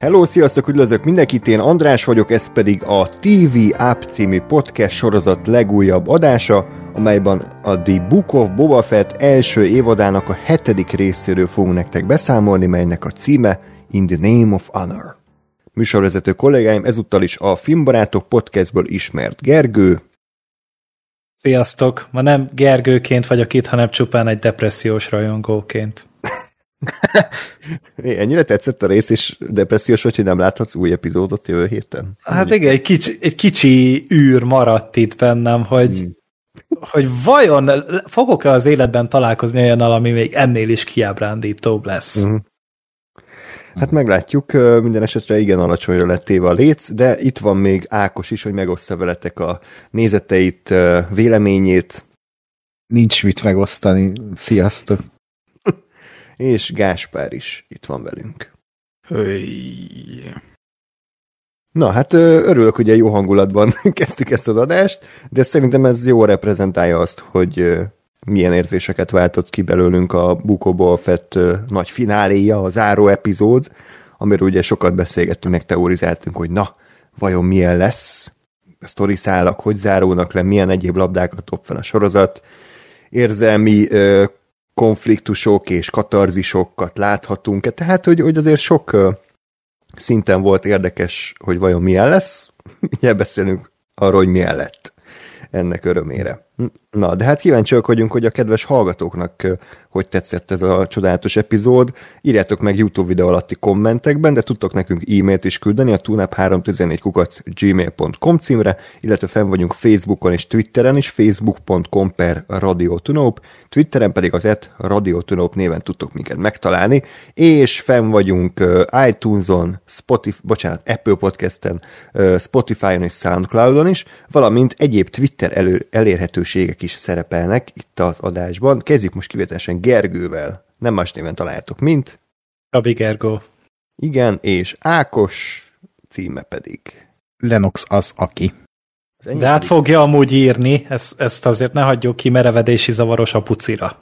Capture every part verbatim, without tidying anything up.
Hello, sziasztok, üdvözlök mindenkit, én András vagyok, ez pedig a té vé App című podcast sorozat legújabb adása, amelyben a The Book of Boba Fett első évadának a hetedik részéről fogunk nektek beszámolni, melynek a címe In the Name of Honor. Műsorvezető kollégáim ezúttal is a Filmbarátok podcastből ismert Gergő. Sziasztok! Ma nem Gergőként vagyok itt, hanem csupán egy depressziós rajongóként. Ennyire tetszett a rész, és depressziós vagy, hogy nem láthatsz új epizódot jövő héten? Hát igen, egy kicsi, egy kicsi űr maradt itt bennem, hogy, hmm. hogy vajon fogok-e az életben találkozni olyannal, ami még ennél is kiábrándítóbb lesz? Hmm. Hát meglátjuk, minden esetre igen alacsonyra lett téve a léc, de itt van még Ákos is, hogy megosztja veletek a nézeteit, véleményét. Nincs mit megosztani. Sziasztok! És Gáspár is itt van velünk. Höj. Na, hát örülök, hogy egy jó hangulatban kezdtük ezt az adást, de szerintem ez jól reprezentálja azt, hogy milyen érzéseket váltott ki belőlünk a Book of Boba Fett nagy fináléja, a záró epizód, amiről ugye sokat beszélgettünk, meg teorizáltunk, hogy na, vajon milyen lesz, a sztoriszálak, hogy záródnak le, milyen egyéb labdákat dob fel a sorozat, érzelmi konfliktusok és katarzisokat láthatunk, tehát hogy, hogy azért sok uh, szinten volt érdekes, hogy vajon milyen lesz. Ugye beszélünk arról, hogy milyen lett ennek örömére. Na, de hát kíváncsiak vagyunk, hogy a kedves hallgatóknak uh, hogy tetszett ez a csodálatos epizód. Írjátok meg YouTube videó alatti kommentekben, de tudtok nekünk e-mailt is küldeni a tunap három tizennégy kukac gmail pont com címre, illetve fenn vagyunk Facebookon és Twitteren is, facebook pont com per radiotunop, Twitteren pedig az et radiotunop néven tudtok minket megtalálni, és fenn vagyunk uh, iTunes-on, Spotify, bocsánat, Apple Podcasten, uh, Spotify-on és Soundcloud-on is, valamint egyéb Twitter elő, elérhetőségek is szerepelnek itt az adásban. Kezdjük most kivételesen Gergővel. Nem más néven találjátok, mint Gabi Gergó. Igen, és Ákos címe pedig Lennox az, aki. De hát fogja amúgy írni, ezt, ezt azért ne hagyjuk ki merevedési zavaros a pucira.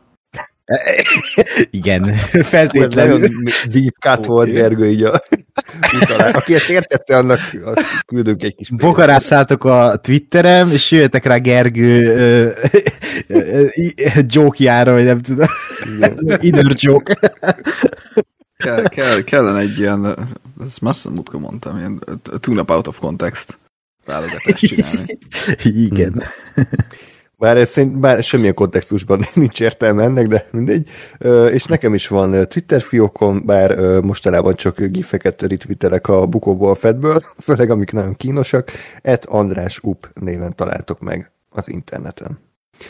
Igen, feltétlenül. Deep cut volt Gergő így a aki ezt értette, annak küldünk egy kis Bokarászáltok a Twitterem, és jöjjetek rá Gergő joke-jára, vagy nem tudom. Inner joke. Kell, kell, kellene egy ilyen, ezt messze múltkor mondtam, ilyen tune-up out of context válogatást csinálni. Igen. Bár, ez szerint, bár semmilyen kontextusban nincs értelme ennek, de mindegy. És nekem is van Twitter fiókom, bár mostanában csak gifeket retweetelek a Book of Boba Fettből, főleg amik nagyon kínosak. Et András Up néven találtok meg az interneten.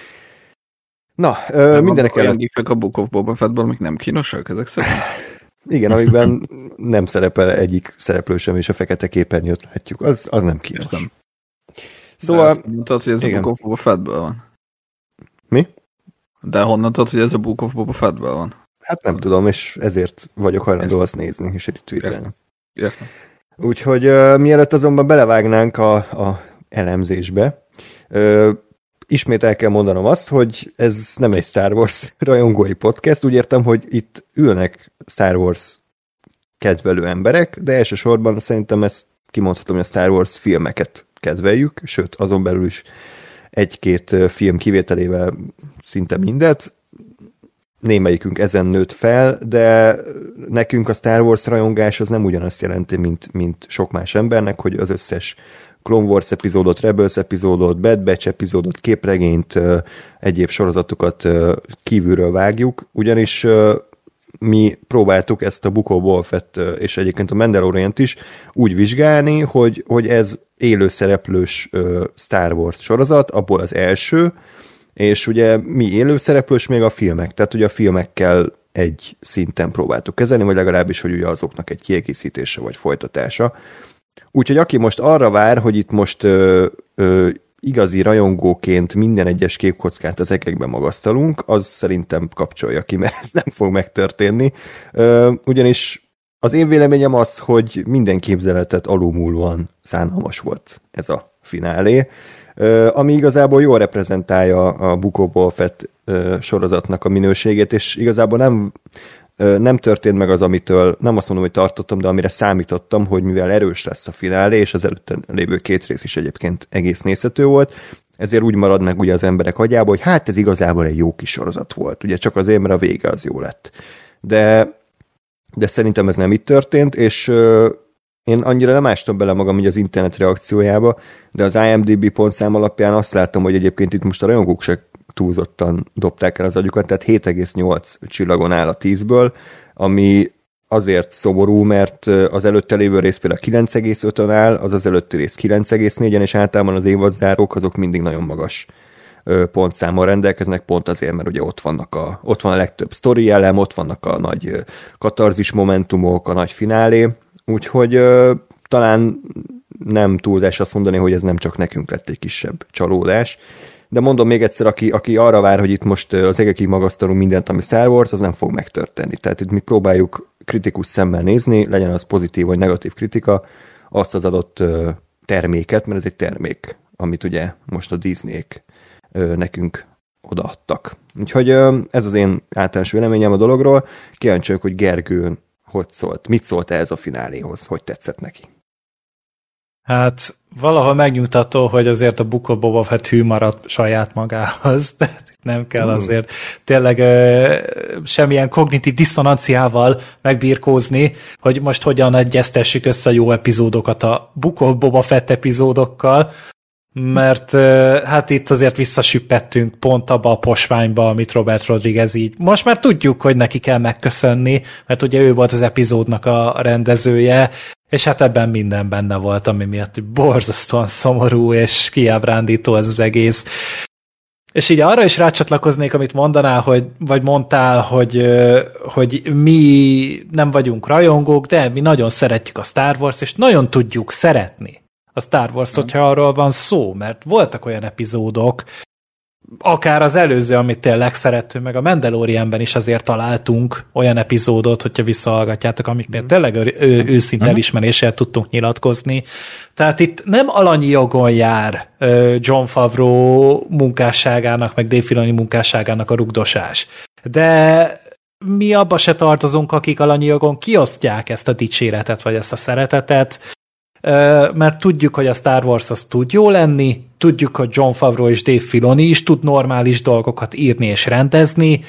Na, de mindenek előtt... Olyan gifek a Book of Boba Fettből, amik nem kínosak, ezek szerint? Igen, amikben nem szerepel egyik szereplő sem, és a fekete képernyőt látjuk. Az, az nem kínos. Érzem. Szóval... De mondtad, hogy ez igen. A Book of Boba Fettből van. Mi? De honnan tudod, hogy ez a Book of Boba Fettből van? Hát nem tudom, és ezért vagyok hajlandó azt nézni, és itt tweetelni. Értem. Úgyhogy uh, mielőtt azonban belevágnánk a, a elemzésbe, uh, ismét el kell mondanom azt, hogy ez nem egy Star Wars rajongói podcast, úgy értem, hogy itt ülnek Star Wars kedvelő emberek, de elsősorban szerintem ezt kimondhatom, hogy a Star Wars filmeket kedveljük, sőt, azon belül is egy-két film kivételével szinte mindet. Némelyikünk ezen nőtt fel, de nekünk a Star Wars rajongás az nem ugyanazt jelenti, mint, mint sok más embernek, hogy az összes Clone Wars epizódot, Rebels epizódot, Bad Batch epizódot, képregényt, egyéb sorozatokat kívülről vágjuk, ugyanis mi próbáltuk ezt a Book of Boba Fett és egyébként a Mandaloriant is úgy vizsgálni, hogy, hogy ez élőszereplős Star Wars sorozat, abból az első, és ugye mi élőszereplős még a filmek, tehát ugye a filmekkel egy szinten próbáltuk kezelni, vagy legalábbis, hogy ugye azoknak egy kiegészítése vagy folytatása. Úgyhogy aki most arra vár, hogy itt most ö, ö, igazi rajongóként minden egyes képkockát az egekbe magasztalunk, az szerintem kapcsolja ki, mert ez nem fog megtörténni. Ö, ugyanis az én véleményem az, hogy minden képzeletet alulmúlóan szánalmas volt ez a finálé, ö, ami igazából jól reprezentálja a Book of Boba Fett ö, sorozatnak a minőségét, és igazából nem Nem történt meg az, amitől nem azt mondom, hogy tartottam, de amire számítottam, hogy mivel erős lesz a finálé, és az előtte lévő két rész is egyébként egész nézhető volt, ezért úgy marad meg ugye az emberek agyába, hogy hát ez igazából egy jó kis sorozat volt. Ugye csak azért, mert a vége az jó lett. De, de szerintem ez nem így történt, és euh, én annyira nem ástam bele magam így az internet reakciójába, de az IMDb pontszám alapján azt láttam, hogy egyébként itt most a rajongók se túlzottan dobták el az agyukat, tehát hét egész nyolc csillagon áll a tízből, ami azért szomorú, mert az előtte lévő rész például kilenc egész ötön áll, az az előtti rész kilenc egész négyen, és általában az évadzárók azok mindig nagyon magas pontszámmal rendelkeznek, pont azért, mert ugye ott vannak a, ott van a legtöbb sztori elem, ott vannak a nagy katarzis momentumok, a nagy finálé, úgyhogy talán nem túlzás azt mondani, hogy ez nem csak nekünk lett egy kisebb csalódás, de mondom még egyszer, aki, aki arra vár, hogy itt most az egekig magasztalunk mindent, ami Star Wars, az nem fog megtörténni. Tehát itt mi próbáljuk kritikus szemmel nézni, legyen az pozitív vagy negatív kritika, azt az adott terméket, mert ez egy termék, amit ugye most a Disneyek nekünk odaadtak. Úgyhogy ez az én általános véleményem a dologról. Kíváncsi vagyok, hogy Gergőn hogy szólt, mit szólt ez a fináléhoz, hogy tetszett neki. Hát valahol megnyugtató, hogy azért a Book of Boba Fett hű maradt saját magához, tehát nem kell azért tényleg ö, semmilyen kognitív diszonanciával megbirkózni, hogy most hogyan egyeztessük össze a jó epizódokat a Book of Boba Fett epizódokkal, mert ö, hát itt azért visszasüppettünk pont abba a posványba, amit Robert Rodriguez így. Most már tudjuk, hogy neki kell megköszönni, mert ugye ő volt az epizódnak a rendezője, és hát ebben minden benne volt, ami miatt borzasztóan szomorú és kiábrándító ez az egész. És így arra is rácsatlakoznék, amit mondanál, hogy, vagy mondtál, hogy, hogy mi nem vagyunk rajongók, de mi nagyon szeretjük a Star Wars, és nagyon tudjuk szeretni a Star Wars-t, hogyha arról van szó, mert voltak olyan epizódok, akár az előző, amit tényleg szeretünk, meg a Mandalorianben is azért találtunk olyan epizódot, hogyha visszahallgatjátok, amiknél tényleg ő, őszinte elismeréssel tudtunk nyilatkozni. Tehát itt nem alanyi jogon jár Jon Favreau munkásságának, meg Dave Filoni munkásságának a rugdosás. De mi abba se tartozunk, akik alanyi jogon kiosztják ezt a dicséretet, vagy ezt a szeretetet, mert tudjuk, hogy a Star Wars az tud jó lenni, tudjuk, hogy Jon Favreau és Dave Filoni is tud normális dolgokat írni és rendezni,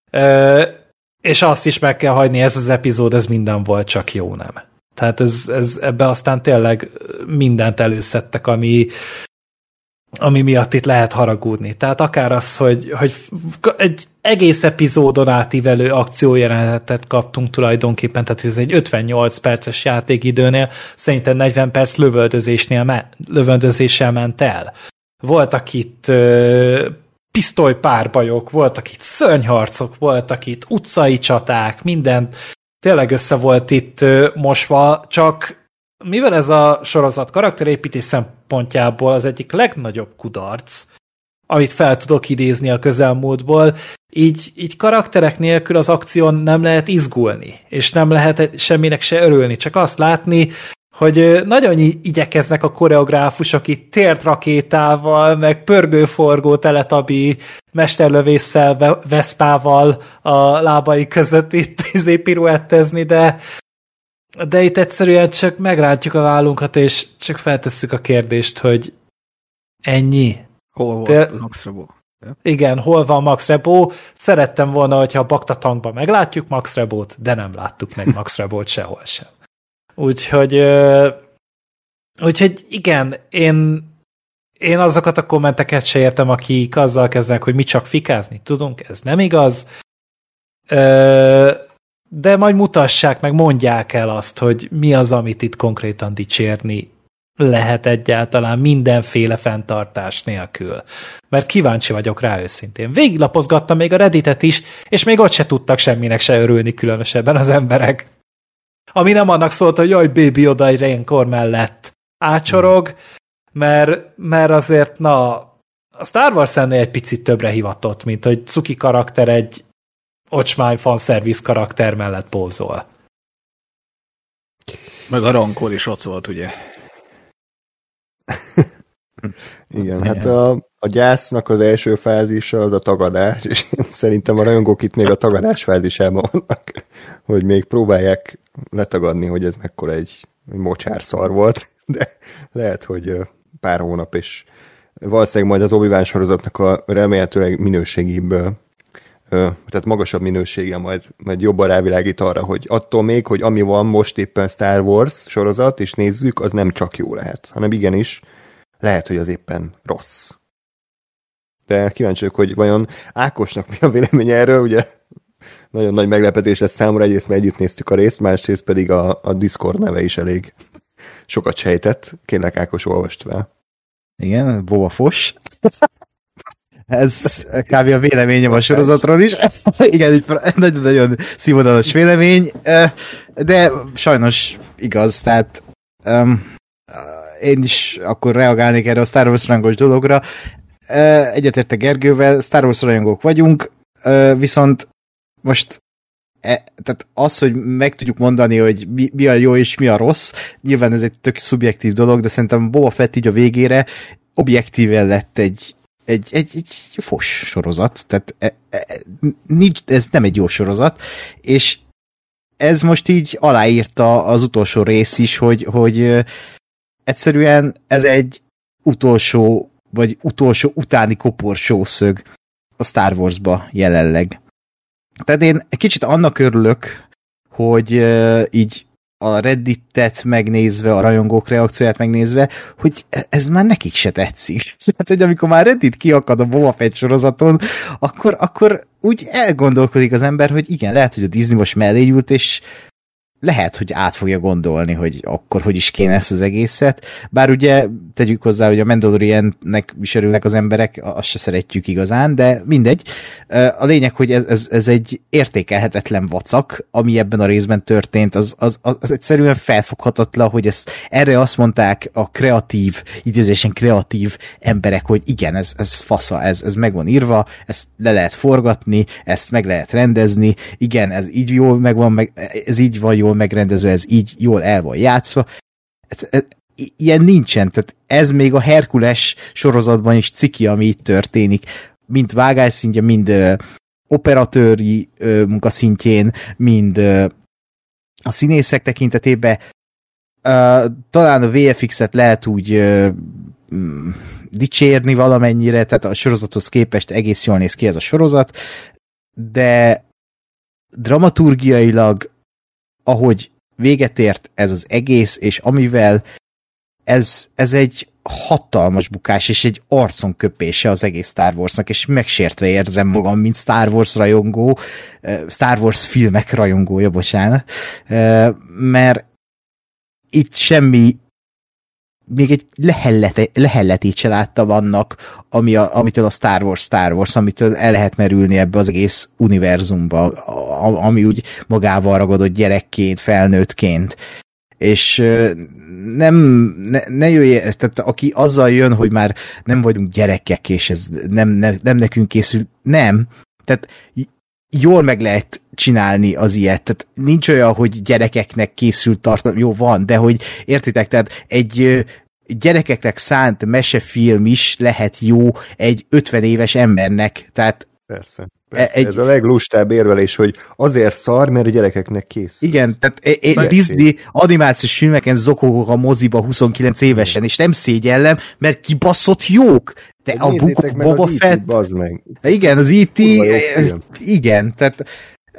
és azt is meg kell hagyni, ez az epizód, ez minden volt, csak jó nem. Tehát ez, ez, ebbe aztán tényleg mindent előszedtek, ami, ami miatt itt lehet haragudni. Tehát akár az, hogy, hogy egy egész epizódon átívelő akciójelenetet kaptunk tulajdonképpen, tehát ez egy ötvennyolc perces játékidőnél, szerintem negyven perc lövöldözésnél me- lövöldözéssel ment el. Voltak itt ö, pisztolypárbajok, voltak itt szörnyharcok, voltak itt utcai csaták, minden tényleg össze volt itt ö, mosva, csak mivel ez a sorozat karakterépítés szempontjából az egyik legnagyobb kudarc, amit fel tudok idézni a közelmúltból, így, így karakterek nélkül az akción nem lehet izgulni, és nem lehet semminek se örülni, csak azt látni, hogy nagyon igyekeznek a koreográfusok itt tért rakétával, meg pörgőforgó teletabi mesterlövésszel, veszpával a lábai között itt izé piruettezni, de de itt egyszerűen csak megrántjuk a vállunkat, és csak feltesszük a kérdést, hogy ennyi. Hol volt de, Max Rebo? Igen, hol van Max Rebo? Szerettem volna, hogyha a Bakta-tankban meglátjuk Max Rebót, de nem láttuk meg Max Rebót sehol sem. Úgyhogy, úgyhogy igen, én, én azokat a kommenteket se értem, akik azzal kezdenek, hogy mi csak fikázni tudunk, ez nem igaz. De majd mutassák meg, mondják el azt, hogy mi az, amit itt konkrétan dicsérni lehet egyáltalán mindenféle fenntartás nélkül. Mert kíváncsi vagyok rá őszintén. Végiglapozgattam még a Redditet is, és még ott se tudtak semminek se örülni különösebben az emberek. Ami nem annak szólt, hogy jaj, Baby Yoda egy Rancor mellett ácsorog, mert, mert azért, na, a Star Wars ennél egy picit többre hivatott, mint hogy cuki karakter egy ocsmány fanszervisz karakter mellett pózol. Meg a Rancor is ott volt, ugye? Igen, hát a, a a gyásznak az első fázisa az a tagadás, és szerintem a rajongók itt még a tagadás fázisában vannak, hogy még próbálják letagadni, hogy ez mekkora egy mocsárszar volt, de lehet, hogy pár hónap, és valószínűleg majd az Obi-Wan sorozatnak a remélhetőleg minőségibb, tehát magasabb minősége majd, majd jobban rávilágít arra, hogy attól még, hogy ami van most éppen Star Wars sorozat, és nézzük, az nem csak jó lehet, hanem igenis lehet, hogy az éppen rossz. De kíváncsi vagyok, hogy vajon Ákosnak mi a véleménye erről, ugye nagyon nagy meglepetés lesz számomra, egyrészt mert együtt néztük a részt, másrészt pedig a, a Discord neve is elég sokat sejtett. Kérlek, Ákos, olvast fel. Igen, Boba Fos. Ez kb. A véleményem a sorozatról is. Igen, egy nagyon-nagyon színvonalas vélemény, de sajnos igaz, tehát um, én is akkor reagálnék erre a Star Wars rangos dologra. Egyetértek Gergővel, Star Wars rajongók vagyunk, viszont most e, tehát az, hogy meg tudjuk mondani, hogy mi, mi a jó és mi a rossz, nyilván ez egy tök szubjektív dolog, de szerintem Boba Fett így a végére objektíven lett egy, egy, egy, egy fos sorozat, tehát e, e, nincs, ez nem egy jó sorozat, és ez most így aláírta az utolsó rész is, hogy, hogy egyszerűen ez egy utolsó, vagy utolsó utáni koporsószög a Star Warsba jelenleg. Tehát én egy kicsit annak örülök, hogy uh, így a Redditet megnézve, a rajongók reakcióját megnézve, hogy ez már nekik se tetszik. Tehát, hogy amikor már Reddit kiakad a Boba Fett sorozaton, akkor, akkor úgy elgondolkodik az ember, hogy igen, lehet, hogy a Disney most mellé ült, és lehet, hogy át fogja gondolni, hogy akkor hogy is kéne ezt az egészet. Bár ugye tegyük hozzá, hogy a Mandaloriannek is örülnek az emberek, azt se szeretjük igazán, de mindegy. A lényeg, hogy ez, ez, ez egy értékelhetetlen vacak, ami ebben a részben történt, az, az, az egyszerűen felfoghatatlan, hogy ezt, erre azt mondták a kreatív, idézésen kreatív emberek, hogy igen, ez, ez fasza, ez, ez meg van írva, ezt le lehet forgatni, ezt meg lehet rendezni, igen, ez így jól megvan, meg, ez így van jól megrendezve, ez így jól el van játszva. Ilyen nincsen, tehát ez még a Herkules sorozatban is ciki, ami itt történik, mind vágásszintje, mind uh, operatőri uh, munkaszintjén, mind uh, a színészek tekintetében. Uh, talán a vé ef iksz-et lehet úgy uh, um, dicsérni valamennyire, tehát a sorozathoz képest egész jól néz ki ez a sorozat, de dramaturgiailag ahogy véget ért ez az egész, és amivel ez, ez egy hatalmas bukás, és egy arcon köpése az egész Star Warsnak, és megsértve érzem magam, mint Star Wars rajongó, Star Wars filmek rajongója, bocsánat, mert itt semmi, még egy lehelletét se láttam annak, ami a, amitől a Star Wars Star Wars, amitől el lehet merülni ebbe az egész univerzumba, ami úgy magával ragadott gyerekként, felnőttként. És nem, ne, ne jöjj, tehát aki azzal jön, hogy már nem vagyunk gyerekek, és ez nem, nem, nem nekünk készül, nem. Tehát jól meg lehet csinálni az ilyet. Tehát nincs olyan, hogy gyerekeknek készült tartalom, jó van, de hogy értitek, tehát egy gyerekeknek szánt mesefilm is lehet jó egy ötven éves embernek, tehát persze, persze. Egy, ez a leglustább érvelés, hogy azért szar, mert a gyerekeknek készül. Igen, tehát e, e, Disney animációs filmeken zokogok a moziba huszonkilenc évesen, és nem szégyellem, mert kibaszott jók. De a Book Boba Fett... meg. Igen, az í té... Igen, tehát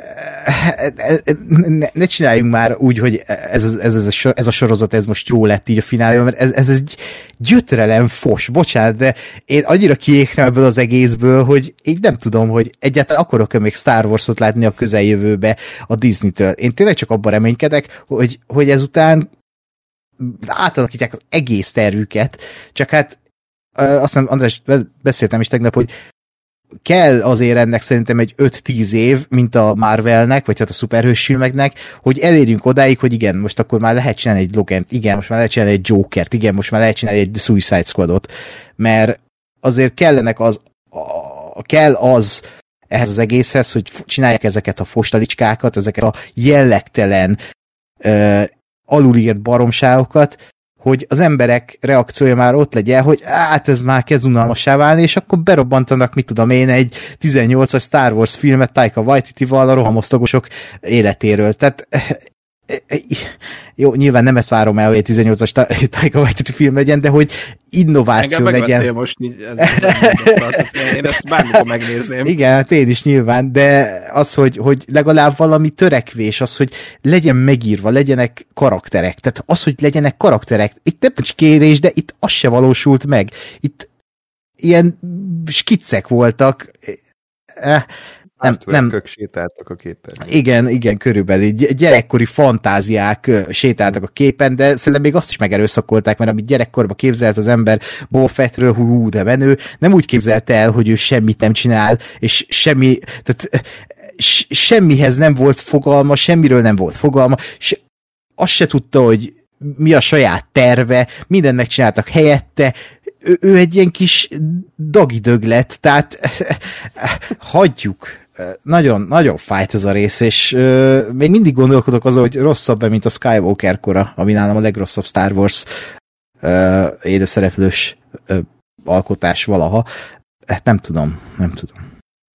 ne, ne csináljunk már úgy, hogy ez, ez, ez, a, ez a sorozat ez most jó lett így a finálban, mert ez, ez egy gyötrelem fos, bocsánat, de én annyira kiéknem ebből az egészből, hogy én nem tudom, hogy egyáltalán akarok-e még Star Wars-ot látni a közeljövőbe a Disney-től. Én tényleg csak abban reménykedek, hogy, hogy ezután átalakítják az egész tervüket, csak hát azt hiszem, András, beszéltem is tegnap, hogy kell azért ennek szerintem egy öt-tíz év, mint a Marvelnek, vagy hát a szuperhős filmeknek, hogy elérjünk odáig, hogy igen, most akkor már lehet csinálni egy Logant, igen, most már lehet csinálni egy Jokert, igen, most már lehet csinálni egy Suicide Squadot, mert azért kellenek az, a, kell az ehhez az egészhez, hogy csinálják ezeket a fostalicskákat, ezeket a jellegtelen uh, alulírt baromságokat, hogy az emberek reakciója már ott legyen, hogy hát ez már kezd unalmassá válni, és akkor berobbantanak, mit tudom én, egy tizennyolcas Star Wars filmet Taika Waititival a rohamosztagosok életéről. Tehát jó, nyilván nem ezt várom el, hogy egy tizennyolcas Taika Waititi film legyen, de hogy innováció engem legyen. Most így, ez én ezt bármikor megnézném. Igen, hát én is nyilván, de az, hogy, hogy legalább valami törekvés, az, hogy legyen megírva, legyenek karakterek. Tehát az, hogy legyenek karakterek. Itt nem csak kérés, de itt az se valósult meg. Itt ilyen skiccek voltak. Eh, Nem, nem. sétáltak a képen. Igen, igen, körülbelül. Gyerekkori fantáziák sétáltak a képen, de szerintem még azt is megerőszakolták, mert amit gyerekkorban képzelt az ember Boba Fettről, hú, de menő, nem úgy képzelte el, hogy ő semmit nem csinál, és semmi, tehát semmihez nem volt fogalma, semmiről nem volt fogalma, és azt se tudta, hogy mi a saját terve, mindent megcsináltak helyette, ő, ő egy ilyen kis dagidög lett, tehát hagyjuk. Nagyon, nagyon fájt ez a rész, és uh, még mindig gondolkodok azon, hogy rosszabb-e, mint a Skywalker kora, ami nálam a legrosszabb Star Wars uh, élőszereplős uh, alkotás valaha. Hát nem tudom, nem tudom.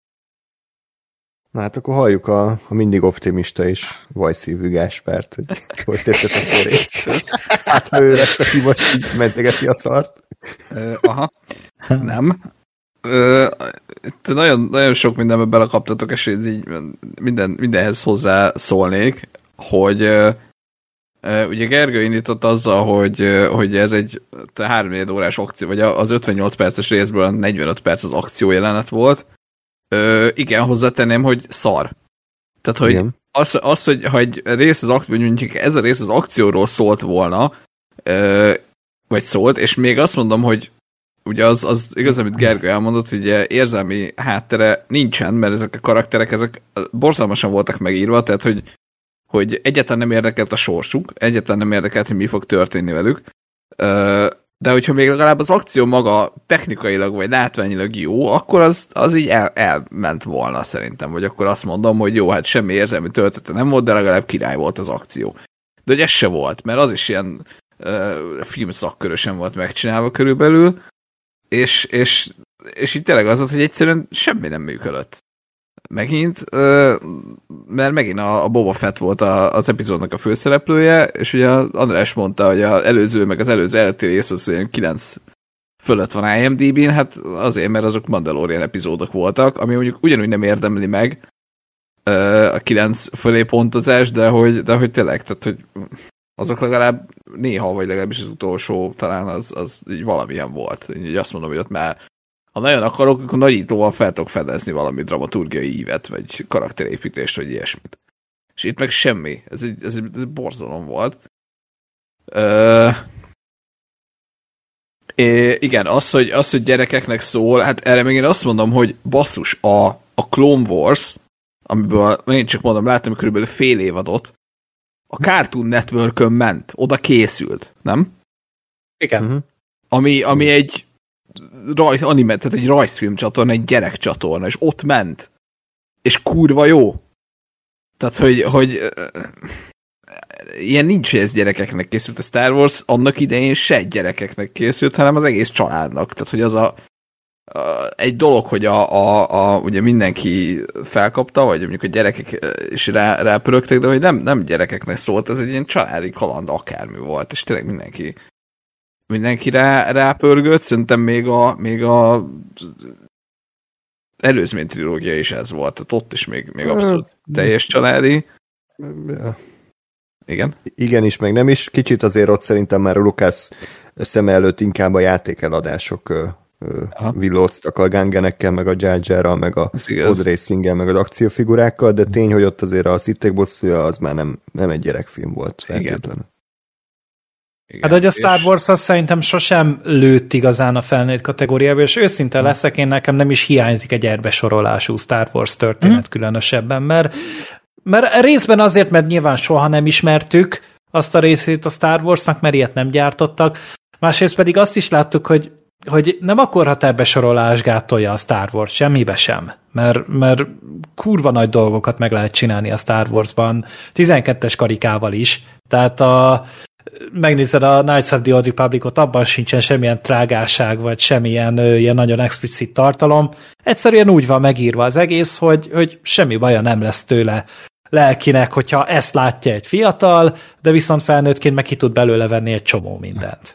Na hát akkor halljuk a, a mindig optimista és vajszívű Gáspárt, hogy hogy tetszett a rész. Hát ő lesz, aki most így mentegeti a szart. Uh, aha, nem. Uh, nagyon, nagyon sok mindenbe belekaptatok, és így minden, mindenhez hozzá szólnék, hogy uh, uh, ugye Gergő indított azzal, hogy, uh, hogy ez egy három órás akció, vagy az ötvennyolc perces részből negyvenöt perc az akció jelenet volt. Uh, igen, hozzátenném, hogy szar. Tehát, hogy az, az, hogy ha egy rész az akció, mondjuk ez a rész az akcióról szólt volna, uh, vagy szólt, és még azt mondom, hogy ugye az, az igaz, amit Gergő elmondott, hogy ugye érzelmi háttere nincsen, mert ezek a karakterek, ezek borzalmasan voltak megírva, tehát hogy, hogy egyáltalán nem érdekelt a sorsuk, egyáltalán nem érdekelt, hogy mi fog történni velük, de hogyha még legalább az akció maga technikailag vagy látványilag jó, akkor az, az így el, elment volna szerintem, vagy akkor azt mondom, hogy jó, hát semmi érzelmi töltete nem volt, de legalább király volt az akció. De hogy ez se volt, mert az is ilyen uh, filmszakkörösen volt megcsinálva körülbelül, És, és, és itt tényleg az volt, hogy egyszerűen semmi nem működött. Megint, mert megint a, a Boba Fett volt a, az epizódnak a főszereplője, és ugye András mondta, hogy az előző, meg az előző előtti rész az olyan kilenc fölött van I M D B-n, hát azért, mert azok Mandalorian epizódok voltak, ami mondjuk ugyanúgy nem érdemli meg a kilenc fölé pontozás, de hogy, de hogy tényleg, tehát hogy azok legalább néha, vagy legalábbis az utolsó talán az, az így valamilyen volt. Így azt mondom, hogy ott már ha nagyon akarok, akkor nagyítóval fel tudok fedezni valami dramaturgiai ívet, vagy karakterépítést, vagy ilyesmit. És itt meg semmi. Ez egy, ez egy, ez egy borzalom volt. Ö... É, igen, az hogy, az, hogy gyerekeknek szól, hát erre még én azt mondom, hogy basszus, a, a Clone Wars, amiből én csak mondom, láttam körülbelül fél évadot, a Cartoon Networkön ment, oda készült, nem? Igen. Uh-huh. Ami, ami egy rajz, anime, tehát egy rajzfilm csatorna, egy gyerekcsatorna, és ott ment. És kurva jó. Tehát, hogy, hogy ilyen nincs, hogy ez gyerekeknek készült. A Star Wars annak idején se gyerekeknek készült, hanem az egész családnak. Tehát, hogy az a, a egy dolog, hogy a, a, a, ugye mindenki felkapta, vagy mondjuk a gyerekek is rá, rápörögtek, de hogy nem, nem gyerekeknek szólt, ez egy ilyen családi kaland akármi volt, és tényleg mindenki mindenki rá, rápörgött, szerintem még a, még a előzmény trilógia is ez volt, tehát ott is még, még abszolút teljes családi. Ja. Igen? Igen is, meg nem is. Kicsit azért ott szerintem már a Lucas szeme előtt inkább a játékeladások villóztak a gangenekkel, meg a Jar Jarral, meg a pod racinggel, meg az akciófigurákkal, de tény, hogy ott azért a Sittek bosszúja az már nem, nem egy gyerekfilm volt feltétlenül. Hát, hogy a Star Wars az szerintem sosem lőtt igazán a felnőtt kategóriába, és őszinte leszek, én nekem nem is hiányzik egy erbesorolású Star Wars történet hmm. különösebben, mert, mert részben azért, mert nyilván soha nem ismertük azt a részét a Star Warsnak, mert ilyet nem gyártottak, másrészt pedig azt is láttuk, hogy hogy nem akarhat ebbe sorolás gátolja a Star Wars, semmibe sem, mert, mert kurva nagy dolgokat meg lehet csinálni a Star Warsban, tizenkettes karikával is, tehát a, megnézed a Knights of the Old Republicot, abban sincsen semmilyen trágárság, vagy semmilyen ö, ilyen nagyon explicit tartalom. Egyszerűen úgy van megírva az egész, hogy, hogy semmi baja nem lesz tőle lelkinek, hogyha ezt látja egy fiatal, de viszont felnőttként meg ki tud belőle venni egy csomó mindent.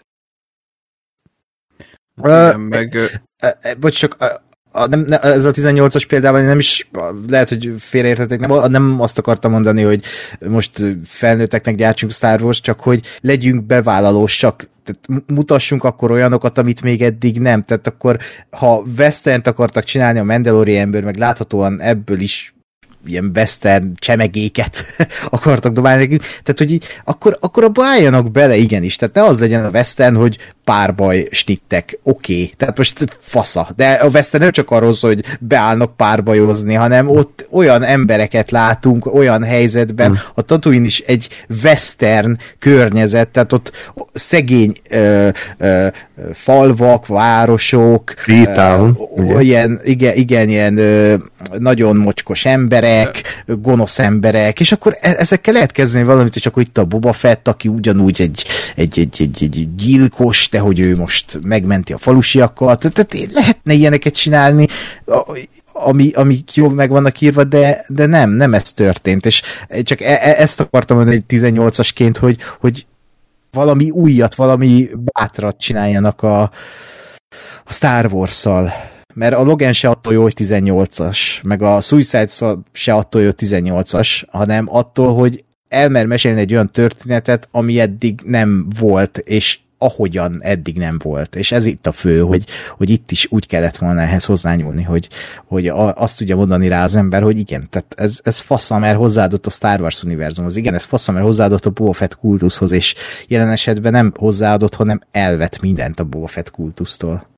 Uh, meg... Uh, uh, bocs, csak uh, a, nem, ne, ez a tizennyolcas példában nem is, lehet, hogy félreértettek, nem, nem azt akartam mondani, hogy most felnőtteknek gyártsunk Star Wars, csak hogy legyünk bevállalósak, tehát mutassunk akkor olyanokat, amit még eddig nem. Tehát akkor, ha Westernt akartak csinálni a Mandalorianből, meg láthatóan ebből is ilyen western csemegéket akartak dobálni nekünk, tehát hogy így, akkor, akkor abba álljanak bele igenis, tehát ne az legyen a western, hogy párbaj snittek, oké, okay. Tehát most fasza, de a western nem csak arról szól, hogy beállnak párbajozni, hanem ott olyan embereket látunk, olyan helyzetben, hmm. a Tatooine is egy western környezet, tehát ott szegény ö, ö, falvak, városok, ö, ilyen, igen, igen, ilyen ö, nagyon mocskos emberek, gonosz emberek, és akkor e- ezekkel lehet kezdeni valamit, és akkor itt a Boba Fett, aki ugyanúgy egy, egy, egy, egy, egy gyilkos, de hogy ő most megmenti a falusiakat, tehát lehetne ilyeneket csinálni, ami, amik jól meg vannak írva, de, de nem, nem ez történt, és csak e- e- ezt akartam mondani tizennyolcasként, hogy, hogy valami újat, valami bátrat csináljanak a, a Star Wars-szal. Mert a Logan se attól jó, hogy tizennyolcas, meg a Suicide se attól jó, hogy tizennyolcas, hanem attól, hogy elmer mesélni egy olyan történetet, ami eddig nem volt, és ahogyan eddig nem volt. És ez itt a fő, hogy, hogy itt is úgy kellett volna ehhez hozzányúlni, hogy, hogy azt tudja mondani rá az ember, hogy igen, tehát ez, ez fasza, mert hozzáadott a Star Wars univerzumhoz. Igen, ez fasza, mert hozzáadott a Boba Fett kultuszhoz, és jelen esetben nem hozzáadott, hanem elvett mindent a Boba Fett kultusztól.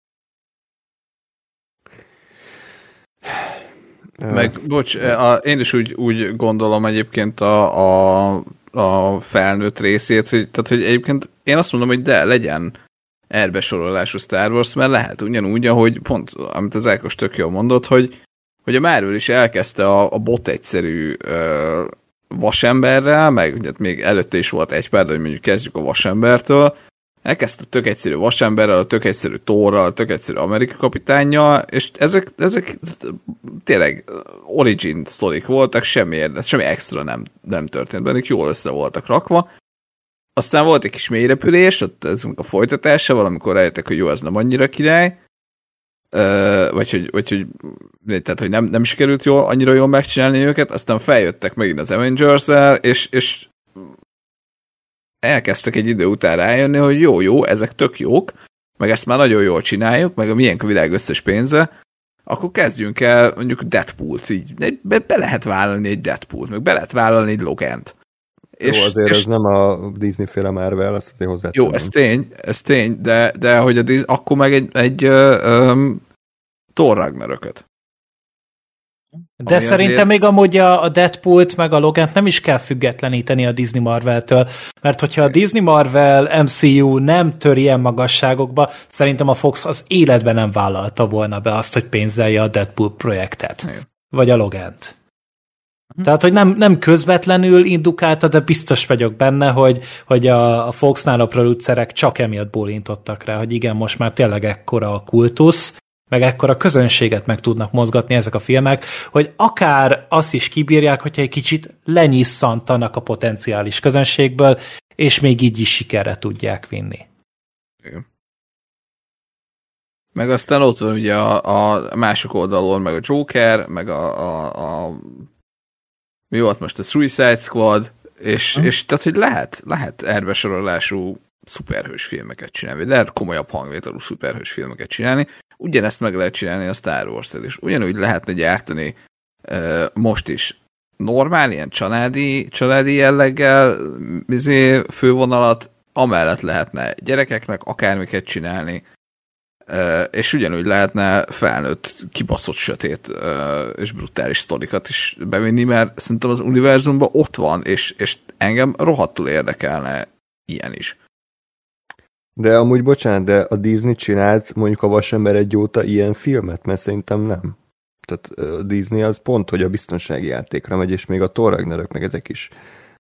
Meg, bocs, a, én is úgy, úgy gondolom egyébként a, a, a felnőtt részét, hogy, tehát, hogy egyébként én azt mondom, hogy de, legyen erbesorolású Star Wars, mert lehet ugyanúgy, ahogy pont, amit az Ákos tök jól mondott, hogy, hogy a Marvel is elkezdte a, a bot egyszerű ö, vasemberrel, meg ugye, még előtte is volt egy pár, de hogy mondjuk kezdjük a vasembertől, elkezdte a tök egyszerű vasemberrel, a tök egyszerű Thorral, a tök egyszerű Amerika kapitánnyal, és ezek, ezek tényleg origin sztorik voltak, semmi, érde, semmi extra nem, nem történt bennük, jól össze voltak rakva. Aztán volt egy kis mélyrepülés, ott ez a folytatása, valamikor rájöttek, hogy jó, ez nem annyira király, Ö, vagy hogy, vagy, hogy, tehát, hogy nem, nem sikerült jól, annyira jól megcsinálni őket, aztán feljöttek megint az Avengers-el, és, és elkezdtek egy idő után rájönni, hogy jó, jó, ezek tök jók, meg ezt már nagyon jól csináljuk, meg a milyen a világ összes pénze, akkor kezdjünk el mondjuk Deadpool-t, így be, be lehet vállalni egy Deadpool-t, meg be lehet vállalni egy Logant. Jó, és, azért és, ez nem a Disney-féle Marvel, azt azért hozzá. Jó, ez tény, ez tény, de, de hogy a Disney, akkor meg egy, egy um, Thor Ragnarököt. De ami szerintem azért... még amúgy a Deadpoolt meg a Logant nem is kell függetleníteni a Disney Marvel-től, mert hogyha a Disney Marvel em cé u nem tör ilyen magasságokba, szerintem a Fox az életben nem vállalta volna be azt, hogy pénzelje a Deadpool projektet. Igen. Vagy a Logant. Hm. Tehát, hogy nem, nem közvetlenül indukálta, de biztos vagyok benne, hogy, hogy a, a Foxnál a producerek csak emiatt bólintottak rá, hogy igen, most már tényleg ekkora a kultusz, meg ekkora közönséget meg tudnak mozgatni ezek a filmek, hogy akár azt is kibírják, hogyha egy kicsit lenyisszantanak a potenciális közönségből, és még így is sikerre tudják vinni. Igen. Meg aztán ott van ugye a, a másik oldalon, meg a Joker, meg a, a, a mi volt most a Suicide Squad, és, hmm. és tehát, hogy lehet, lehet erbesorolású szuperhős filmeket csinálni, lehet komolyabb hangvételű szuperhős filmeket csinálni, ugyanezt meg lehet csinálni a Star Wars-tel is. Ugyanúgy lehetne gyártani uh, most is normál, ilyen családi, családi jelleggel izé, fővonalat, amellett lehetne gyerekeknek akármiket csinálni, uh, és ugyanúgy lehetne felnőtt, kibaszott sötét uh, és brutális sztorikat is bevinni, mert szerintem az univerzumban ott van, és, és engem rohadtul érdekelne ilyen is. De amúgy, bocsánat, de a Disney csinált mondjuk a Vasember egy óta ilyen filmet, mert szerintem nem. Tehát a Disney az pont, hogy a biztonsági játékra megy, és még a Thor Ragnarök meg ezek is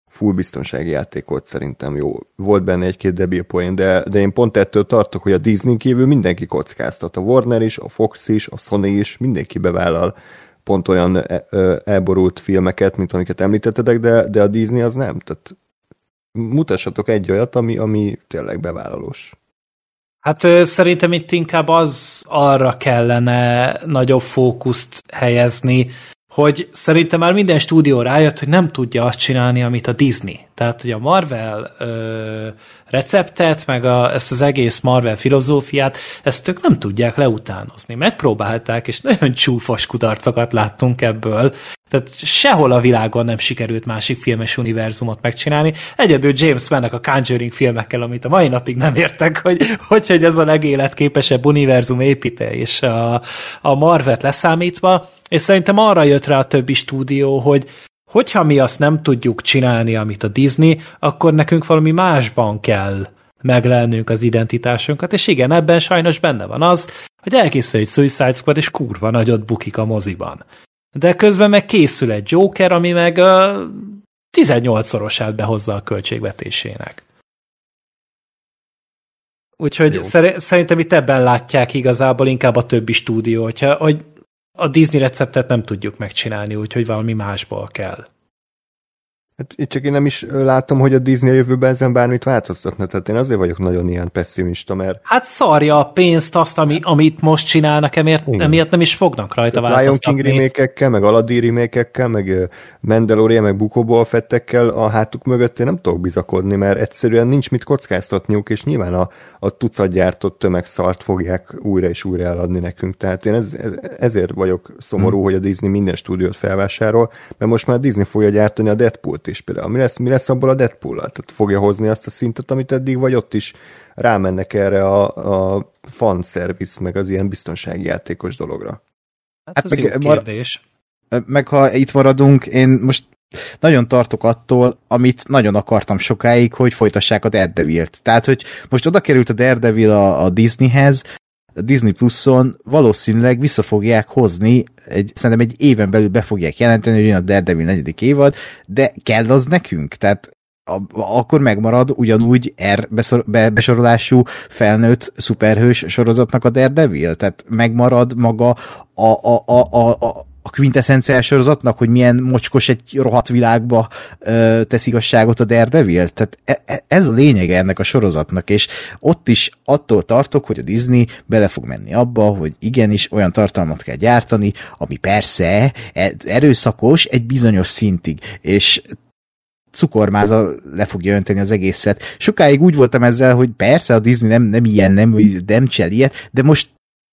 full biztonsági játék volt szerintem jó. Volt benne egy-két debil poén, de, de én pont ettől tartok, hogy a Disney kívül mindenki kockáztat. A Warner is, a Fox is, a Sony is, mindenki bevállal pont olyan elborult filmeket, mint amiket említettetek, de, de a Disney az nem. Tehát mutassatok egy olyat, ami, ami tényleg bevállalós. Hát szerintem itt inkább az arra kellene nagyobb fókuszt helyezni, hogy szerintem már minden stúdió rájött, hogy nem tudja azt csinálni, amit a Disney. Tehát, hogy a Marvel ö, receptet, meg a, ezt az egész Marvel filozófiát, ezt ők nem tudják leutánozni. Megpróbálták, és nagyon csúfos kudarcokat láttunk ebből. Tehát sehol a világon nem sikerült másik filmes univerzumot megcsinálni. Egyedül James Wan-nak a Conjuring filmekkel, amit a mai napig nem értek, hogy hogy, hogy ez a legéletképesebb univerzum építe, és a, a Marvel-t leszámítva, és szerintem arra jött rá a többi stúdió, hogy hogyha mi azt nem tudjuk csinálni, amit a Disney, akkor nekünk valami másban kell meglelnünk az identitásunkat, és igen, ebben sajnos benne van az, hogy elkészül egy Suicide Squad, és kurva nagyot bukik a moziban. De közben meg készül egy Joker, ami meg uh, tizennyolcszorosát behozza a költségvetésének. Úgyhogy szer- szerintem itt ebben látják igazából inkább a többi stúdió, hogyha, hogy a Disney receptet nem tudjuk megcsinálni, úgyhogy valami másból kell. Hát itt csak én nem is látom, hogy a Disney a jövőben ezen bármit változtatna, tehát én azért vagyok nagyon ilyen pessimista, mert... Hát szarja a pénzt azt, ami, amit most csinálnak, emiatt, emiatt nem is fognak rajta tehát változtatni. Lion King remake-ekkel, meg Aladdin remake-ekkel, meg Mandalorian, meg Book of Boba Fettekkel a hátuk mögött én nem tudok bizakodni, mert egyszerűen nincs mit kockáztatniuk, és nyilván a, a tucat gyártott tömegszart fogják újra és újra eladni nekünk. Tehát én ez, ez, ezért vagyok szomorú, hmm. hogy a Disney minden stúdiót felvásárol, mert most már a Disney fogja gyártani a Deadpoolt is például. Mi lesz, mi lesz abból a Deadpool-al? Tehát fogja hozni azt a szintet, amit eddig, vagy ott is rámennek erre a, a fanservice, meg az ilyen biztonsági játékos dologra? Hát, hát ez meg, jó kérdés. Meg, meg ha itt maradunk, én most nagyon tartok attól, amit nagyon akartam sokáig, hogy folytassák a Daredevil-t. Tehát, hogy most oda került a Daredevil a, a Disneyhez, a Disney Pluson valószínűleg vissza fogják hozni, egy, szerintem egy éven belül be fogják jelenteni, hogy jön a Daredevil negyedik évad, de kell az nekünk? Tehát a, akkor megmarad ugyanúgy R beszor, be, besorolású felnőtt szuperhős sorozatnak a Daredevil? Tehát megmarad maga a, a, a, a, a a quintessenciás sorozatnak, hogy milyen mocskos egy rohadt világba ö, tesz igazságot a Daredevil. Tehát e, ez a lényege ennek a sorozatnak, és ott is attól tartok, hogy a Disney bele fog menni abba, hogy igenis olyan tartalmat kell gyártani, ami persze erőszakos egy bizonyos szintig, és cukormáza le fogja önteni az egészet. Sokáig úgy voltam ezzel, hogy persze a Disney nem, nem ilyen, nem, nem csinál ilyet, de most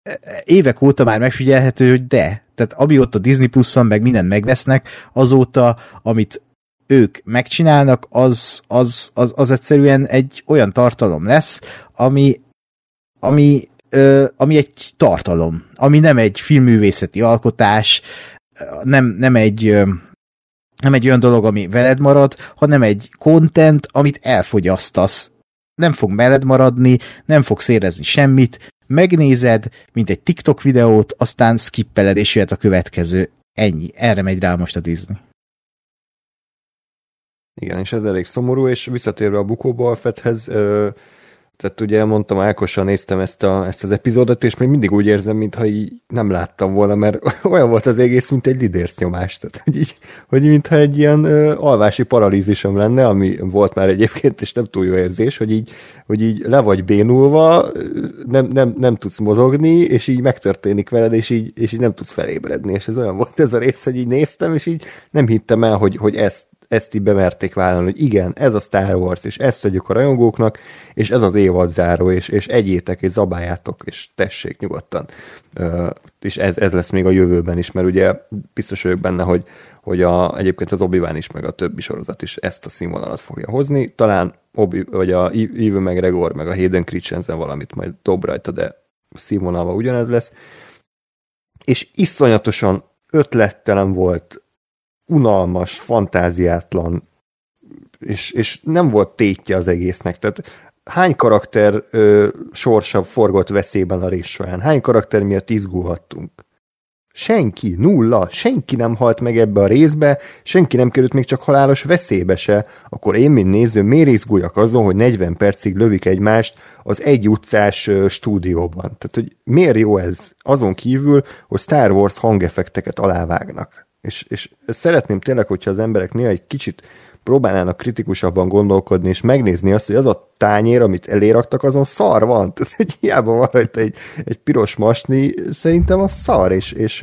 évek óta már megfigyelhető, hogy de. Tehát amióta Disney Pluson meg mindent megvesznek, azóta, amit ők megcsinálnak, az, az, az, az egyszerűen egy olyan tartalom lesz, ami, ami, ö, ami egy tartalom, ami nem egy filmművészeti alkotás, nem, nem egy ö, nem egy olyan dolog, ami veled marad, hanem egy content, amit elfogyasztasz. Nem fog veled maradni, nem fogsz érezni semmit, megnézed, mint egy TikTok videót, aztán skippeled, és jöhet a következő. Ennyi. Erre megy rá most a Disney. Igen, és ez elég szomorú, és visszatérve a Book of Boba Fetthez, tehát ugye mondtam, Ákossal néztem ezt, a, ezt az epizódot, és még mindig úgy érzem, mintha így nem láttam volna, mert olyan volt az egész, mint egy lidérc nyomás. Tehát, hogy, így, hogy mintha egy ilyen ö, alvási paralízisom lenne, ami volt már egyébként, és nem túl jó érzés, hogy így, hogy így le vagy bénulva, nem, nem, nem tudsz mozogni, és így megtörténik veled, és így, és így nem tudsz felébredni. És ez olyan volt ez a rész, hogy így néztem, és így nem hittem el, hogy, hogy ezt ezt így bemerték vállalni, hogy igen, ez a Star Wars, és ezt adjuk a rajongóknak, és ez az évad záró, és, és egyétek, és zabáljátok, és tessék nyugodtan. Uh, és ez, ez lesz még a jövőben is, mert ugye biztos vagyok benne, hogy, hogy a, egyébként az Obi-Wan is, meg a többi sorozat is ezt a színvonalat fogja hozni. Talán Obi, vagy a Ewan McGregor, meg a Hayden Christensen valamit majd dob rajta, de színvonalban ugyanez lesz. És iszonyatosan ötlettelen volt, unalmas, fantáziátlan, és, és nem volt tétje az egésznek. Tehát hány karakter ö, sorsa forgott veszélyben a rész során? Hány karakter miatt izgulhattunk? Senki, nulla, senki nem halt meg ebbe a részbe, senki nem került még csak halálos veszélybe se, akkor én, mint néző, miért izguljak azon, hogy negyven percig lövik egymást az egy utcás stúdióban. Tehát, hogy miért jó ez? Azon kívül, hogy Star Wars hangeffekteket alávágnak. És, és szeretném tényleg, hogyha az emberek néha egy kicsit próbálnának kritikusabban gondolkodni, és megnézni azt, hogy az a tányér, amit eléraktak, azon szar van. Tehát, hogy hiába van rajta egy, egy piros masni, szerintem az szar, és, és,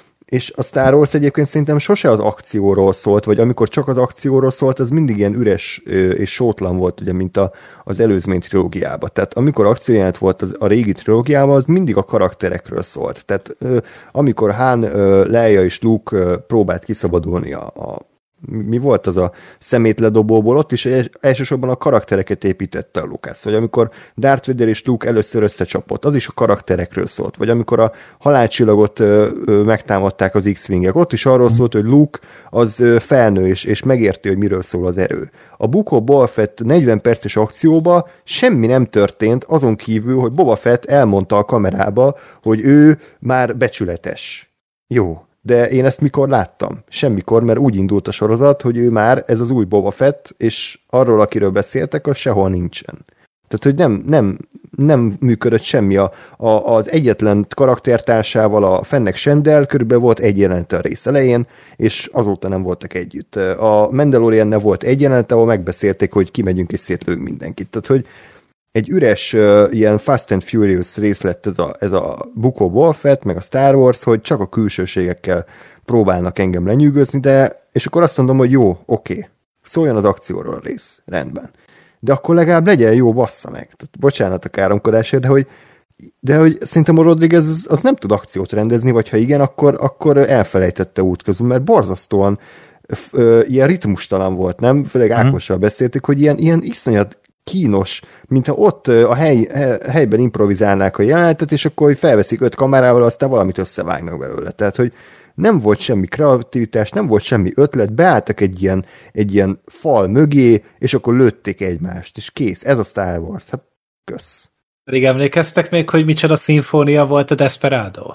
és a Star Wars egyébként szerintem sose az akcióról szólt, vagy amikor csak az akcióról szólt, az mindig ilyen üres és sótlan volt, ugye, mint a, az előzmény trilógiában. Tehát amikor akciójelenet volt az, a régi trilógiában, az mindig a karakterekről szólt. Tehát amikor Han, Leia és Luke próbált kiszabadulni a, a mi volt az a szemétledobóból, ott is elsősorban a karaktereket építette a Lucas, vagy amikor Darth Vader és Luke először összecsapott, az is a karakterekről szólt, vagy amikor a halálcsillagot ö, ö, megtámadták az X-Wingek, ott is arról szólt, hogy Luke az ö, felnő, és, és megérti, hogy miről szól az erő. A Book of Boba Fett negyven perces akcióba semmi nem történt, azon kívül, hogy Boba Fett elmondta a kamerába, hogy ő már becsületes. Jó. De én ezt mikor láttam? Semmikor, mert úgy indult a sorozat, hogy ő már, ez az új Boba Fett, és arról, akiről beszéltek, az sehol nincsen. Tehát, hogy nem, nem, nem működött semmi. A, a, az egyetlen karaktertársával, a Fennec Shendel körülbelül volt egy jelenete a rész elején, és azóta nem voltak együtt. A Mandaloriannel volt egy jelenete, ahol megbeszélték, hogy kimegyünk és szétlőünk mindenkit. Tehát, hogy egy üres, uh, ilyen Fast and Furious rész lett ez a, ez a Book of Boba Fett, meg a Star Wars, hogy csak a külsőségekkel próbálnak engem lenyűgözni, de, és akkor azt mondom, hogy jó, oké, okay, szóljon az akcióról a rész, rendben. De akkor legalább legyen jó, bassza meg. Tehát, bocsánat a káromkodásért, de hogy, de hogy szerintem a Rodriguez az, az nem tud akciót rendezni, vagy ha igen, akkor, akkor elfelejtette útközül, mert borzasztóan ö, ilyen ritmustalan volt, nem? Főleg Ákossal beszéltük, hogy ilyen, ilyen iszonyat kínos, mintha ott a hely, helyben improvizálnák a jelenetet, és akkor felveszik öt kamerával, aztán valamit összevágnak belőle. Tehát, hogy nem volt semmi kreativitás, nem volt semmi ötlet, beálltak egy ilyen, egy ilyen fal mögé, és akkor lőtték egymást, és kész, ez a Star Wars. Hát, kösz. Pedig emlékeztek még, hogy micsoda szimfónia volt a Desperado?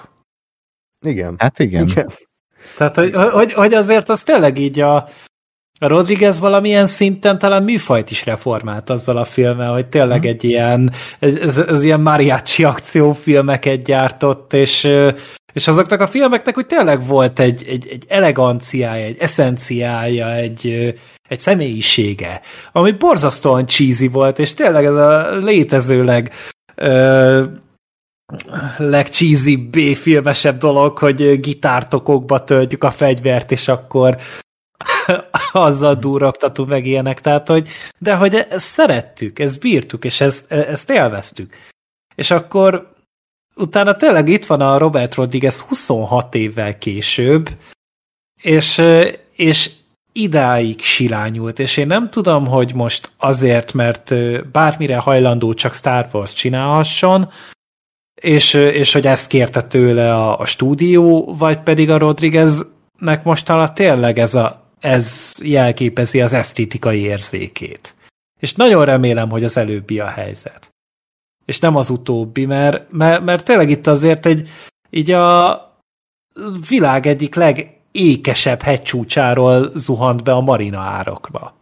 Igen. Hát igen. igen. Tehát, hogy, hogy, hogy azért az tényleg így a A Rodriguez valamilyen szinten talán műfajt is reformált azzal a filmmel, hogy tényleg hmm. egy ilyen, ez, ez ilyen mariachi akciófilmeket gyártott, és, és azoknak a filmeknek úgy tényleg volt egy, egy, egy eleganciája, egy eszenciája, egy, egy személyisége, ami borzasztóan cheesy volt, és tényleg ez a létezőleg ö, legcheesy B-filmesebb dolog, hogy gitártokokba töltjük a fegyvert, és akkor azzal durrogtatunk meg ilyenek, tehát, hogy de hogy ezt szerettük, ezt bírtuk, és ezt, ezt élveztük. És akkor utána tényleg itt van a Robert Rodriguez huszonhat évvel később, és, és idáig silányult, és én nem tudom, hogy most azért, mert bármire hajlandó csak Star Wars csinálhasson, és, és hogy ezt kérte tőle a, a stúdió, vagy pedig a Rodrigueznek mostanra tényleg ez a ez jelképezi az esztétikai érzékét. És nagyon remélem, hogy az előbbi a helyzet. És nem az utóbbi, mert, mert, mert tényleg itt azért egy így a világ egyik legékesebb hegycsúcsáról zuhant be a marina árokba.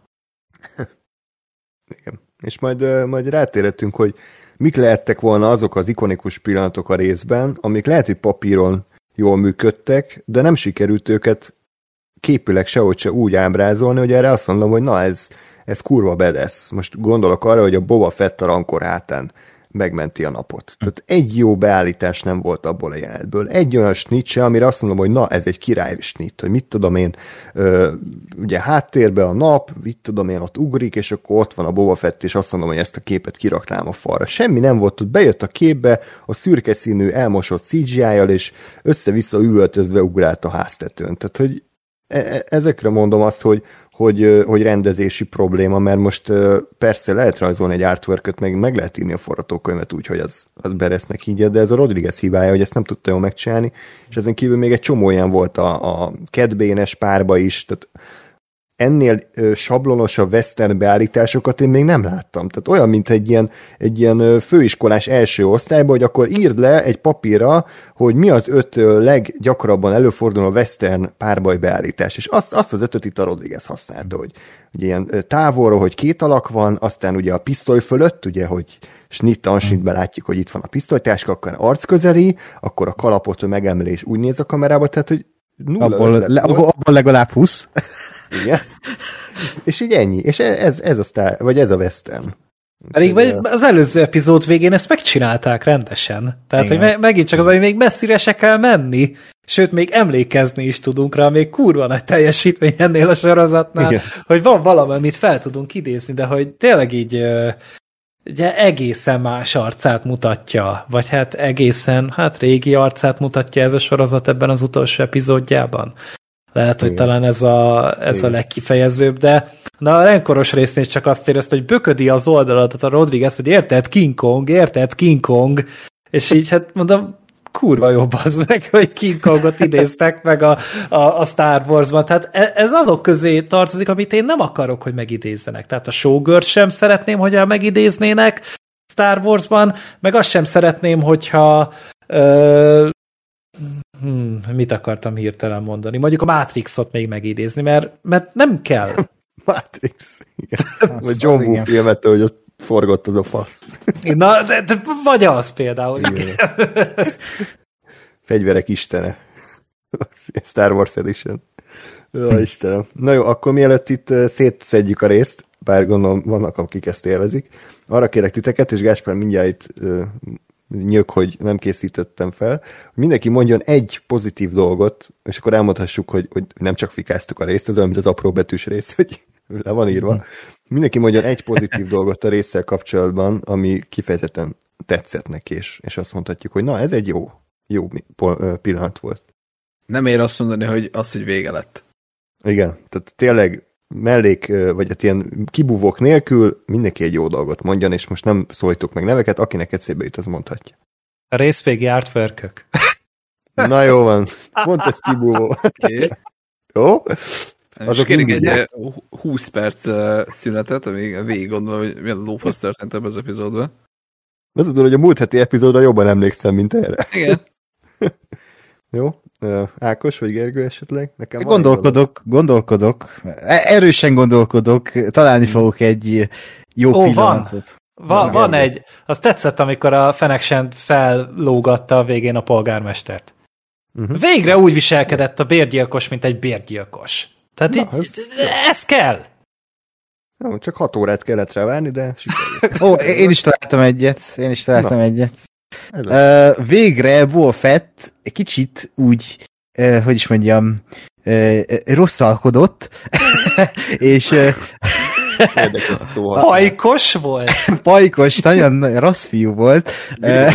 Igen. És majd, majd rátérhetünk, hogy mik lehettek volna azok az ikonikus pillanatok a részben, amik lehet, hogy papíron jól működtek, de nem sikerült őket képileg sehogy se úgy ábrázolni, hogy erre azt mondom, hogy na ez, ez kurva badass. Most gondolok arra, hogy a Boba Fett a rankor hátán megmenti a napot. Tehát egy jó beállítás nem volt abból a jelenetből. Egy olyan snit se, amire azt mondom, hogy na, ez egy király snit, hogy mit tudom én, ö, ugye háttérben a nap, mit tudom én, ott ugrik, és akkor ott van a Boba Fett, és azt mondom, hogy ezt a képet kiraknám a falra. Semmi nem volt ott, bejött a képbe, a szürke színű elmosott cé gé í-jal, és össze-vissza üvöltözve ugrált a háztetőn. Tehát, hogy ezekre mondom azt, hogy, hogy, hogy rendezési probléma, mert most persze lehet rajzolni egy artworköt, meg, meg lehet írni a forgatókönyvet úgy, hogy az, az Beresznek higgye, de ez a Rodriguez hibája, hogy ezt nem tudta jól megcsinálni, és ezen kívül még egy csomó olyan volt a, a Cad Bane-es párba is, tehát ennél ö, sablonosabb western beállításokat én még nem láttam. Tehát olyan, mint egy ilyen, egy ilyen ö, főiskolás első osztályban, hogy akkor írd le egy papírra, hogy mi az öt ö, leggyakrabban előforduló western párbaj beállítás. És azt, azt az ötöt itt a Rodriguez használta, hogy ugye ilyen ö, távolról, hogy két alak van, aztán ugye a pisztoly fölött, ugye, hogy snitt ansnittben látjuk, hogy itt van a pisztolytáska, akkor arcközeli, akkor a kalapot megemelés úgy néz a kamerába, tehát, hogy nulla abból, le, abból legalább húsz. Igen. És így ennyi. És ez, ez a sztár, vagy ez a western. Pedig vagy az előző epizód végén ezt megcsinálták rendesen. Tehát, igen. hogy me- megint csak az, hogy még messzire se kell menni. Sőt, még emlékezni is tudunk rá, még kurva nagy teljesítmény ennél a sorozatnál, igen. hogy van valami, amit fel tudunk idézni, de hogy tényleg így ugye egészen más arcát mutatja, vagy hát egészen, hát régi arcát mutatja ez a sorozat ebben az utolsó epizódjában. Lehet, igen. hogy talán ez a, ez a legkifejezőbb, de na a renkoros résznél csak azt érezte, hogy böködi az oldaladat a Rodriguez, hogy érted King Kong, érted King Kong, és így hát mondom, kurva jobb az meg, hogy King Kongot idéztek meg a, a, a Star Wars-ban. Tehát ez azok közé tartozik, amit én nem akarok, hogy megidézzenek. Tehát a Showgirl sem szeretném, hogyha megidéznének Star Wars-ban, meg azt sem szeretném, hogyha ö, hmm, mit akartam hirtelen mondani? Mondjuk a Matrixot még megidézni, mert, mert nem kell. Matrix, igen. Vagy John Woo filmet, hogy ott forgottad a fasz. Na, de, de vagy az például. Fegyverek istene. Star Wars Edition. Jó, Istenem. Na jó, akkor mielőtt itt szétszedjük a részt, bár gondolom vannak, akik ezt élvezik, arra kérek titeket, és Gáspár mindjárt itt uh, nyök, hogy nem készítettem fel, hogy mindenki mondjon egy pozitív dolgot, és akkor elmondhassuk, hogy, hogy nem csak fikáztuk a részt, az olyan, mint az apró betűs rész, hogy le van írva. Mindenki mondjon egy pozitív dolgot a résszel kapcsolatban, ami kifejezetten tetszett neki, és, és azt mondhatjuk, hogy na, ez egy jó, jó pillanat volt. Nem ér azt mondani, hogy az, hogy vége lett. Igen, tehát tényleg mellék, vagy hát ilyen kibúvók nélkül mindenki egy jó dolgot mondjon, és most nem szólítok meg neveket, akinek eszébe jut, az mondhatja. A részvégi artworkök. Na jó van, pont ez kibúvó. Okay. Jó? Azok kérünk egy húsz perc szünetet, amíg végig gondolom, hogy milyen lófasz történt ebben az epizódban. Az tudod, hogy a múlt heti epizódra jobban emlékszem, mint erre. Igen. Jó? Ákos vagy Gergő esetleg? Nekem gondolkodok, gondolkodok. Erősen gondolkodok. Találni fogok egy jó Ó, pillanatot. Van, van, van egy. Az tetszett, amikor a Fenneksent fellógatta a végén a polgármestert. Uh-huh. Végre úgy viselkedett a bérgyilkos, mint egy bérgyilkos. Tehát Na, így, ez... ez kell. No, csak hat órát kellett rá várni, de sikerült. Ó, én is találtam egyet. Én is találtam Na. egyet. Uh, végre Boba Fett egy kicsit úgy, uh, hogy is mondjam, uh, rosszalkodott, és uh, pajkos volt. Pajkos, nagyon rossz fiú volt. Uh,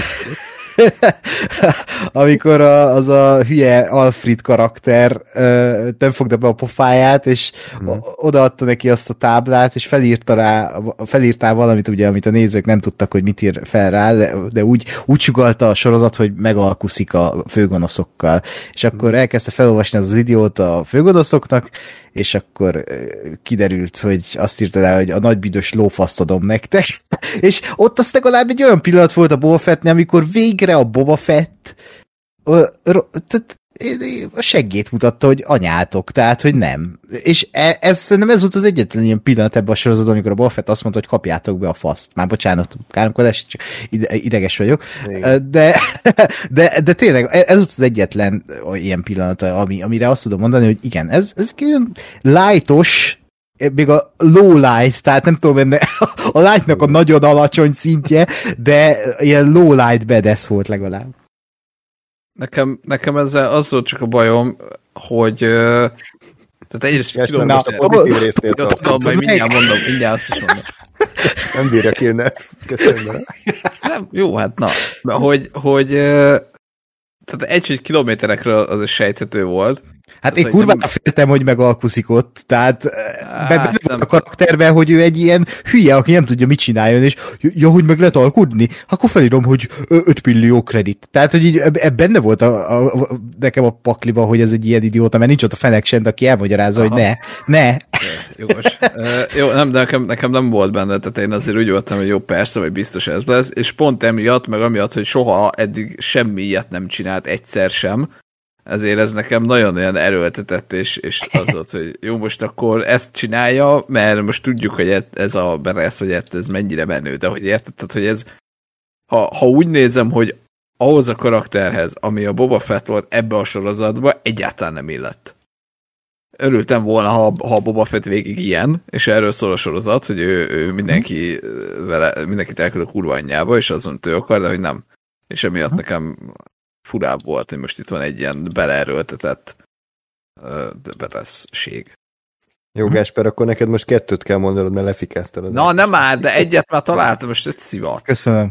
amikor a, az a hülye Alfred karakter ö, nem fogta be a pofáját, és hmm. odaadta neki azt a táblát, és felírta rá, felírtál valamit, ugye, amit a nézők nem tudtak, hogy mit ír fel rá, de, de úgy, úgy sugalta a sorozat, hogy megalkuszik a főgonoszokkal. És akkor elkezdte felolvasni az, az idióta a főgonoszoknak, és akkor kiderült, hogy azt írta rá, hogy a nagy büdös lófaszt adom nektek. És ott az legalább egy olyan pillanat volt a Boba Fettnél, amikor végre a Boba Fett a seggét mutatta, hogy anyátok, tehát, hogy nem. És ez, szerintem ez volt az egyetlen ilyen pillanat ebben a sorozatban, amikor a Boba Fett azt mondta, hogy kapjátok be a faszt. Már bocsánat, káromkodás, csak ideges vagyok. De, de, de tényleg ez volt az egyetlen ilyen pillanat, ami, amire azt tudom mondani, hogy igen, ez, ez ilyen lightos, még a low light, tehát nem tudom, benne a lightnak a nagyon alacsony szintje, de ilyen low light badass volt legalább. Nekem, nekem ezzel az volt csak a bajom, hogy uh, tehát egyrészt tudom, most a pozitív résznél tudom, majd mindjárt mondom, mindjárt azt is mondom. Nem bírja ki, ne. Köszönöm. Nem, jó, hát na. Hogy, hogy uh, tehát egy, hogy kilométerekről az sejthető volt. Hát én kurvára nem... féltem, hogy megalkuszik ott, tehát hát, benne volt a karakterben, hogy ő egy ilyen hülye, aki nem tudja, mit csináljon, és ja, hogy meg lehet alkudni, akkor felírom, hogy öt millió kredit. Tehát, hogy így benne volt a, a, a, nekem a pakliba, hogy ez egy ilyen idióta, mert nincs ott a feneksend, aki elmagyarázza, aha, hogy ne, ne. Jogos. uh, jó, nem, de nekem, nekem nem volt benne, tehát én azért úgy voltam, hogy jó, persze, vagy biztos ez lesz, és pont emiatt, meg amiatt, hogy soha eddig semmi ilyet nem csinált, egyszer sem, ezért ez nekem nagyon olyan erőltetett, és, és az volt, hogy jó, most akkor ezt csinálja, mert most tudjuk, hogy ez a Beresz, vagy ez mennyire menő, de hogy érted, tehát, hogy ez, ha, ha úgy nézem, hogy ahhoz a karakterhez, ami a Boba Fett volt ebbe a sorozatba, egyáltalán nem illett. Örültem volna, ha, ha a Boba Fett végig ilyen, és erről szól a sorozat, hogy ő, ő mindenki vele, mindenkit elküld a kurva anyjába, és azon ő akar, de hogy nem. És emiatt nekem furább volt, hogy most itt van egy ilyen beleerőltetett uh, beteszség. Jó, Gásper, akkor neked most kettőt kell mondanod, mert lefikáztad az. Na, nem már, de egyet már találtam, most egy szivat. Köszönöm.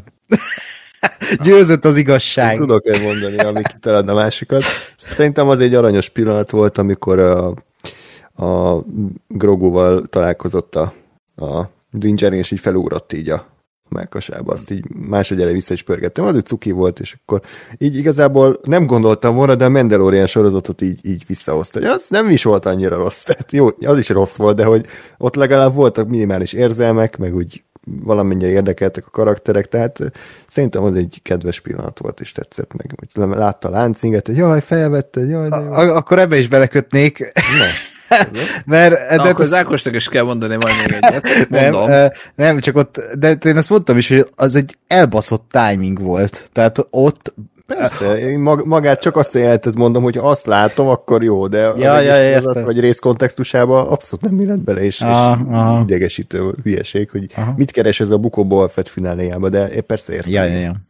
Győzött az igazság. Tudok el mondani, amíg kitalálna a másikat. Szerintem az egy aranyos pillanat volt, amikor a, a Groguval találkozott a, a Din Djarin, és így felugrott így a mellkasába, azt így másodjára vissza is pörgettem, az egy cuki volt, és akkor így igazából nem gondoltam volna, de a Mandalorian sorozatot így, így visszahozta, hogy az nem is volt annyira rossz, tehát jó, az is rossz volt, de hogy ott legalább voltak minimális érzelmek, meg úgy valamennyire érdekeltek a karakterek, tehát szerintem az egy kedves pillanat volt, és tetszett meg, hogy látta a láncinget, hogy jaj, felvetted, jaj, de jó. A- akkor ebbe is belekötnék. Ne. Mert, de akkor az Ákosnak is kell mondani majd még egyet. Nem, nem, csak ott, de én azt mondtam is, hogy az egy elbaszott timing volt. Tehát ott... Persze, én mag, magát csak azt jelentett mondom, hogy azt látom, akkor jó, de ja, ja, az vagy rész kontextusában abszolút nem illett bele, és, ah, és idegesítő hülyeség, hogy aha. mit keres ez a Book Boba Fett fináléjában, de én persze értem. Ja, ja, ja.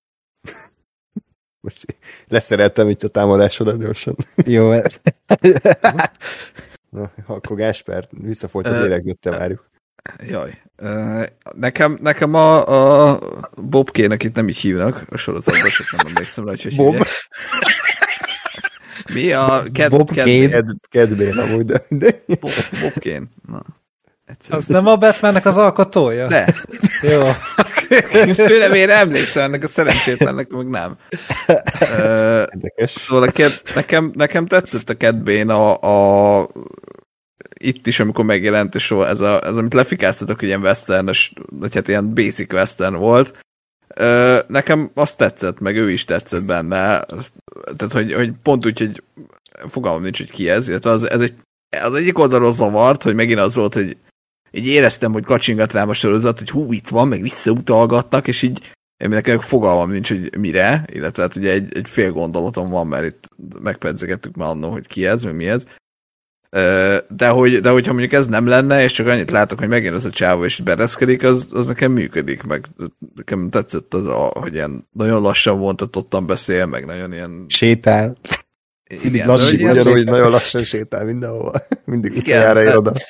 Most leszereltem itt a támadásodat gyorsan. Jó. Na, akkor Gásper, visszafolyt a lélegzettel várjuk. Jaj. Nekem, nekem a, a Bobkének itt nem így hívnak a sorozatban, csak nem emlékszem rá, hogy hogy Bob. Mi a Ked, Bobkén? Ked, kedvén amúgy, de... de... Bob, Bobkén. Na. Egyszerűen. Az nem a Batmannek az alkotója? De. Jó. Ezt tőlem én emlékszem, ennek a szerencsétlennek meg nem. Érdekes. Szóval a Ked, nekem, nekem tetszett a Cad Bane a, a itt is, amikor megjelent, és ez, a, ez amit lefikáztatok, hogy ilyen westernes, vagy hát ilyen basic western volt, nekem azt tetszett, meg ő is tetszett benne, tehát, hogy, hogy pont úgy, hogy fogalmam nincs, hogy ki ez, illetve az, ez egy, az egyik oldalról zavart, hogy megint az volt, hogy így éreztem, hogy kacsingat rám a sorozat, hogy hú, itt van, meg visszautalgatnak, és így én nekem fogalmam nincs, hogy mire, illetve hát ugye egy, egy fél gondolatom van, mert itt megpedzegettük már annól, hogy ki ez, meg mi ez. De, hogy, de hogyha mondjuk ez nem lenne, és csak annyit látok, hogy megint az a csávó és bereszkedik, az, az nekem működik, meg nekem tetszett az, a, hogy ilyen nagyon lassan vontatottan beszél, meg nagyon ilyen... Sétál. Mindig lassan, ugyanúgy nagyon lassan sétál mindenhova. Mindig utoljára ér oda.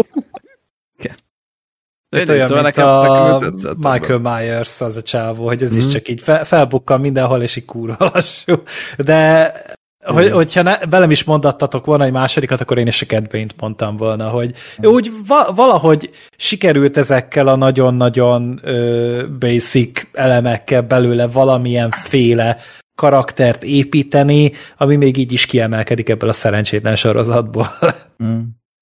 Itt olyan, szóval mint nekem, a nekem Michael Myers az a csávó, hogy ez mm-hmm. is csak így fel, felbukkan mindenhol, és így kurva lassú. De hogy, hogyha ne, velem is mondattatok volna egy másodikat, akkor én is a Cad Bane-t mondtam volna, hogy mm. úgy va- valahogy sikerült ezekkel a nagyon-nagyon ö, basic elemekkel belőle valamilyen féle karaktert építeni, ami még így is kiemelkedik ebből a szerencsétlen sorozatból. Mm.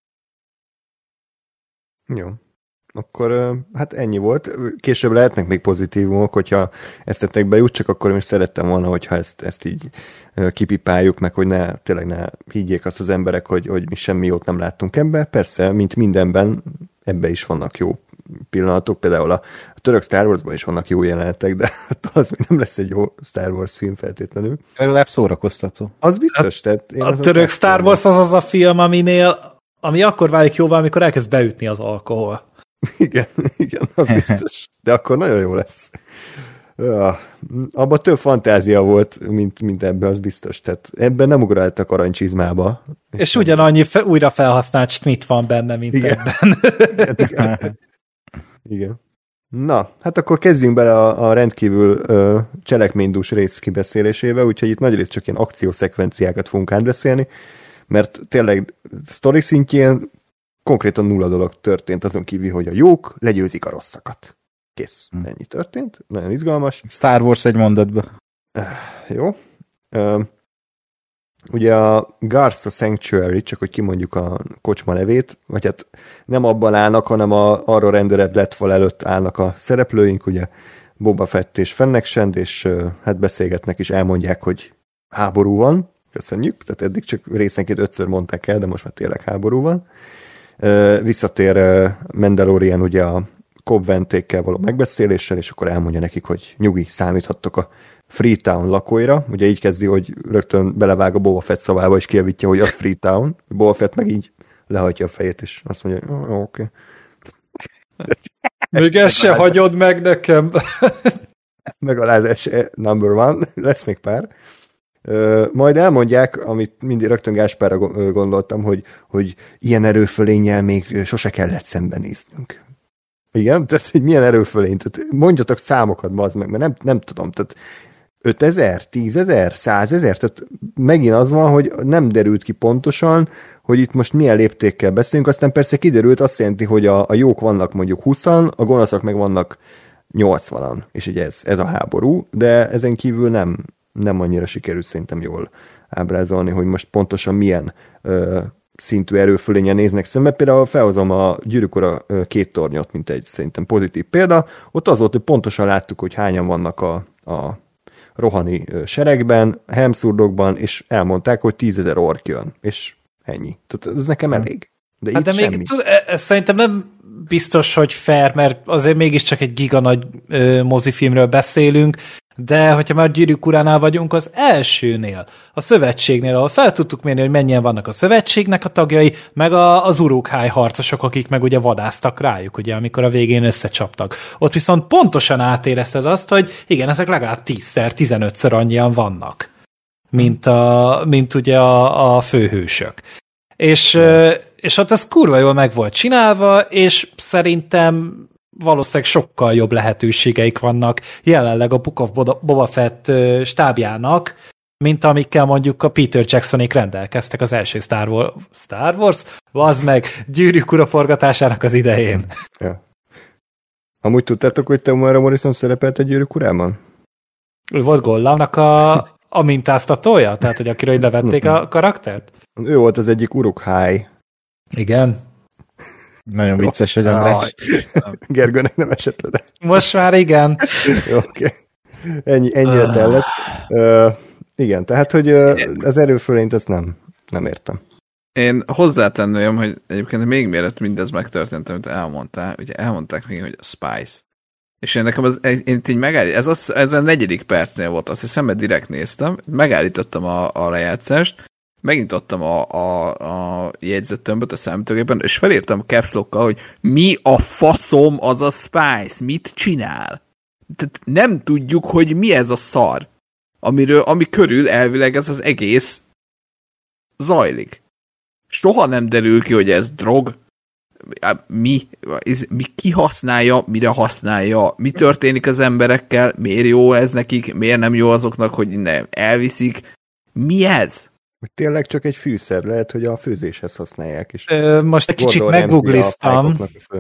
Jó. Akkor hát ennyi volt. Később lehetnek még pozitívumok, hogyha eszetek bejut, csak akkor én is szerettem volna, hogyha ezt, ezt így kipipáljuk meg, hogy ne, tényleg ne higgyék azt az emberek, hogy, hogy mi semmi jót nem láttunk ebbe. Persze, mint mindenben, ebbe is vannak jó pillanatok, például a, a török Star Warsban is vannak jó jelenetek, de az még nem lesz egy jó Star Wars film feltétlenül. Legalább szórakoztató. Az biztos. Tehát én a török Star Wars az az a film, aminél, ami akkor válik jóvá, amikor elkezd beütni az alkohol. Igen, igen, az biztos. De akkor nagyon jó lesz. Ja, abban több fantázia volt, mint, mint ebben, az biztos. Tehát ebben nem ugráltak aranycsizmába. És, és ugyanannyi fe, újra felhasznált snit van benne, mint igen. ebben. Igen, igen. Igen. Na, hát akkor kezdjünk bele a, a rendkívül ö, cselekménydús rész kibeszélésébe, úgyhogy itt nagyrészt csak ilyen akciószekvenciákat fogunk átbeszélni, mert tényleg sztori szintjén konkrétan nulla dolog történt azon kívül, hogy a jók legyőzik a rosszakat. Kész. Hmm. Ennyi történt. Nagyon izgalmas. Star Wars egy mondatba. Jó. Uh, ugye a Garza Sanctuary, csak hogy kimondjuk a kocsma nevét, vagy hát nem abban állnak, hanem a, arra rendelett lettfal előtt állnak a szereplőink, ugye Boba Fett és Fennec Shand, és uh, hát beszélgetnek és elmondják, hogy háború van. Köszönjük. Tehát eddig csak részenként ötször mondták el, de most már tényleg háború van. Uh, visszatér uh, Mandalorian ugye a Cobb Ventékkel való megbeszéléssel, és akkor elmondja nekik, hogy nyugi, számíthattok a Freetown lakóira. Ugye így kezdi, hogy rögtön belevág a Boba Fett szavába, és kijavítja, hogy az Freetown. Boba Fett meg így lehajtja a fejét, és azt mondja, hogy oh, oké. Okay. Még ezt se hagyod meg nekem. Megalázás number one, lesz még pár. Uh, majd elmondják, amit mindig rögtön Gáspárra gondoltam, hogy, hogy ilyen erőfölénnyel még sose kellett szembenéznünk. Igen, tehát hogy milyen erőfölény, tehát mondjatok számokat, bazd meg, mert nem, nem tudom, tehát ötezer, tízezer, százezer, tehát megint az van, hogy nem derült ki pontosan, hogy itt most milyen léptékkel beszélünk, aztán persze kiderült, azt jelenti, hogy a, a jók vannak mondjuk húszan, a gonoszak meg vannak nyolcvanan, és ugye ez, ez a háború, de ezen kívül nem, nem annyira sikerül szerintem jól ábrázolni, hogy most pontosan milyen ö, szintű erőfölényen néznek szembe. Például felhozom a Gyűrűk Ura két tornyot, mint egy szerintem pozitív példa. Ott az volt, hogy pontosan láttuk, hogy hányan vannak a, a rohani seregben, Helmszurdokban, és elmondták, hogy tízezer ork jön, és ennyi. Tehát ez nekem elég. De hát de még tud, ez szerintem nem biztos, hogy fair, mert azért mégiscsak egy giga nagy ö, mozifilmről beszélünk, de hogyha már Gyűrűk Uránál vagyunk, az elsőnél, a szövetségnél, ahol fel tudtuk mérni, hogy mennyien vannak a szövetségnek a tagjai, meg a, az Uruk-hai harcosok, akik meg ugye vadásztak rájuk, ugye, amikor a végén összecsaptak. Ott viszont pontosan átérezted azt, hogy igen, ezek legalább tízszer, tizenötször annyian vannak, mint, a, mint ugye a, a főhősök. És, és ott ez kurva jól meg volt csinálva, és szerintem valószínűleg sokkal jobb lehetőségeik vannak jelenleg a Book of Boba Fett stábjának, mint amikkel mondjuk a Peter Jacksonék rendelkeztek az első Star Wars, Star Wars? Vazd meg, Gyűrűk Ura forgatásának az idején. Ja. Amúgy tudtátok, hogy Temuera Morrison szerepelt a Gyűrűk Urában? Ő volt Gollamnak a, a mintáztatója? Tehát, hogy akiről levették a karaktert? Ő volt az egyik Uruk-hai. Igen. Nagyon vicces, hogy András. Gergőnek nem esett le, de... Most már igen. Jó, oké. Okay. Ennyi, ennyire tellett. Uh, igen, tehát, hogy uh, az erőfölényt ezt nem, nem értem. Én hozzátenném, hogy egyébként még mielőtt mindez megtörtént, amit elmondtál, ugye elmondták még, hogy a Spice. És én nekem az, én így megállít, ez, az, ez a negyedik percnél volt, azt hiszem, mert direkt néztem, megállítottam a, a lejátszást, megnyitottam a, a, a jegyzettömböt a számítógépen, és felírtam a caps lockkal, hogy mi a faszom az a Spice, mit csinál? Tehát nem tudjuk, hogy mi ez a szar, amiről, ami körül elvileg ez az egész zajlik. Soha nem derül ki, hogy ez drog, mi, ez, mi ki használja, mire használja, mi történik az emberekkel, miért jó ez nekik, miért nem jó azoknak, hogy innen elviszik. Mi ez? Tényleg csak egy fűszer, lehet, hogy a főzéshez használják is. Ö, most egy kicsit meggoogliztam.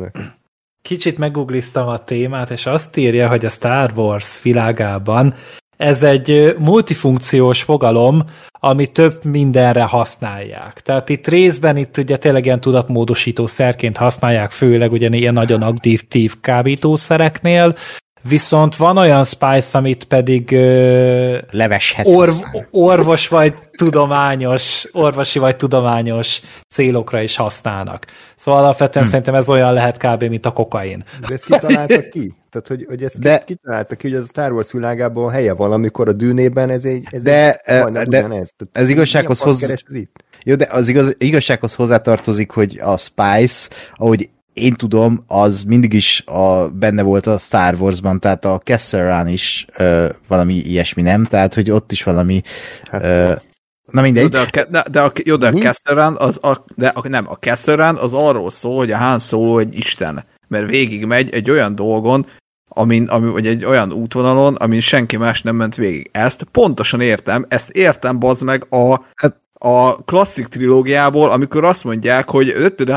Kicsit meggoogliztam a témát, és azt írja, hogy a Star Wars világában ez egy multifunkciós fogalom, ami több mindenre használják. Tehát itt részben itt ugye tényleg ilyen tudatmódosító szerként használják, főleg ugye ilyen nagyon aktív kábítószereknél, viszont van olyan Spice, amit pedig ö, leveshez orv- orvos vagy tudományos, orvosi vagy tudományos célokra is használnak. Szóval alapvetően hm. szerintem ez olyan lehet kb. Mint a kokain. De ezt kitaláltak ki? Tehát, hogy, hogy ezt de, kitaláltak ki, hogy az a Star Wars világában helye van, amikor a Dűnében ez egy ez de, egy, de, de ez. ez igazsághoz hozzá... Jó, de az igaz, igazsághoz hozzátartozik, hogy a Spice, ahogy én tudom, az mindig is a, benne volt a Star Warsban, tehát a Kessel Run is ö, valami ilyesmi, nem? Tehát, hogy ott is valami... Hát, ö, na mindegy. Jó, de a, de, de a, jó, de a Kessel Run, az a, de a, nem, a Kessel Run az arról szól, hogy a Han Solo egy isten, mert végig megy egy olyan dolgon, amin, ami, vagy egy olyan útvonalon, amin senki más nem ment végig. Ezt pontosan értem, ezt értem, bazd meg a, a klasszik trilógiából, amikor azt mondják, hogy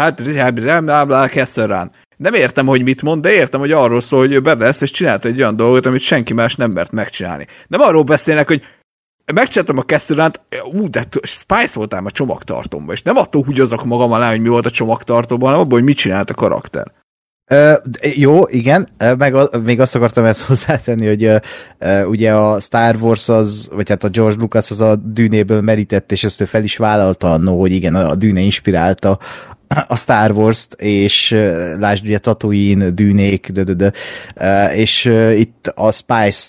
nem értem, hogy mit mond, de értem, hogy arról szól, hogy ő bevesz, és csinált egy olyan dolgot, amit senki más nem mert megcsinálni. Nem arról beszélnek, hogy megcsináltam a Castellánt, ú, de Spice voltál a csomagtartómban, és nem attól húgyozok magam alá, hogy mi volt a csomagtartóban, hanem abból, hogy mit csinált a karakter. Uh, jó, igen, meg a, még azt akartam ezt hozzátenni, hogy uh, uh, ugye a Star Wars az, vagy hát a George Lucas az a Dűnéből merített, és ezt ő fel is vállalta annó, hogy igen, a Dűne inspirálta a Star Wars-t, és uh, lásd ugye Tatooine, Dűnék, de, de, de, uh, és uh, itt a Spice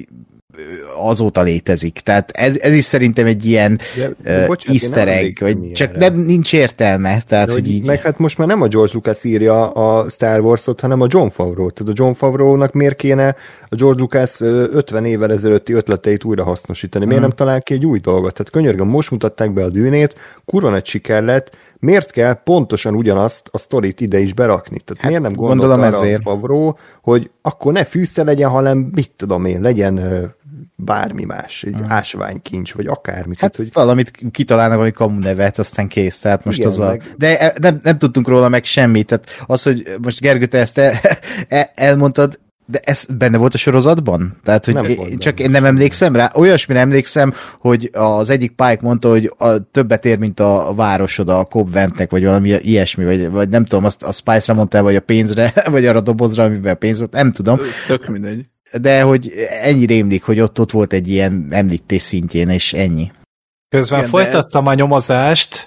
azóta létezik. Tehát ez, ez is szerintem egy ilyen de, de uh, bocsánat, easter egg, vagy csak erre. Nem, nincs értelme. Tehát, de, hogy így... Meg hát most már nem a George Lucas írja a Star Wars-ot, hanem a Jon Favreau. Tehát a Jon Favreau-nak miért kéne a George Lucas ötven évvel ezelőtti ötleteit újra hasznosítani? Miért hmm. nem talál ki egy új dolgot? Tehát könyörgöm, most mutatták be a Dűnét, kurva nagy siker lett, miért kell pontosan ugyanazt a sztorit ide is berakni? Tehát hát, miért nem gondolt arra ezért. A Favreau, hogy akkor ne fűsze legyen, hanem mit tudom én, legyen bármi más, egy hmm. ásványkincs, vagy akármi. Hát tehát, hogy... valamit kitalálnak, hogy kamu nevet, aztán kész. Tehát most igen, az meg... a... De nem, nem tudtunk róla meg semmit. Tehát az, hogy most Gergő, te ezt el, elmondtad, de ez benne volt a sorozatban? Tehát, hogy én, csak én nem emlékszem rá. Olyasmire emlékszem, hogy az egyik Pike mondta, hogy a, többet ér, mint a városod a Cobb Ventnek, vagy valami ilyesmi, vagy, vagy nem tudom, azt a Spice-ra mondta, vagy a pénzre, vagy arra a dobozra, amiben a pénz volt, nem tudom. Tök mindegy. De hogy ennyi rémlik, hogy ott, ott volt egy ilyen említés szintjén, és ennyi. Közben igen, folytattam ez... a nyomozást.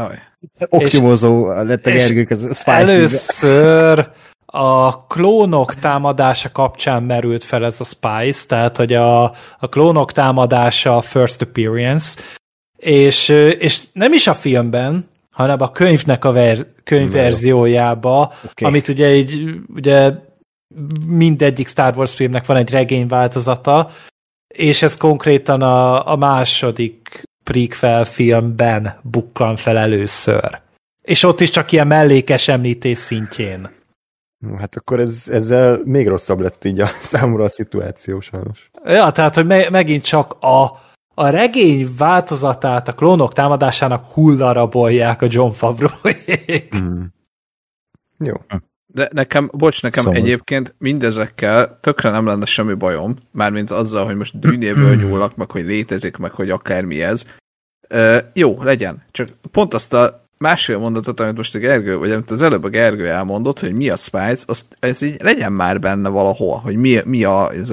Oknyomozó lett a Gergők az Spice-be. Először a klónok támadása kapcsán merült fel ez a Spice, tehát hogy a, a klónok támadása a First Appearance, és, és nem is a filmben, hanem a könyvnek a ver, könyvverziójába, okay. Amit ugye így, ugye mindegyik Star Wars filmnek van egy regény változata, és ez konkrétan a, a második prequel filmben bukkan fel először. És ott is csak ilyen mellékes említés szintjén. Hát akkor ez, ezzel még rosszabb lett így a számomra a szituáció sajnos. Ja, tehát, hogy me- megint csak a, a regény változatát a klónok támadásának hullarabolják a Jon Favreauék. Hmm. Jó. De nekem, bocs, nekem szóval. Egyébként mindezekkel tökre nem lenne semmi bajom, mármint azzal, hogy most Dűnéből nyúlnak, meg hogy létezik, meg hogy akármi ez. Uh, jó, legyen. Csak pont azt a másfél mondatot, amit most a Gergő, vagy amit az előbb a Gergő elmondott, hogy mi a Spice, azt, ez így legyen már benne valahol, hogy mi, mi a... Ez,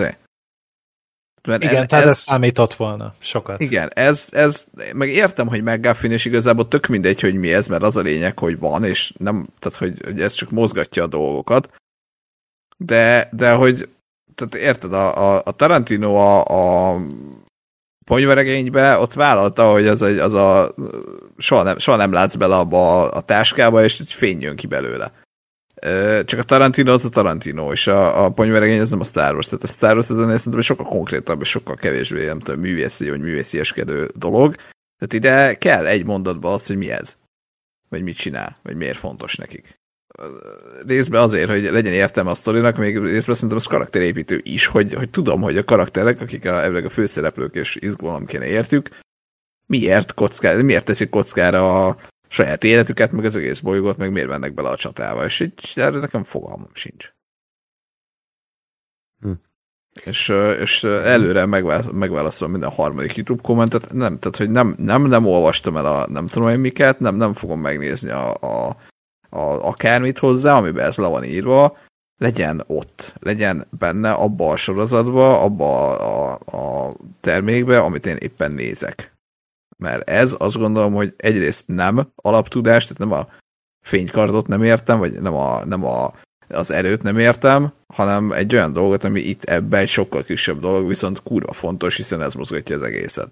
mert igen, ez, tehát ez számított volna sokat. Igen, ez, ez, meg értem, hogy McGuffin, és igazából tök mindegy, hogy mi ez, mert az a lényeg, hogy van, és nem, tehát, hogy, hogy ez csak mozgatja a dolgokat. De, de hogy, tehát érted, a, a, a Tarantino a, a ponyvaregénybe ott vállalta, hogy az, egy, az a soha nem, soha nem látsz bele abba a, a táskába, és egy fény jön ki belőle. Csak a Tarantino az a Tarantino, és a, a ponyvaregény az nem a Star Wars. Tehát a Star Wars az szerintem sokkal konkrétabb, és sokkal kevésbé, nem tudom, művészi, vagy művészieskedő dolog. Tehát ide kell egy mondatba az, hogy mi ez. Vagy mit csinál, vagy miért fontos nekik. Részben azért, hogy legyen értelme a sztorinak, még részben szerintem az karakterépítő is, hogy, hogy tudom, hogy a karakterek, akik a, a főszereplők és izgalom kéne értük, miért, kockára, miért teszik kockára a saját életüket, meg az egész bolygót, meg miért mennek bele a csatába, és így erről nekem fogalmam sincs. Hm. És, és előre megválaszolom minden harmadik YouTube kommentet, nem, tehát, hogy nem, nem, nem olvastam el a nem tudom én miket, nem, nem fogom megnézni a, a, a, akármit hozzá, amiben ez le van írva, legyen ott, legyen benne abba a sorozatba, abba a, a, a termékbe, amit én éppen nézek. Mert ez azt gondolom, hogy egyrészt nem alaptudás, tehát nem a fénykardot nem értem, vagy nem, a, nem a, az erőt nem értem, hanem egy olyan dolgot, ami itt ebben egy sokkal kisebb dolog, viszont kurva fontos, hiszen ez mozgatja az egészet.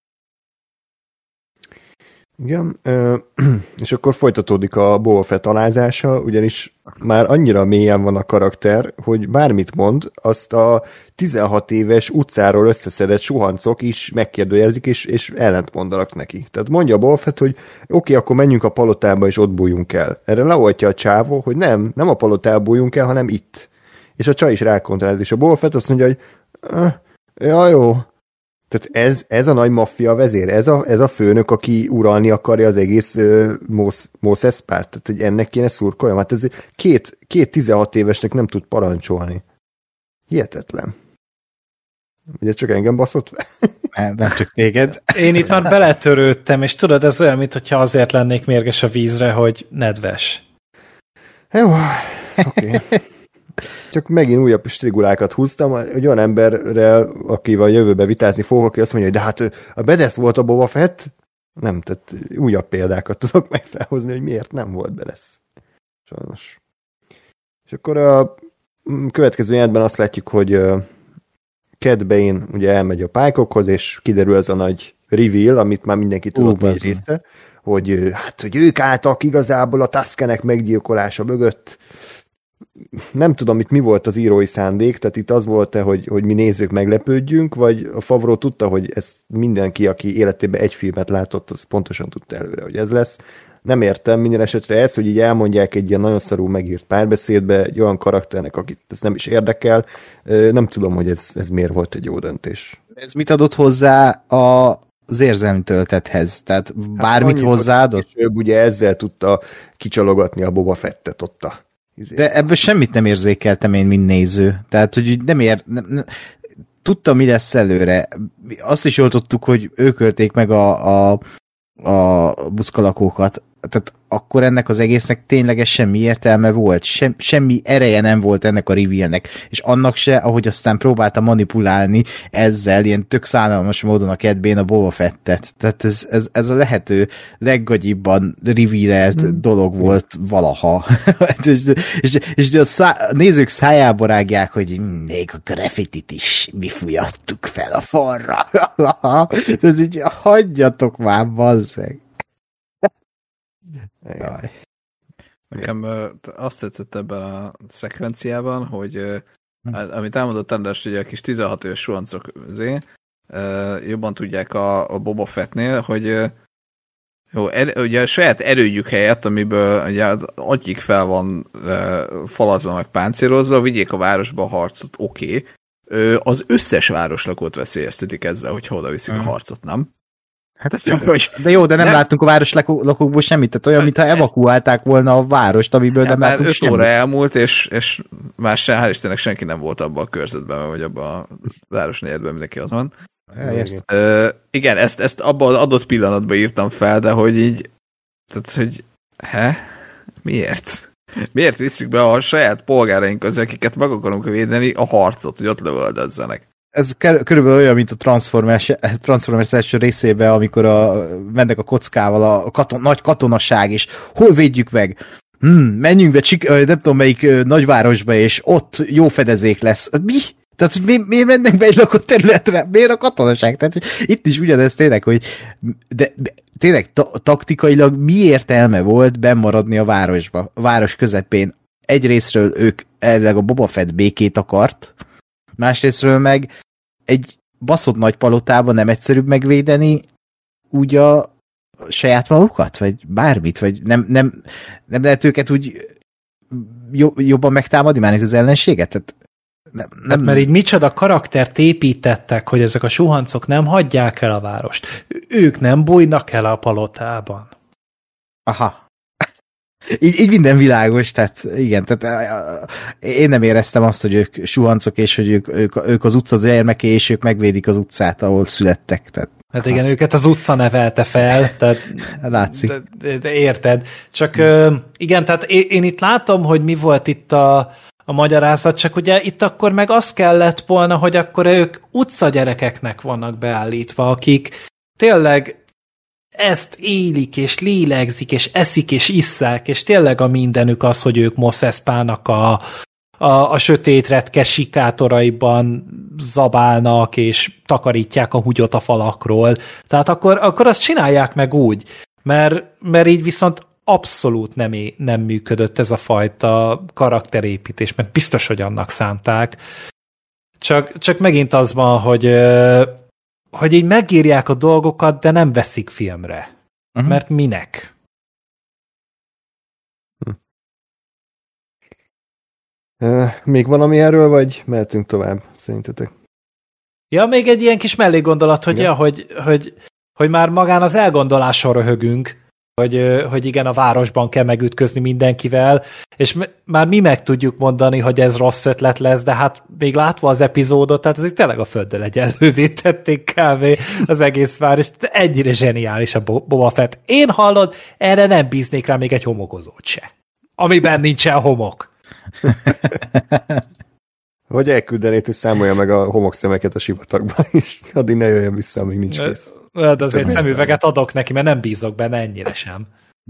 Igen, és akkor folytatódik a Boba Fett alázása, ugyanis már annyira mélyen van a karakter, hogy bármit mond, azt a tizenhat éves utcáról összeszedett suhancok is megkérdőjelezik, és, és ellent mondanak neki. Tehát mondja a Boba Fett, hogy oké, okay, akkor menjünk a palotába, és ott bújjunk el. Erre leoltja a csávó, hogy nem, nem a palotába bújjunk el, hanem itt. És a csaj is rákontráz, és a Boba Fett azt mondja, hogy eh, ja, jó. Tehát ez, ez a nagy maffia vezér, ez a, ez a főnök, aki uralni akarja az egész uh, Mos Espát, tehát hogy ennek kéne szurkolja. Hát ez két, két tizenhat évesnek nem tud parancsolni. Hihetetlen. Ugye csak engem baszott fel? Nem, nem csak téged. Én itt már beletörődtem, és tudod, ez olyan, mintha azért lennék mérges a vízre, hogy nedves. Jó, oké. Okay. Csak megint újabb strigulákat húztam, egy olyan emberrel, akivel a jövőbe vitázni fogok, aki azt mondja, hogy de hát a Badass volt a Boba Fett. Nem, tehát újabb példákat tudok meg felhozni, hogy miért nem volt Badass. Sajnos. És akkor a következő jelentben azt látjuk, hogy Cad Bane ugye elmegy a pálykokhoz, és kiderül ez a nagy reveal, amit már mindenki tudott egy része, hogy hát, hogy ők álltak igazából a Tuskenek meggyilkolása mögött. Nem tudom, itt mi volt az írói szándék, tehát itt az volt-e, hogy, hogy mi nézők meglepődjünk, vagy a Favreau tudta, hogy ez mindenki, aki életében egy filmet látott, az pontosan tudta előre, hogy ez lesz. Nem értem, minden esetre ez, hogy így elmondják egy ilyen nagyon szarú megírt párbeszédbe egy olyan karakternek, akit ez nem is érdekel. Nem tudom, hogy ez, ez miért volt egy jó döntés. Ez mit adott hozzá a az érzelmi töltethez, tehát bármit hát hozzáadott? Később ugye ezzel tudta kicsalogatni a Boba Fettet ott a... De ebből semmit nem érzékeltem én, mint néző. Tehát, hogy nem ér... Nem, nem, tudtam, mi lesz előre. Azt is jól tudtuk, hogy ők ölték meg a, a, a buszkalakókat. Tehát akkor ennek az egésznek tényleges semmi értelme volt. Sem, semmi ereje nem volt ennek a revealnek. És annak se, ahogy aztán próbálta manipulálni ezzel, ilyen tök szánalmas módon a kedvén a Boba Fettet. Tehát ez, ez, ez a lehető leggagyibban revealelt hmm. dolog volt valaha. és és, és a, szá, a nézők szájába rágják, hogy még a graffitit is mi fújattuk fel a falra. Ez így, hagyjatok már, bazzeg. Jaj. Nekem azt tetszett ebben a szekvenciában, hogy hm. amit elmondott András, hogy a kis tizenhat éves suhancok azért, jobban tudják a, a Boba Fettnél, hogy jó, er, ugye a saját erődjük helyett, amiből ugye az agyik fel van falazva, meg páncélozva, vigyék a városba a harcot, oké. Okay. Az összes városlakót veszélyeztetik ezzel, hogyha oda viszik hm. a harcot, nem? Hát ez, hogy de jó, de nem, nem láttunk a városlakókból semmit, tehát olyan, mintha evakuálták volna a várost, amiből nem láttunk öt semmit. Óra elmúlt, és, és már se, hál' Istennek senki nem volt abban a körzetben, vagy abban a városnegyedben, mindenki az van. Ö, igen, ezt, ezt abban az adott pillanatban írtam fel, de hogy így, tehát, hogy he? Miért? Miért visszük be a saját polgáraink közé, akiket meg akarunk védeni, a harcot, hogy ott lövöldözzenek? Ez körülbelül olyan, mint a Transformers, Transformers első részében, amikor a, mennek a kockával a katon, nagy katonaság, és hol védjük meg? Hmm, menjünk be, csik, nem tudom melyik nagyvárosba, és ott jó fedezék lesz. Mi? Tehát, hogy mi, miért mennek be egy lakott területre? Miért a katonaság? Tehát, hogy itt is ugyanez tényleg, hogy de, de tényleg ta, taktikailag mi értelme volt bennmaradni a városba, a város közepén. Egyrésztről ők elvileg a Boba Fett békét akart, másrésztről meg egy baszott nagy palotában nem egyszerűbb megvédeni úgy a saját magukat, vagy bármit, vagy nem, nem, nem lehet őket úgy jobban megtámadni már az ellenséget? Tehát nem, nem... Hát mert így micsoda karaktert építettek, hogy ezek a suhancok nem hagyják el a várost. Ők nem bújnak el a palotában. Aha. Így, így minden világos, tehát igen, tehát én nem éreztem azt, hogy ők suhancok, és hogy ők, ők, ők az utca gyermeké, és ők megvédik az utcát, ahol születtek. Tehát, hát igen, ha. Őket az utca nevelte fel, tehát látszik. De, de, de érted. Csak igen, tehát én, én itt látom, hogy mi volt itt a, a magyarázat, csak ugye itt akkor meg az kellett volna, hogy akkor ők utca gyerekeknek vannak beállítva, akik tényleg ezt élik, és lélegzik, és eszik, és isszák, és tényleg a mindenük az, hogy ők Mos Espának a, a, a sötét retkes sikátoraiban zabálnak, és takarítják a húgyot a falakról. Tehát akkor, akkor azt csinálják meg úgy, mert, mert így viszont abszolút nem, é, nem működött ez a fajta karakterépítés, mert biztos, hogy annak szánták. Csak, csak megint az van, hogy hogy így megírják a dolgokat, de nem veszik filmre. Uh-huh. Mert minek? Hm. Uh, még van ami erről, vagy mehetünk tovább, szerintetek? Ja, még egy ilyen kis mellékgondolat, hogy, ja, hogy, hogy, hogy már magán az elgondoláson röhögünk, hogy, hogy igen, a városban kell megütközni mindenkivel, és már mi meg tudjuk mondani, hogy ez rossz ötlet lesz, de hát még látva az epizódot, tehát ezek tényleg a földdel egyenlővé tették kb. Az egész város, ennyire zseniális a Boba Fett. Én hallod, erre nem bíznék rá még egy homokozót se, amiben nincsen homok. Vagy elküldenéd, hogy számolja meg a homokszemeket a sivatagban, és addig ne jöjjön vissza, amíg nincs kész. De azért szemüveget adok neki, mert nem bízok benne ennyire sem.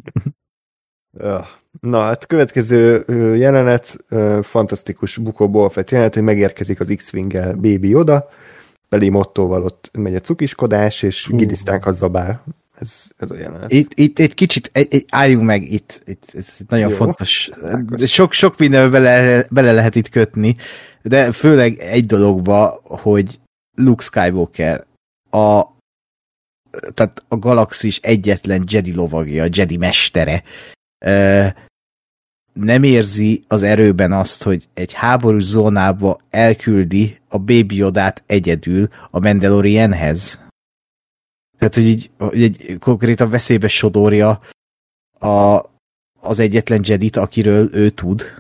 Na, hát következő jelenet, fantasztikus Book of Boba Fett jelenet, hogy megérkezik az X-Wing-el Baby Yoda, Peli Mottóval ott megy a cukiskodás, és uh. Gidisztánkat zabál. Ez, ez a jelenet. Itt, itt egy kicsit, egy, egy, álljunk meg itt, itt ez nagyon Jó. fontos. Sok, sok mindenbe bele, bele lehet itt kötni, de főleg egy dologba, hogy Luke Skywalker a tehát a galaxis egyetlen Jedi lovagja, a Jedi mestere nem érzi az erőben azt, hogy egy háborús zónába elküldi a Baby Yodát egyedül a Mandalorianhez. Tehát, hogy így hogy egy konkrétan veszélybe sodorja a, az egyetlen Jedit, akiről ő tud.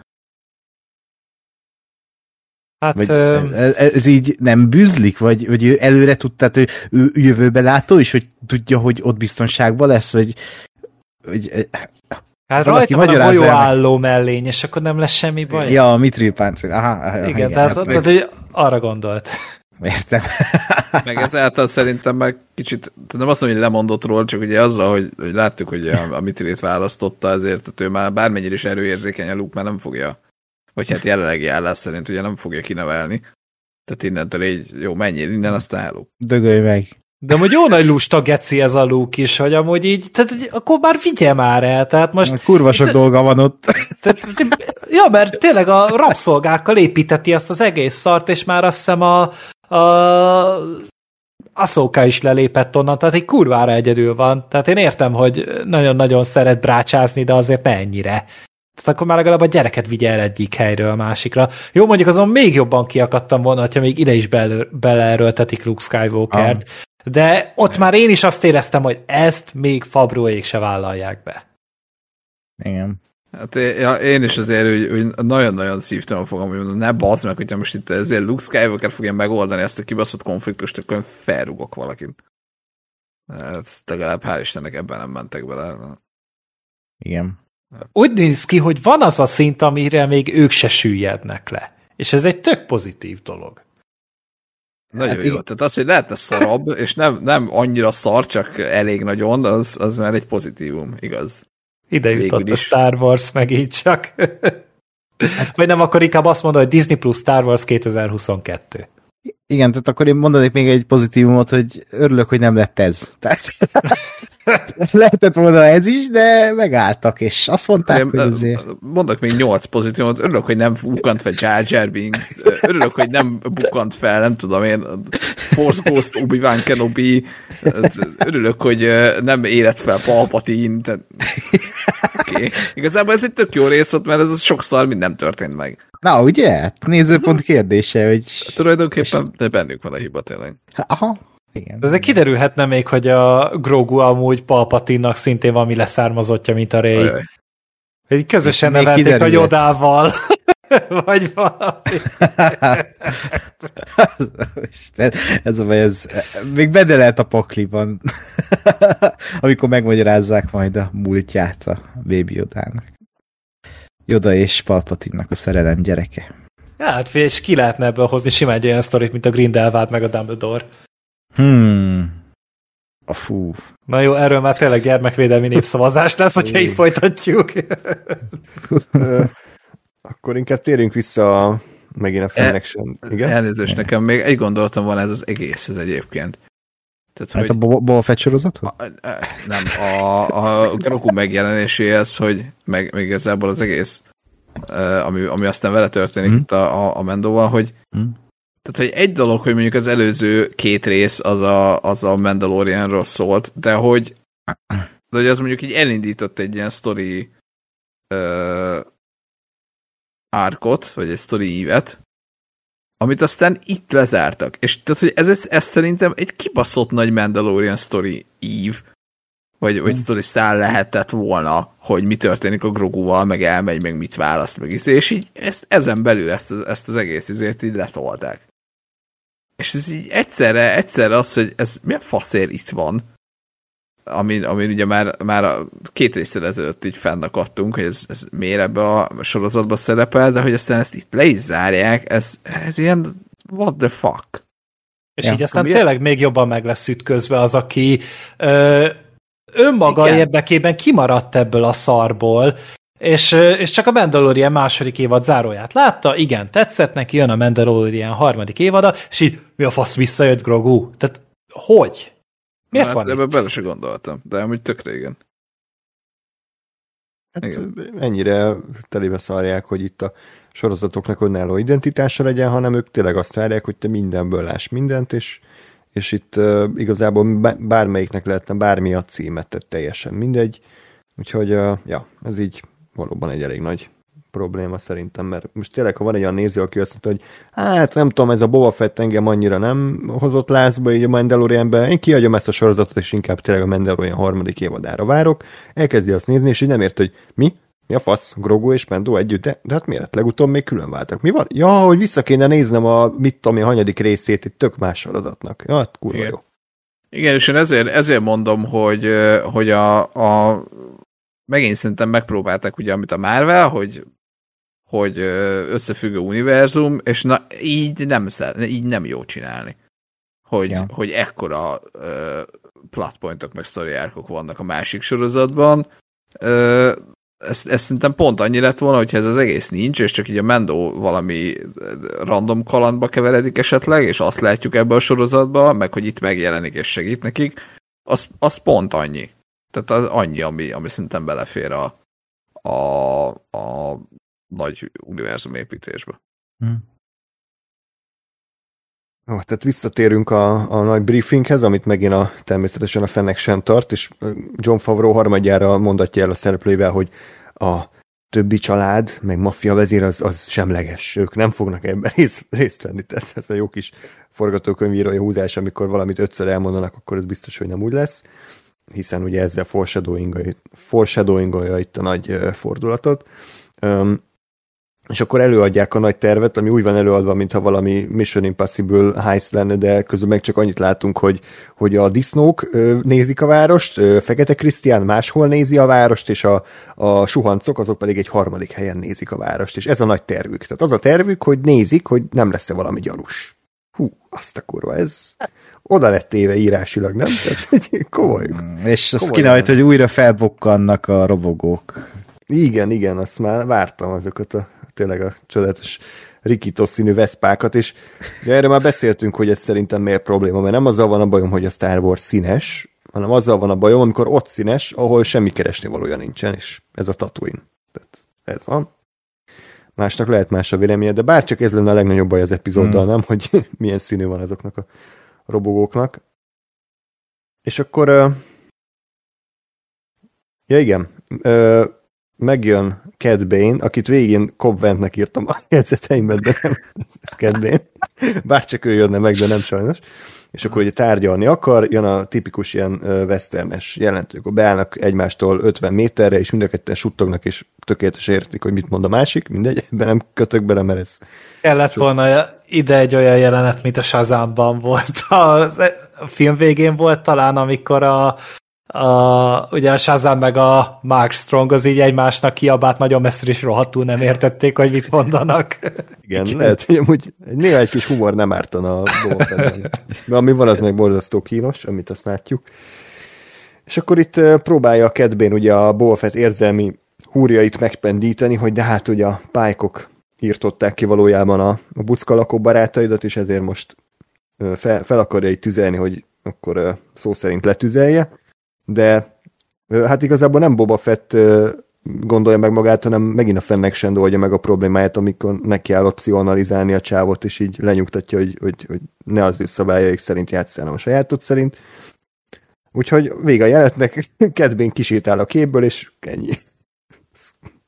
Hát, vagy ez, ez így nem bűzlik? Vagy, vagy ő előre tud, tehát ő, ő jövőbe látó is, hogy tudja, hogy ott biztonságban lesz? Vagy, vagy hát rajta van a golyóálló mellény, és akkor nem lesz semmi baj? Ja, a mitril páncél. Aha, igen, igen, tehát, hát, tehát hogy arra gondolt. Értem. Meg ezáltal szerintem meg kicsit, nem azt mondom, hogy lemondott róla, csak ugye azzal, hogy, hogy láttuk, hogy a, a mitrilit választotta, ezért ő már bármennyire is erőérzékeny, a Luke már nem fogja, vagy hát jelenlegi állás szerint ugye nem fogja kinevelni. Tehát innentől így, jó, menjél innen, aztán elő. Dögölj meg. De amúgy jó nagy lusta geci ez a Luke is, hogy amúgy így, tehát akkor már vigye már el, tehát most... Kurva sok te, dolga van ott. Te, te, ja, mert tényleg a rabszolgákkal építeti azt az egész szart, és már azt hiszem a, a Ahsoka is lelépett onnan, tehát egy kurvára egyedül van. Tehát én értem, hogy nagyon-nagyon szeret brácsázni, de azért ne ennyire. Tehát akkor már legalább a gyereket vigye el egyik helyről a másikra. Jó, mondjuk azon még jobban kiakadtam volna, hogyha még ide is bele, beleerőltetik Luke Skywalkert. Ah. De ott már én is azt éreztem, hogy ezt még Favreauék se vállalják be. Igen. Hát én, én is azért hogy, hogy nagyon-nagyon szívtam fogom, hogy mondom, ne bazd meg, hogyha most itt ezért Luke Skywalker fogja megoldani ezt a kibaszott konfliktust, akkor felrugok valakit. Ezt legalább hál' Istennek ebben nem mentek bele. Igen. Úgy néz ki, hogy van az a szint, amire még ők se süllyednek le. És ez egy tök pozitív dolog. Nagyon hát jó. Igen. Tehát az, hogy lehetne szarabb, és nem, nem annyira szar, csak elég nagyon, az, az már egy pozitívum, igaz? Ide jutott a Star Wars megint csak. Hát, vagy nem, akkor inkább azt mondod, hogy Disney Plus Star Wars kétezer-huszonkettő. Igen, tehát akkor én mondanék még egy pozitívumot, hogy örülök, hogy nem lett ez. Tehát lehetett volna ez is, de megálltak, és azt mondták, én, hogy azért... Mondok még nyolc pozitívumot, örülök, hogy nem bukkant fel Jar Jar Binks, örülök, hogy nem bukkant fel, nem tudom én, Force Ghost, Obi-Wan Kenobi, örülök, hogy nem érett fel Palpatine, tehát... Okay. Igazából ez egy tök jó rész volt, mert ez sokszor mind nem történt meg. Na, ugye? Nézőpont kérdése, hogy... Tulajdonképpen de bennük van a hiba tényleg. Aha, igen. Ezzel kiderülhetne még, hogy a Grogu amúgy Palpatine-nak szintén valami leszármazottja, mint a Rey. Hogy közösen nevelték a Jodával. Vagy valami. ez a baj, ez még benne lehet a pakliban. Amikor megmagyarázzák majd a múltját a Baby Yodának. Yoda és Palpatine-nak a szerelem gyereke. Ja, hát figyelj, és ki lehetne ebből hozni simán egy olyan sztorit, mint a Grindelwald meg a Dumbledore. Hmm. A fú. Na jó, erről már tényleg gyermekvédelmi népszavazás lesz, hogyha így folytatjuk. Akkor inkább térjünk vissza a, megint a Fan Action. Igen? Elnézést, nekem még egy gondolatom van ez az egész, ez egyébként. Tehát, hát hogy, a Boba Fett sorozathoz? Nem, a, a Grogu megjelenéséhez, hogy meg, meg igazából az egész, ami, ami aztán vele történik hmm. itt a, a, a Mendóval, hogy hmm. tehát, hogy egy dolog, hogy mondjuk az előző két rész az a, az a Mandalorianról szólt, de hogy, de hogy az mondjuk így elindított egy ilyen sztori uh, árkot, vagy egy sztori ívet, amit aztán itt lezártak. És tehát, hogy ez, ez, ez szerintem egy kibaszott nagy Mandalorian story ív, vagy, vagy sztori szál lehetett volna, hogy mi történik a Groguval, meg elmegy, meg mit választ, meg is, és így ezt, ezen belül ezt, ezt az egész izért így letolták. És ez így egyszerre, egyszerre az, hogy ez milyen faszér itt van, amin, amin ugye már, már a két részsel ezelőtt így fennakadtunk, hogy ez, ez miért ebbe a sorozatban szerepel, de hogy aztán ezt itt le is zárják, ez, ez ilyen what the fuck. És ja, így aztán tényleg még jobban meg lesz ütközve az, aki ö, önmaga igen. érdekében kimaradt ebből a szarból, és, és csak a Mandalorian második évad záróját látta, igen, tetszett neki, jön a Mandalorian harmadik évada, és így mi a fasz visszajött Grogu? Tehát hogy? Miért hát, van ebben itt? bele se gondoltam, de amúgy tök régen. Hát igen. Ennyire telébe szarják, hogy itt a sorozatoknak önálló identitása legyen, hanem ők tényleg azt várják, hogy te mindenből láss mindent, és, és itt uh, igazából bármelyiknek lehetne bármi a címet, tehát teljesen mindegy. Úgyhogy, uh, ja, ez így valóban egy elég nagy probléma szerintem, mert most tényleg, ha van egy olyan néző, aki azt mondta, hogy hát nem tudom, ez a Boba Fett engem annyira nem hozott lázba, így a Mandalorianben, én kiadjam ezt a sorozatot, és inkább tényleg a Mandalorian harmadik évadára várok, elkezdi azt nézni, és így nem ért, hogy mi? Mi a fasz? Grogu és Mando együtt? De, de hát miért? Legutóbb még külön váltak. Mi van? Ja, hogy vissza kéne néznem a mit tudom én, hanyadik részét egy tök más sorozatnak. Ja, hát kurva igen. jó. Igen, és én ezért, ezért mondom, hogy, hogy a, a megint szerintem megpróbálták ugye, amit a Marvel, hogy hogy összefüggő univerzum, és na, így nem, így nem jó csinálni. Hogy, ja. hogy ekkora uh, plotpointok meg story arcok vannak a másik sorozatban. Uh, ez, ez szerintem pont annyi lett volna, hogyha ez az egész nincs, és csak így a Mando valami random kalandba keveredik esetleg, és azt látjuk ebbe a sorozatba, meg hogy itt megjelenik és segít nekik, az, az pont annyi. Tehát az annyi, ami, ami szerintem belefér a, a, a nagy univerzum építésbe. Hmm. Oh, tehát visszatérünk a, a nagy briefinghez, amit megint a, természetesen a Fennec Shand tart, és Jon Favreau harmadjára mondatja el a szereplőivel, hogy a többi család, meg maffia vezér az, az semleges. Ők nem fognak ebben részt, részt venni. Tehát ez a jó kis forgatókönyvírói húzás, amikor valamit ötször elmondanak, akkor ez biztos, hogy nem úgy lesz, hiszen ugye ezzel foreshadowing-olja, foreshadowing-olja itt a nagy uh, fordulatot. Um, és akkor előadják a nagy tervet, ami úgy van előadva, mintha valami Mission Impossible heist lenne, de közben meg csak annyit látunk, hogy, hogy a disznók ö, nézik a várost, ö, Fekete Krisztián máshol nézi a várost, és a, a suhancok azok pedig egy harmadik helyen nézik a várost, és ez a nagy tervük. Tehát az a tervük, hogy nézik, hogy nem lesz-e valami gyanús. Hú, azt a kurva, ez oda lett téve írásilag, nem? Tehát, komoly. És azt kínálja, hogy újra felbukkannak a robogók. Igen, igen, azt már vártam azokat a tényleg a csodálatos Rikitos színű veszpákat, és de erről már beszéltünk, hogy ez szerintem miért probléma, mert nem azzal van a bajom, hogy a Star Wars színes, hanem azzal van a bajom, amikor ott színes, ahol semmi keresni valója nincsen, és ez a Tatooine. Tehát ez van. Másnak lehet más a véleménye, de bárcsak ez lenne a legnagyobb baj az epizóddal, mm. nem? Hogy milyen színű van azoknak a robogóknak. És akkor uh... ja igen, uh, megjön Cad Bane, akit végén Cobb Ventnek írtam a jegyzeteimben, de nem, ez Cad Bane. Bárcsak ő jönne meg, de nem sajnos. És akkor ugye tárgyalni akar, jön a tipikus ilyen westernes jelentő, akkor beállnak egymástól ötven méterre, és mind a ketten suttognak, és tökéletesen értik, hogy mit mond a másik, mindegy, ebben nem kötök bele, mert ez... Kellett volna ide egy olyan jelenet, mint a Shazamban volt. A film végén volt talán, amikor a A, ugye a Shazam meg a Mark Strong az így egymásnak kiabált, nagyon messzire is rohadtul nem értették, hogy mit mondanak. Igen, lehet, hogy amúgy néha egy kis humor nem ártana a Boba Fettben. De ami van, az meg borzasztó kínos, amit azt látjuk. És akkor itt próbálja a Cad Bane ugye a Boba Fett érzelmi húrjait megpendíteni, hogy de hát ugye a pálykok írtották ki valójában a, a buckalakó barátaidat, és ezért most fel, fel akarja így tüzelni, hogy akkor szó szerint letüzelje. De hát igazából nem Boba Fett gondolja meg magát, hanem megint a Fennec Shand oldja meg a problémáját, amikor nekiállott pszichoanalizálni a csávot, és így lenyugtatja, hogy, hogy, hogy ne az ő szabályaik szerint játsszál, hanem a sajátot szerint. Úgyhogy vége a jelenetnek, Cad Bane kisétál a képből, és ennyi.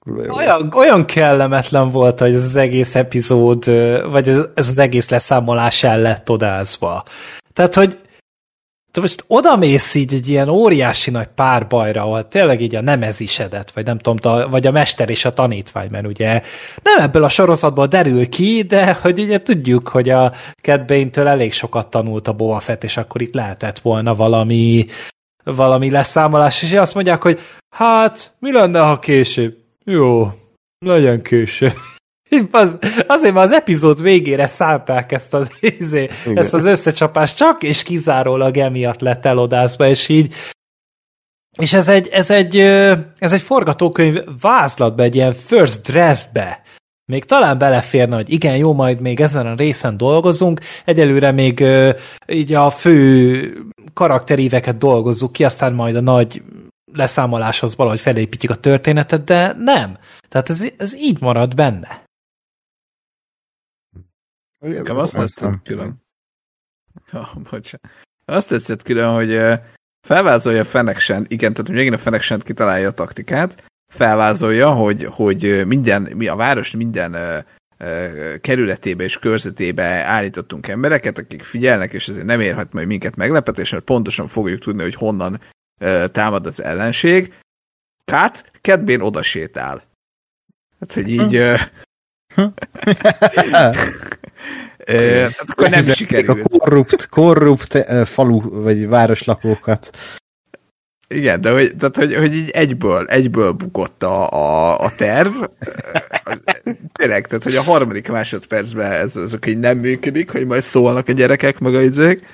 Olyan, olyan kellemetlen volt, hogy ez az egész epizód, vagy ez, ez az egész leszámolás el lett odázva. Tehát, hogy te most odamész így egy ilyen óriási nagy párbajra, ahol tényleg így a nemezisedet, vagy nem tudom, vagy a mester és a tanítvány, mert ugye nem ebből a sorozatból derül ki, de hogy ugye tudjuk, hogy a Cad Bane-től elég sokat tanult a Boba Fett, és akkor itt lehetett volna valami, valami leszámolás, és azt mondják, hogy hát, mi lenne, ha később? Jó, legyen később. Az, azért, mert az epizód végére szánták ezt az, ezt az összecsapást, csak és kizárólag emiatt lett elodázva, és így és ez egy, ez egy, ez egy forgatókönyv vázlatba, egy ilyen first draftbe. Még talán beleférne, hogy igen, jó, majd még ezen a részen dolgozunk, egyelőre még így a fő karakteríveket dolgozzuk ki, aztán majd a nagy leszámoláshoz valahogy felépítjük a történetet, de nem. Tehát ez, ez így marad benne. Nekem azt tetszett külön. Ja, bocsánat. Azt tetszett külön, hogy felvázolja Fennec Shand, igen, tehát megint a Fennec Shand kitalálja a taktikát, felvázolja, hogy, hogy minden, mi a város minden uh, uh, kerületébe és körzetébe állítottunk embereket, akik figyelnek, és ezért nem érhet majd minket meglepetés, mert pontosan fogjuk tudni, hogy honnan uh, támad az ellenség. Cut, Cad Bane oda sétál. Hát, hogy így... Uh, tehát akkor nem sikerült. A korrupt, korrupt falu, vagy városlakókat. Igen, de hogy, tehát, hogy, hogy így egyből, egyből bukott a, a, a terv. Tényleg, tehát, hogy a harmadik másodpercben ez, azok így nem működik, hogy majd szólnak a gyerekek, meg a izék.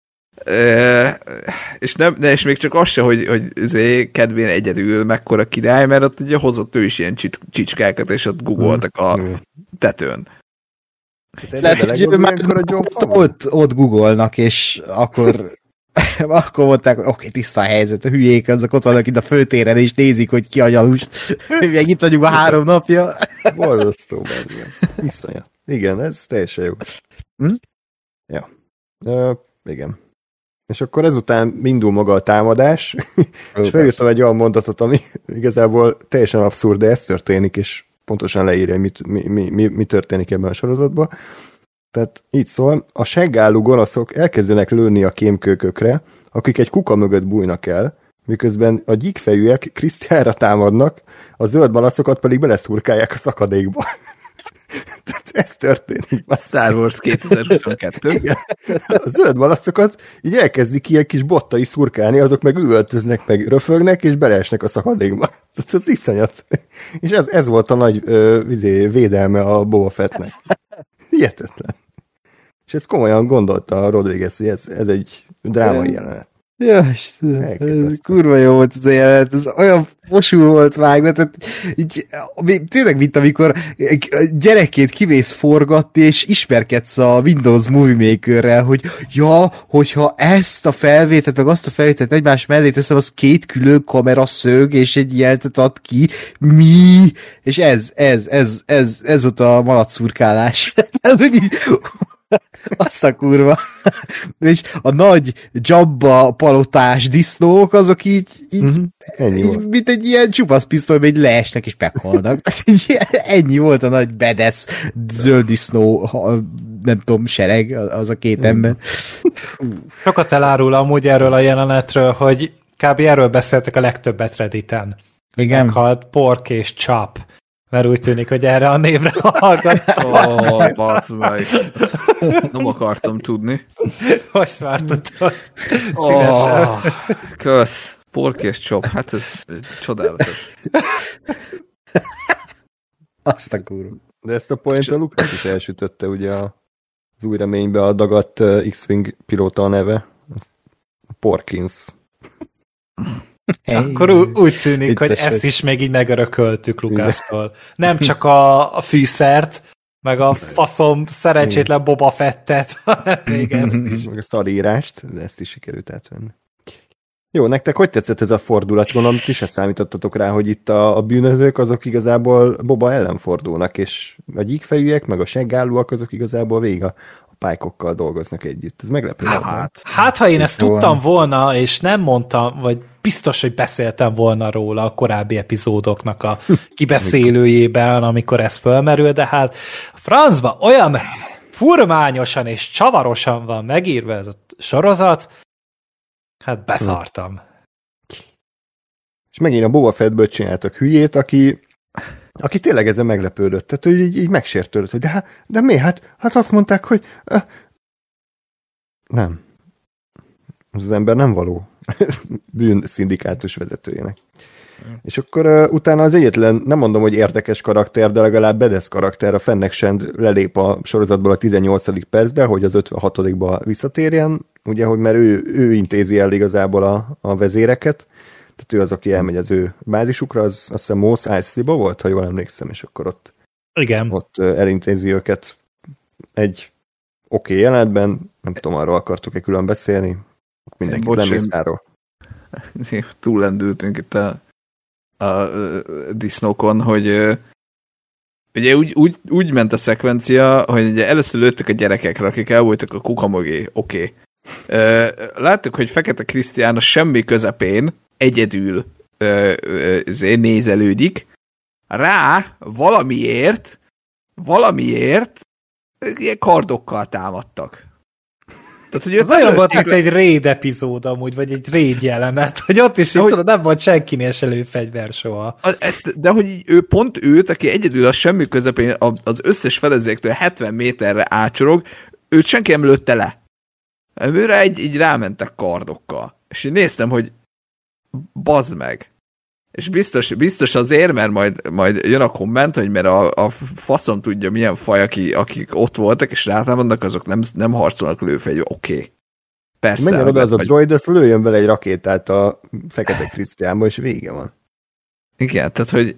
E, és, nem, de és még csak az se, hogy, hogy Cad Bane egyedül mekkora király, mert ott ugye hozott ő is ilyen csicskákat, és ott googoltak a tetőn. Lehet, hogy ő már ott, ott googolnak, és akkor, akkor mondták, hogy oké, okay, tiszta a helyzet, a hülyék, azok ott vannak itt a főtéren, és nézik, hogy ki a gyanús. Még itt vagyunk a három napja. Borzasztó, igen. Iszonyat. Igen, ez teljesen jó. Hm? Ja. Uh, igen. És akkor ezután indul maga a támadás, és felírtam egy olyan mondatot, ami igazából teljesen abszurd, de ez történik, és pontosan leírja, hogy mit, mi, mi, mi, mi történik ebben a sorozatban. Tehát így szól, a seggálló gonoszok elkezdenek lőni a kémkőkökre, akik egy kuka mögött bújnak el, miközben a gyíkfejűek Krisztiánra támadnak, a zöld malacokat pedig beleszurkálják a szakadékba. Tehát ez történik. A Star Wars kétezer-huszonkettő. Igen. A zöld malacokat így elkezdik ilyen kis bottai szurkálni, azok meg üvöltöznek, meg röfögnek, és beleesnek a szakadékba. Tehát ez iszonyat. És ez, ez volt a nagy ö, vizé, védelme a Boba Fettnek. Hihetetlen. És ezt komolyan gondolta a Rodriguez, hogy ez, ez egy drámai jelenet. Ja, ez kurva jó volt ez a jelenet, ez olyan fosú volt vágva, tehát így, tényleg, mint amikor gyerekként kimész forgatni, és ismerkedsz a Windows Movie Makerrel, hogy ja, hogyha ezt a felvételt, meg azt a felvételt egymás mellé teszem, az két külön kameraszög, és egy jelentet ad ki, mi? És ez, ez, ez, ez, ez volt a malacszurkálás. Azt a kurva. És a nagy Jabba palotás disznók, azok így, így, mm-hmm. ennyi így volt. Mint egy ilyen csupaszpisztoly, hogy leesnek és meghalnak. Ennyi volt a nagy bedesz zöld disznó, nem tudom, sereg, az a két mm. ember. Sokat elárul amúgy erről a jelenetről, hogy kb. Erről beszéltek a legtöbbet Redditen. Igen. Meghalt Pork és Chop. Mert úgy tűnik, hogy erre a névre hallgattam. Ó, oh, basz meg. Nem akartam tudni. Most már tudtad. Szívesen. Oh, kösz. Pork és Chop. Hát ez csodálatos. Azt a kurva. De ezt a point a Lucas is elsütötte, ugye az új reménybe a dagadt X-Wing pilóta a neve. Porkins. Hey. Akkor úgy tűnik, Itt hogy ezt vagy. Is még így megörököltük Lucastól. Nem csak a, a fűszert, meg a faszom szerencsétlen Boba Fettet, hanem még ezt is. Meg a szarírást, de ezt is sikerült átvenni. Jó, nektek hogy tetszett ez a fordulat? Gondolom, ti se számítottatok rá, hogy itt a, a bűnözők azok igazából Boba ellen fordulnak, és a gyíkfejűek, meg a seggállóak azok igazából végig a, a Pike-okkal dolgoznak együtt. Ez meglepő. Hát, hát, ha én ezt tudtam volna, és nem mondtam, vagy biztos, hogy beszéltem volna róla a korábbi epizódoknak a kibeszélőjében, amikor ez fölmerül, de hát francba olyan furmányosan és csavarosan van megírva ez a sorozat, hát beszartam. És megint a Boba Fettből csináltak hülyét, aki, aki tényleg ezen meglepődött. Tehát, hogy így, így megsértődött, hogy de, de mi? Hát, hát azt mondták, hogy uh, nem. Az ember nem való bűnszindikátus vezetőjének. Mm. És akkor uh, utána az egyetlen, nem mondom, hogy érdekes karakter, de legalább bedesz karakter, a Fennec Shand lelép a sorozatból a tizennyolcadik percbe, hogy az ötvenhatodikba visszatérjen, ugye, hogy mert ő, ő intézi el igazából a, a vezéreket, tehát ő az, aki elmegy az ő bázisukra, az azt hiszem Mos Eisley-ba volt, ha jól emlékszem, és akkor ott, igen. ott elintézi őket egy oké okay jelenetben, nem tudom, arról akartuk-e külön beszélni, mindenki nem észáról. Túllendültünk itt a, a, a disznókon, hogy ugye úgy, úgy, úgy ment a szekvencia, hogy ugye először lőttek a gyerekekre, akik el voltak a kuka mögé, oké. Okay. Láttuk, hogy Fekete Krisztián a semmi közepén egyedül ö, ö, nézelődik, rá valamiért, valamiért ilyen kardokkal támadtak. Tehát, hogy az olyan volt, mint egy raid epizód amúgy, vagy egy raid jelenet, hogy ott is, hogy... tudod, nem volt senkinél se lőfegyver soha. De hogy ő pont őt, aki egyedül a semmi közepén az összes felezéktől hetven méterre ácsorog, őt senki nem lőtte le. Őre egy, így rámentek kardokkal. És én néztem, hogy bazd meg. És biztos, biztos azért, mert majd, majd jön a komment, hogy mert a, a faszom tudja, milyen faj, aki, akik ott voltak, és rátámadnak, azok nem, nem harcolnak lőfegyver. Oké. Okay. Persze. Menjen oda az a droid, azt lőjön bele egy rakétát a Fekete Krisztiánba, és vége van. Igen, tehát, hogy...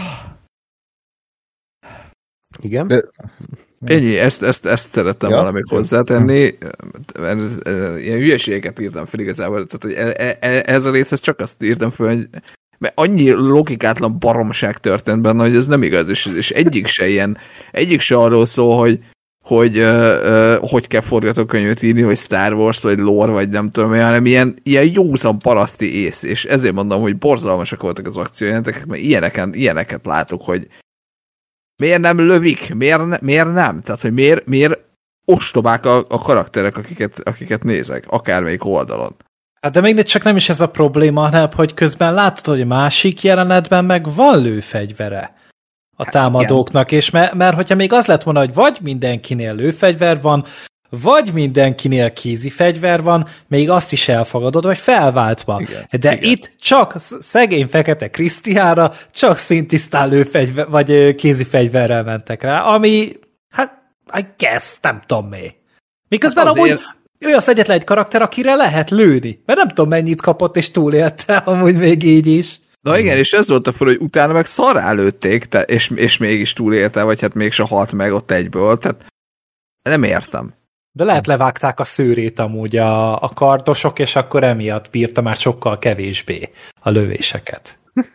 Igen? De... Ennyi, ezt, ezt, ezt szerettem ja. volna még hozzátenni, mert ez, ez, ilyen hülyeségeket írtam fel igazából, tehát hogy e, e, ez a rész, csak azt írtam fel, hogy mert annyi logikátlan baromság történt benne, hogy ez nem igaz, és, és egyik se ilyen, egyik se arról szól, hogy hogy, uh, uh, hogy kell forgatókönyvet írni, vagy Star Wars, vagy lore, vagy nem tudom, hanem ilyen, ilyen józan paraszti ész, és ezért mondom, hogy borzalmasak voltak az akciójelentek, mert ilyeneken, ilyeneket látok, hogy miért nem lövik? Miért, ne, miért nem? Tehát, hogy miért, miért ostobák a, a karakterek, akiket, akiket nézek, akármelyik oldalon. Hát de még csak nem is ez a probléma, hanem hogy közben látod, hogy a másik jelenetben meg van lőfegyvere a támadóknak, és mert, mert hogyha még az lett volna, hogy vagy mindenkinél lőfegyver van, vagy mindenkinél kézi fegyver van, még azt is elfogadod, vagy felváltva. Igen, de igen. Itt csak szegény Fekete Krisztiánra csak szintisztán lőfegyver, vagy kézi fegyverrel mentek rá, ami, hát, I guess, nem tudom mi. Miközben hát azért... amúgy ő az egyetlen egy karakter, akire lehet lőni, mert nem tudom mennyit kapott, és túlélte amúgy még így is. Na igen, és ez volt a fel, hogy utána meg szarrá lőtték, te, és, és mégis túlélte, vagy hát mégse halt meg ott egyből, tehát nem értem. De lehet levágták a szőrét amúgy a, a kardosok, és akkor emiatt bírta már sokkal kevésbé a lövéseket.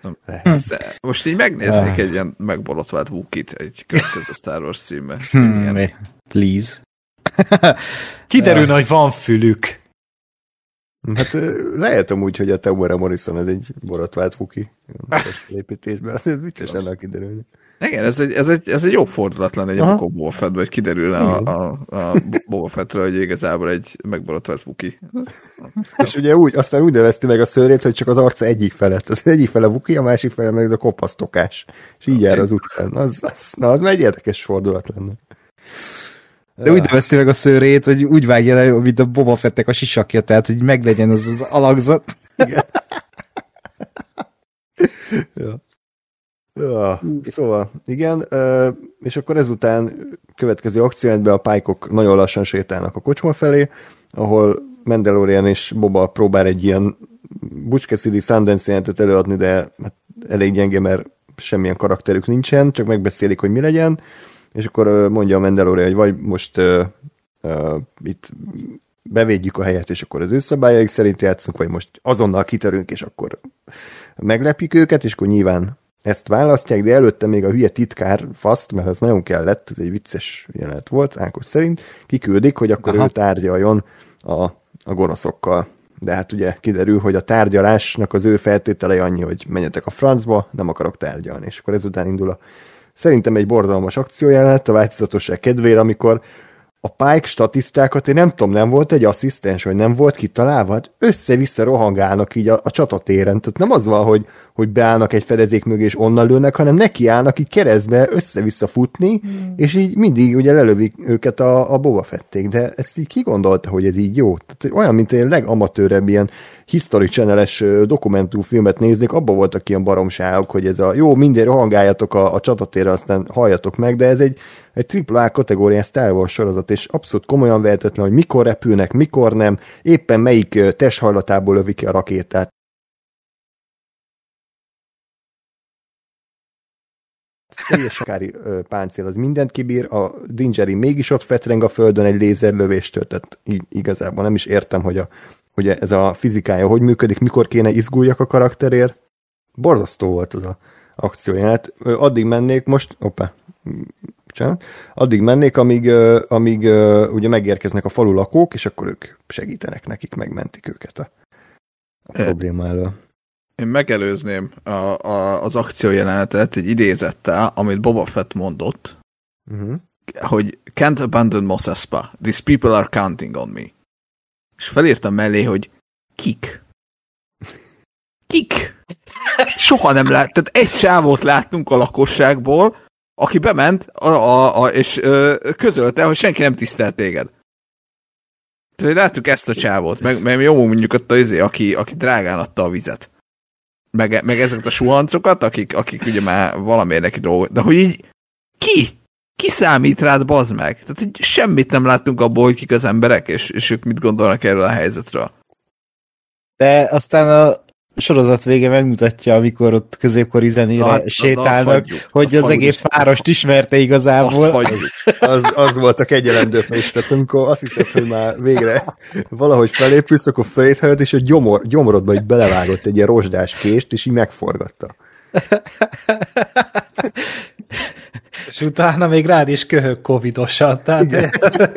Most így megnéznék egy ilyen megborotvált Wookiee-t egy következő Star Wars címben. Hmm, please. Kiderülne, hogy van fülük. Hát lehet amúgy, hogy a Temuera Morrison ez egy borotvált Wookiee építésben, azért vicces ennek kiderülni. Igen, ez egy, ez egy, ez egy jó fordulat lenne egy a Boba Fettben, hogy kiderülne a, a, a Boba Fettről, hogy igazából egy megborotvált Wookiee. És ugye úgy, aztán úgy nevezti meg a szőrét, hogy csak az arca egyik felett. Az egyik fele Wookiee, a másik fele meg a kopasztokás. És így jár az utcán. Az, az, na, az már egy érdekes fordulat lenne. De úgy nevezti meg a szőrét, hogy úgy vágja le, mint a Boba Fettnek a sisakja, tehát hogy meglegyen az az alakzat. Igen. ja. Ja, szóval, igen, és akkor ezután következő akciójátban a Pike-ok nagyon lassan sétálnak a kocsma felé, ahol Mandalorian és Boba próbál egy ilyen Butch Cassidy Sundance jelentet előadni, de hát elég gyenge, mert semmilyen karakterük nincsen, csak megbeszélik, hogy mi legyen, és akkor mondja a Mandalorian, hogy vagy most uh, uh, itt bevédjük a helyet, és akkor az ő szabályaik szerint játszunk, vagy most azonnal kitörünk, és akkor meglepjük őket, és akkor nyilván ezt választják, de előtte még a hülye titkár faszt, mert az nagyon kellett, ez egy vicces jelenet volt, Ákos szerint, kiküldik, hogy akkor Aha. ő tárgyaljon a, a gonoszokkal. De hát ugye kiderül, hogy a tárgyalásnak az ő feltételei annyi, hogy menjetek a francba, nem akarok tárgyalni. És akkor ezután indul a szerintem egy borzalmas akciójelenet a változatosság kedvére, amikor a Pike statisztákat, én nem tudom, nem volt egy asszisztens, vagy nem volt kitalálva, hát össze-vissza rohangálnak így a, a csatatéren. Tehát nem az van, hogy, hogy beállnak egy fedezék mögé, és onnan lőnek, hanem nekiállnak így keresztbe össze-vissza futni, hmm. és így mindig ugye lelövik őket a, a Boba Fették. De ezt így ki gondolta, hogy ez így jó? Tehát olyan, mint egy legamatőrebb ilyen History Channel-es dokumentumfilmet néznék, abban voltak ilyen baromságok, hogy ez a jó, minden rohangáljatok a, a csatatérre, aztán halljatok meg, de ez egy, egy tripla A kategóriás Star Wars sorozat, és abszolút komolyan vehetetlen, hogy mikor repülnek, mikor nem, éppen melyik testhajlatából lövik ki a rakétát. Teljesen kári páncél, az mindent kibír, a Dingeri mégis ott fetreng a földön egy lézerlövéstől, tehát így igazából nem is értem, hogy a hogy ez a fizikája hogy működik, mikor kéne izguljak a karakterért. Borzasztó volt az a akcióját. Addig mennék most, opa, bocsánat, addig mennék, amíg, amíg ugye megérkeznek a falu lakók, és akkor ők segítenek nekik, megmentik őket a, a probléma elől. Én megelőzném a, a, az akciójelenetet egy idézettel, amit Boba Fett mondott, uh-huh. hogy can't abandon Mos Espa. These people are counting on me. És felírtam mellé, hogy kik. Kik? Soha nem lát, tehát egy csávót láttunk a lakosságból, aki bement, a, a, a, és ö, közölte, hogy senki nem tisztelt téged. Tehát láttuk ezt a csávót, meg, meg jó mondjuk ott az izé, aki, aki drágán adta a vizet. Meg, meg ezeket a suhancokat, akik, akik ugye már valamiért neki dolgok. De hogy így, ki? Ki számít rád, bazd meg? Tehát így semmit nem láttunk abból, hogy kik az emberek, és, és ők mit gondolnak erről a helyzetről. De aztán a sorozat vége megmutatja, amikor ott középkori zenére na, sétálnak, hagyjuk, hogy az hagyjuk, egész várost ismerte igazából. Az, az volt a kegyelem döfés, tehát amikor azt hiszed, hogy már végre valahogy felépülsz, akkor felét hajod, és a gyomor, gyomrodba így belevágott egy ilyen rozsdás kést, és így megforgatta. És utána még rád is köhög covidosan. Tehát... Igen.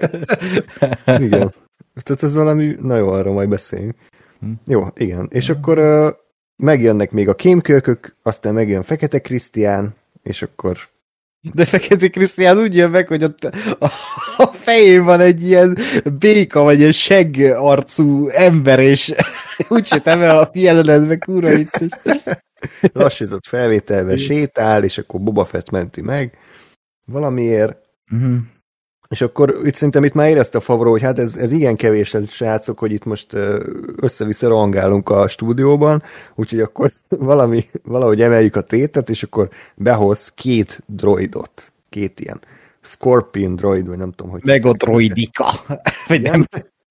Igen. Tehát ez valami, na jó, arról majd beszéljünk. Hm. Jó, igen. És hm. akkor uh, megjönnek még a kémkölkök, aztán megjön Fekete Krisztián, és akkor... De Fekete Krisztián úgy jön meg, hogy ott a, a fején van egy ilyen béka, vagy egy segg arcú ember, és úgy se teve a jelenetbe, kurva itt is. Lassított felvételve sétál, és akkor Boba Fett menti meg valamiért. Uh-huh. És akkor itt szerintem itt már érezte a Favreau, hogy hát ez, ez igen kevés, srácok, hogy itt most össze-vissza rohangálunk a stúdióban, úgyhogy akkor valami, valahogy emeljük a tétet, és akkor behoz két droidot. Két ilyen Scorpion droid, vagy nem tudom, hogy... Megadroidika. Vagy nem.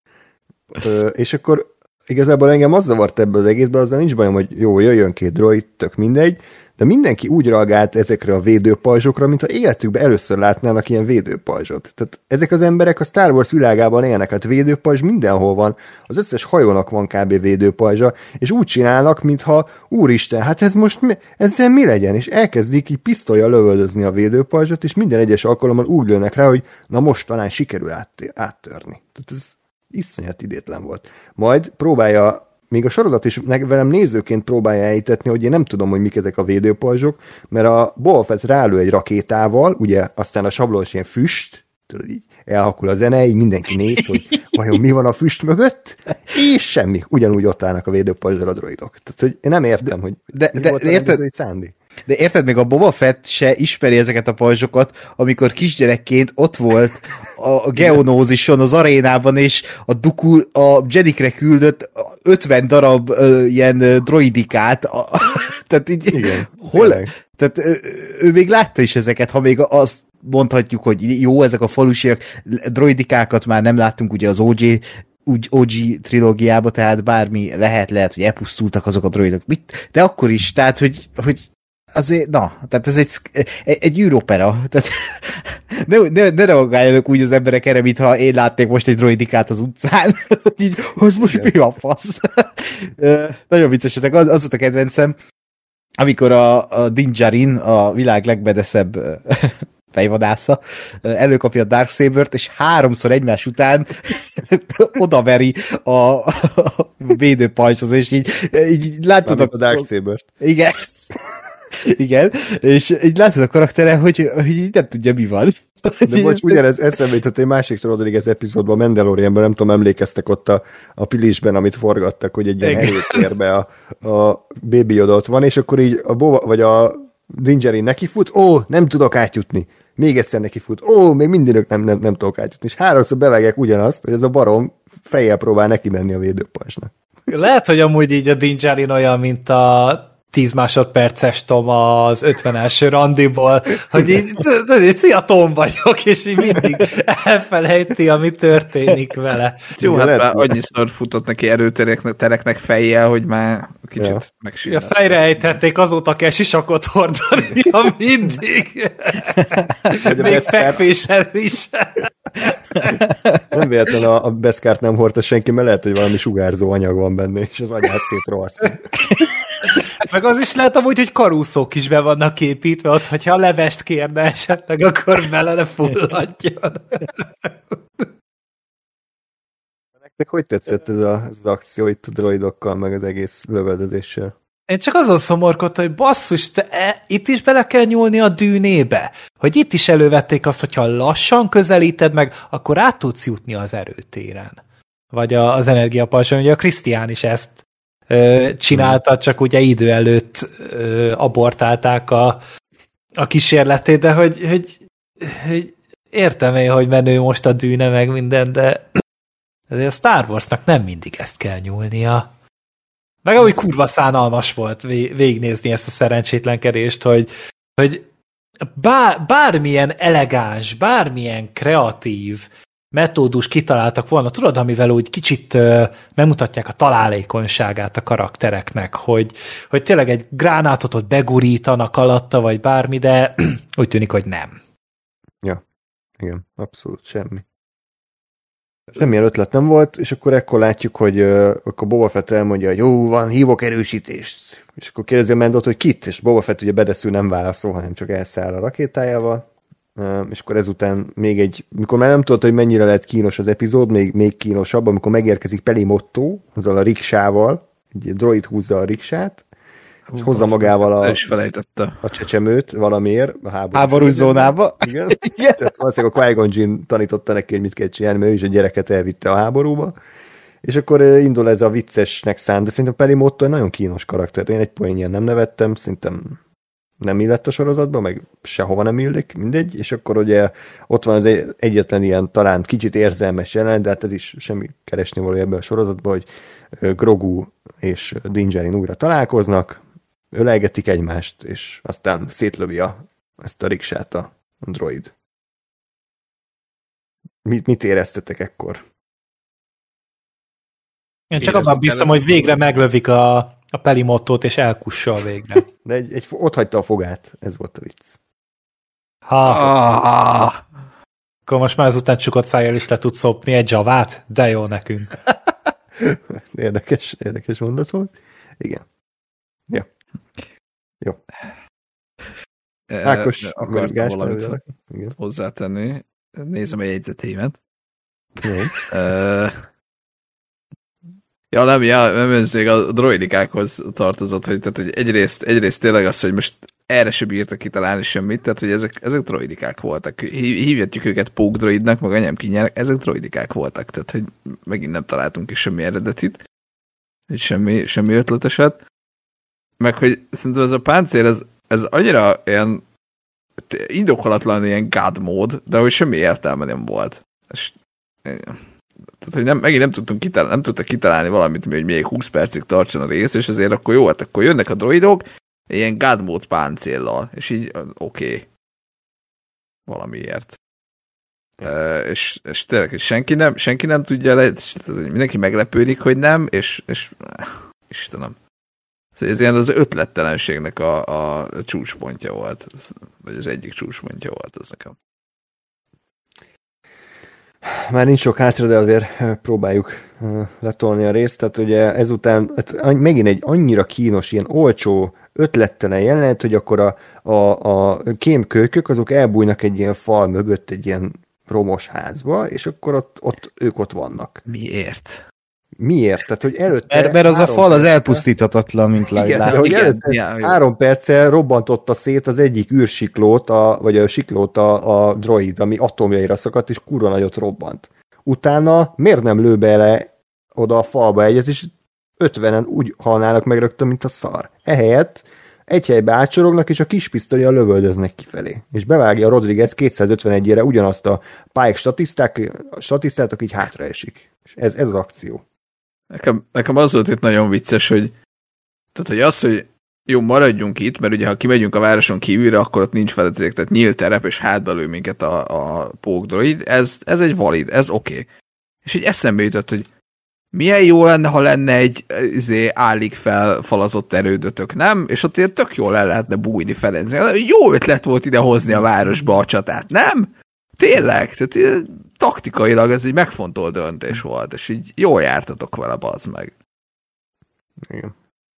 És akkor igazából engem az zavart ebbe az egészben, azzal nincs bajom, hogy jó, jöjjön két droid, tök mindegy, de mindenki úgy reagált ezekre a védőpajzsokra, mintha életükben először látnának ilyen védőpajzsot. Tehát ezek az emberek a Star Wars világában élnek, hát védőpajzs mindenhol van, az összes hajónak van kb. Védőpajzsa, és úgy csinálnak, mintha úristen, hát ez most mi, ezzel mi legyen? És elkezdik így pisztollyal lövöldözni a védőpajzsot, és minden egyes alkalommal úgy lőnek rá, hogy na most talán sikerül át, áttörni. Tehát ez iszonyat idétlen volt. Majd próbálja, még a sorozat is velem nézőként próbálja elhitetni, hogy én nem tudom, hogy mik ezek a védőpajzsok, mert a Boba Fett rálő egy rakétával, ugye aztán a sablonos ilyen füst, tudod így, elhakul a zene, így mindenki néz, hogy vajon mi van a füst mögött, és semmi. Ugyanúgy ott állnak a védőpajzsal a droidok. Tehát, hogy én nem értem, hogy de, de, de érted, szándék. De érted, még a Boba Fett se ismeri ezeket a pajzsokat, amikor kisgyerekként ott volt a geonózison, az arénában, és a Dooku a Jedikre küldött ötven darab uh, ilyen droidikát. A, tehát így, igen, hol? Tehát ő, ő még látta is ezeket, ha még azt mondhatjuk, hogy jó, ezek a falusiak, droidikákat már nem láttunk ugye az o gé ó gé trilógiába, tehát bármi lehet, lehet, hogy elpusztultak azok a droidok. Mit? De akkor is, tehát, hogy, hogy azért, na, tehát ez egy, egy, egy űropera. Tehát ne, ne, ne reagáljanak úgy az emberek erre, mintha én látnék most egy droidikát az utcán. Így, az most mi a fasz? Nagyon viccesek, az, az volt a kedvencem, amikor a, a Din Djarin, a világ legbedeszebb fejvadásza, előkapja a Darksaber-t, és háromszor egymás után odaveri a, a védőpajzshoz, és így, így látod a... a Darksaber-t. Igen. Igen, és így látod a karaktere, hogy, hogy így nem tudja, mi van. De bocs, ugyanez eszembe jutott egy másik tornodiges epizódban, Mandalorianban, nem tudom, emlékeztek ott a, a pilisben, amit forgattak, hogy egy ilyen herőtérbe a, a Baby Yoda ott van, és akkor így a Boba, vagy a Din Djarin nekifut, ó, nem tudok átjutni. Még egyszer nekifut, ó, még mindig nem, nem, nem tudok átjutni. És háromszor bevágják ugyanazt, hogy ez a barom fejjel próbál neki menni a védőpajzsnak. Lehet, hogy amúgy így a Din Djarin olyan, mint a tíz másodperces Tom az ötven első randiból, hogy így, szia, Tom vagyok, és így mindig elfelejti, ami történik vele. Jó, hát már annyiszor futott neki erőtereknek tereknek fejjel, hogy már kicsit ja. megsírta. Ja, fejre ejtették, azóta kell sisakot hordani, ha mindig. Még fekvéshez is. Nem véletlen a, a Beskart nem hordta senki, mert lehet, hogy valami sugárzó anyag van benne, és az anyát szétrohasz. Meg az is lehet amúgy, hogy karúszók is be vannak építve ott, hogyha a levest kérne esetleg, akkor bele ne fulladjon. Nektek hogy tetszett ez, a, ez az akció itt a droidokkal, meg az egész lövöldözéssel? Én csak azon szomorkodtam, hogy basszus, te e, itt is bele kell nyúlni a dűnébe. Hogy itt is elővették azt, hogyha lassan közelíted meg, akkor át tudsz jutni az erőtéren. Vagy a, az energiapalson, ugye a Krisztián is ezt ö, csinálta, csak ugye idő előtt ö, abortálták a, a kísérletét, de hogy, hogy, hogy értem én, hogy menő most a dűne meg minden, de a Star Warsnak nem mindig ezt kell nyúlnia. Meg ahogy kurva szánalmas volt végignézni ezt a szerencsétlenkedést, hogy, hogy bár, bármilyen elegáns, bármilyen kreatív metódus kitaláltak volna, tudod, amivel úgy kicsit uh, megmutatják a találékonyságát a karaktereknek, hogy, hogy tényleg egy gránátot ott begurítanak alatta, vagy bármi, de úgy tűnik, hogy nem. Ja, igen, abszolút semmi. Semmilyen ötlet nem volt, és akkor ekkor látjuk, hogy uh, akkor Boba Fett elmondja, hogy jó, van, hívok erősítést. És akkor kérdezi a Mandot, hogy kit, és Boba Fett ugye bedeszül nem válaszol, hanem csak elszáll a rakétájával. Uh, és akkor ezután még egy, mikor már nem tudod, hogy mennyire lehet kínos az epizód, még, még kínosabb, amikor megérkezik Peli Motto, azzal a riksával, egy droid húzza a riksát, és hozza magával a, a csecsemőt valamiért a háborús, háborús zónába. Igen. Igen. Tehát valószínűleg a Qui-Gon Jinn tanította neki, hogy mit kell csinálni, mert ő is a gyereket elvitte a háborúba. És akkor indul ez a viccesnek szánt, de szerintem Peli Motto egy nagyon kínos karakter. Én egy poénján nem nevettem, szerintem nem illett a sorozatba, meg sehova nem illik, mindegy, és akkor ugye ott van az egyetlen ilyen talán kicsit érzelmes jelenet, de hát ez is semmi keresni való ebben a sorozatban, hogy Grogu és Din Djarin újra találkoznak, ölelgetik egymást, és aztán szétlövi a, ezt a riksát a droid. Mit, mit éreztetek ekkor? Én csak abban bíztam, hogy végre meglövik a, a Peli Mottót, és elkussal végre. De egy, egy, ott hagyta a fogát, ez volt a vicc. Ha. Ah. Akkor most már ezután csukott szájjal is le tudsz szopni egy javát? De jó nekünk. Érdekes, érdekes mondat volt. Igen. Ja. Jó. Ákos, e, akartam valamit hozzátenni. Nézem a jegyzeteimet. Uh, ja, nem, ja, nem, ez még a droidikákhoz tartozott, hogy, tehát, hogy egyrészt, egyrészt tényleg az, hogy most erre sem bírtak kitalálni semmit, tehát hogy ezek, ezek droidikák voltak. Hívjatjuk őket Pók droidnak, meg anyám kinyernek, ezek droidikák voltak, tehát hogy megint nem találtunk is semmi eredetit, semmi, semmi ötleteset. Meg hogy szerintem ez a páncél, ez, ez annyira ilyen indokolatlan ilyen god mód, de hogy semmi értelme nem volt. És, tehát, hogy nem, megint nem tudtunk kitalálni, nem tudtak kitalálni valamit, hogy még húsz percig tartson a rész, és azért akkor jó, hát akkor jönnek a droidok, ilyen god mód páncéllal, és így oké. Okay. Valamiért. E, és, és tényleg, és senki nem, senki nem tudja le, mindenki meglepődik, hogy nem, és, és Istenem. Ez ilyen az ötlettelenségnek a, a csúcspontja volt, vagy az egyik csúcspontja volt az nekem. Már nincs sok hátra, de azért próbáljuk letolni a részt, tehát ugye ezután hát megint egy annyira kínos, ilyen olcsó ötlettelen jelenet, hogy akkor a, a, a kémkölykök azok elbújnak egy ilyen fal mögött egy ilyen romos házba, és akkor ott, ott ők ott vannak. Miért? Miért? Tehát, hogy előtte... Mert, mert az a fal perccel, az elpusztíthatatlan, mint igen, látjuk. hogy előtte igen, három perccel robbantotta szét az egyik űrsiklót, a, vagy a siklót a, a droid, ami atomjaira szakadt, és kurva nagyot robbant. Utána miért nem lő bele oda a falba egyet, és ötvenen úgy halnának meg rögtön, mint a szar. Ehelyett egy helybe átsorognak, és a kis pisztolya lövöldöznek kifelé. És bevágja a Rodriguez kétszázötvenegyére ugyanazt a Pike statisztát, aki így hátraesik. És ez, ez az akció. Nekem, nekem az volt itt nagyon vicces, hogy tehát, hogy az, hogy jó, maradjunk itt, mert ugye ha kimegyünk a városon kívülre, akkor ott nincs fedezék, tehát nyílt terep, és hátba lő minket a, a pókdroid, ez, ez egy valid, ez oké. Okay. És így eszembe jutott, hogy milyen jó lenne, ha lenne egy izé, állig felfalazott erődötök, nem? És ott ilyen tök jól el lehetne bújni, fedezni. Jó ötlet volt ide hozni a városba a csatát, nem? Tényleg, tehát taktikailag ez egy megfontolt döntés volt, és így jól jártatok vele, bazd meg. Igen.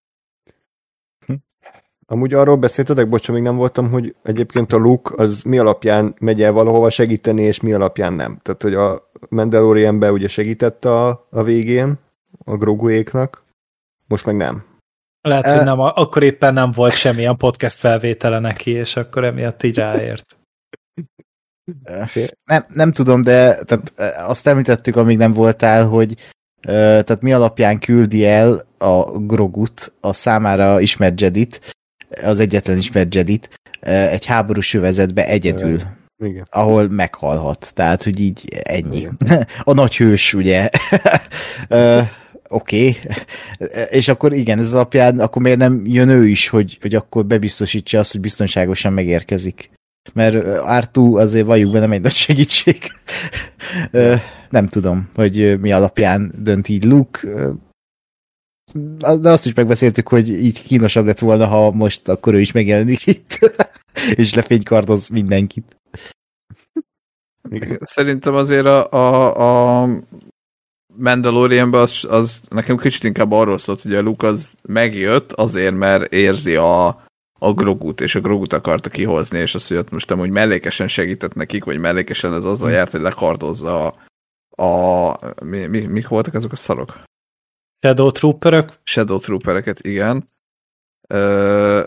Amúgy arról beszéltetek, bocs, még nem voltam, hogy egyébként a Luke az mi alapján megy el valahova segíteni, és mi alapján nem. Tehát, hogy a Mandalorianben ugye segített a, a végén a Groguéknak, most meg nem. Lehet, e... hogy nem, akkor éppen nem volt semmilyen podcast felvétele neki, és akkor emiatt így ráért. Nem, nem tudom, de tehát azt említettük, amíg nem voltál, hogy tehát mi alapján küldi el a Grogut, a számára ismert Jedit, az egyetlen ismert Jedit, egy háborús övezetbe egyedül, igen. Ahol meghalhat. Tehát, hogy így ennyi. A nagy hős, ugye. Oké. Okay. És akkor igen, ez alapján, akkor miért nem jön ő is, hogy, hogy akkor bebiztosítsa azt, hogy biztonságosan megérkezik. Mert er kettő azért valljuk be nem egy nagy segítség. Nem tudom, hogy mi alapján dönt így Luke. De azt is megbeszéltük, hogy így kínosabb lett volna, ha most akkor ő is megjelenik itt, és lefénykardoz mindenkit. Szerintem azért a, a, a Mandalorianben az, az nekem kicsit inkább arról szólt, hogy a Luke az megjött azért, mert érzi a, a Grogut, és a Grogut akarta kihozni, és azt, hogy ott most amúgy mellékesen segített nekik, vagy mellékesen ez azzal járt, hogy lekardozza a, a mi, mi, mik voltak azok a szarok? Shadow Trooperök? Shadow Troopereket, igen. Ö,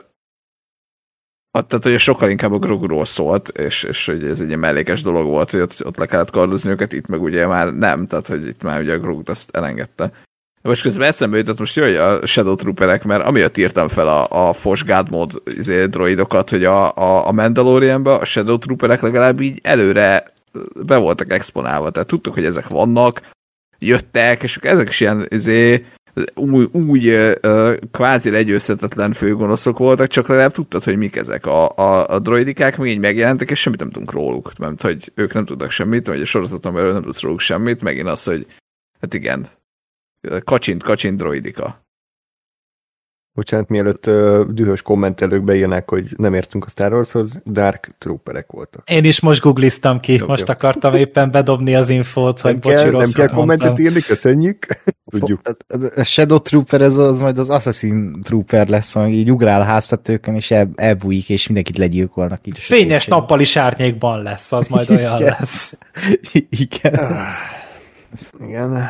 tehát, hogy sokkal inkább a Groguról szólt, és, és hogy ez egy ilyen mellékes dolog volt, hogy ott, ott le kellett kardozni őket, itt meg ugye már nem, tehát, hogy itt már ugye a Grogut azt elengedte. Most közben eszembe jutott, most jöjj a Shadow Trooperek, mert amiatt írtam fel a, a Force God mod izé, droidokat, hogy a, a, a Mandalorianban a Shadow Trooperek legalább így előre be voltak exponálva, tehát tudtuk, hogy ezek vannak, jöttek, és ezek is ilyen izé, új, új kvázi legyőzhetetlen főgonoszok voltak, csak legalább tudtad, hogy mik ezek. A, a, a droidikák még így megjelentek, és semmit nem tudunk róluk, mert hogy ők nem tudnak semmit, vagy a sorozaton belül nem tudsz róluk semmit, megint az, hogy hát igen, kacsint, kacsint droidika. Bocsánat, mielőtt uh, dühös kommentelők beírnák, hogy nem értünk a Star Warshoz, Dark Trooperek voltak. Én is most googliztam ki, jó, most jó. Akartam éppen bedobni az infót, hogy bocsi, rosszat Nem kell kommentet írni, köszönjük. Tudjuk. A Shadow Trooper, ez az majd az Assassin Trooper lesz, ami így ugrál a háztetőkön, és el, elbújik, és mindenkit legyilkolnak. Így fényes nappali sárnyékban lesz, az majd olyan igen. lesz. Igen. Igen.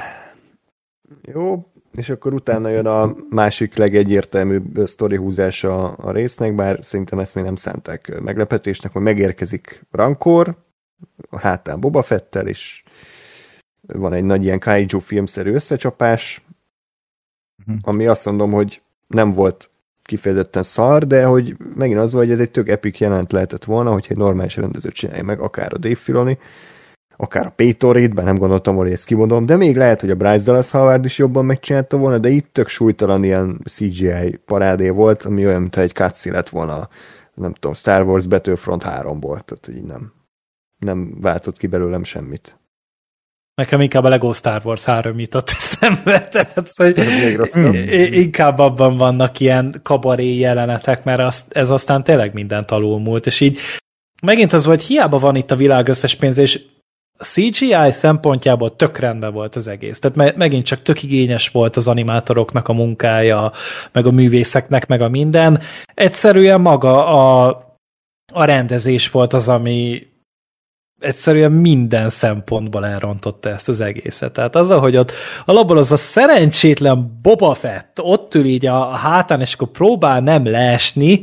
Jó. És akkor utána jön a másik legegyértelműbb sztorihúzása a résznek, bár szerintem ezt még nem szánták meglepetésnek, hogy megérkezik Rancor, a hátán Boba Fettel, és van egy nagy ilyen kaiju filmszerű összecsapás, ami azt mondom, hogy nem volt kifejezetten szar, de hogy megint az volt, hogy ez egy tök epic jelent lehetett volna, hogyha egy normális rendezőt csinálja meg, akár a Dave Filoni, akár a Peyton Reed, bár nem gondoltam volna, hogy ezt kimondom, de még lehet, hogy a Bryce Dallas Howard is jobban megcsinálta volna, de itt tök súlytalan ilyen cé gé i parádé volt, ami olyan, mint egy cutscene lett volna, nem tudom, Star Wars Battlefront háromból, tehát így nem, nem váltott ki belőlem semmit. Nekem inkább a Lego Star Wars három jutott eszembe, tehát hogy inkább abban vannak ilyen kabaré jelenetek, mert azt, ez aztán tényleg mindent alulmúlt, és így megint az, hogy hiába van itt a világ összes pénz, és cé gé í szempontjából tök rendben volt az egész. Tehát me- megint csak tök igényes volt az animátoroknak a munkája, meg a művészeknek, meg a minden. Egyszerűen maga a, a rendezés volt az, ami egyszerűen minden szempontból elrontotta ezt az egészet. Tehát az, ahogy ott alapból az a szerencsétlen Boba Fett ott ül így a hátán, és akkor próbál nem leesni,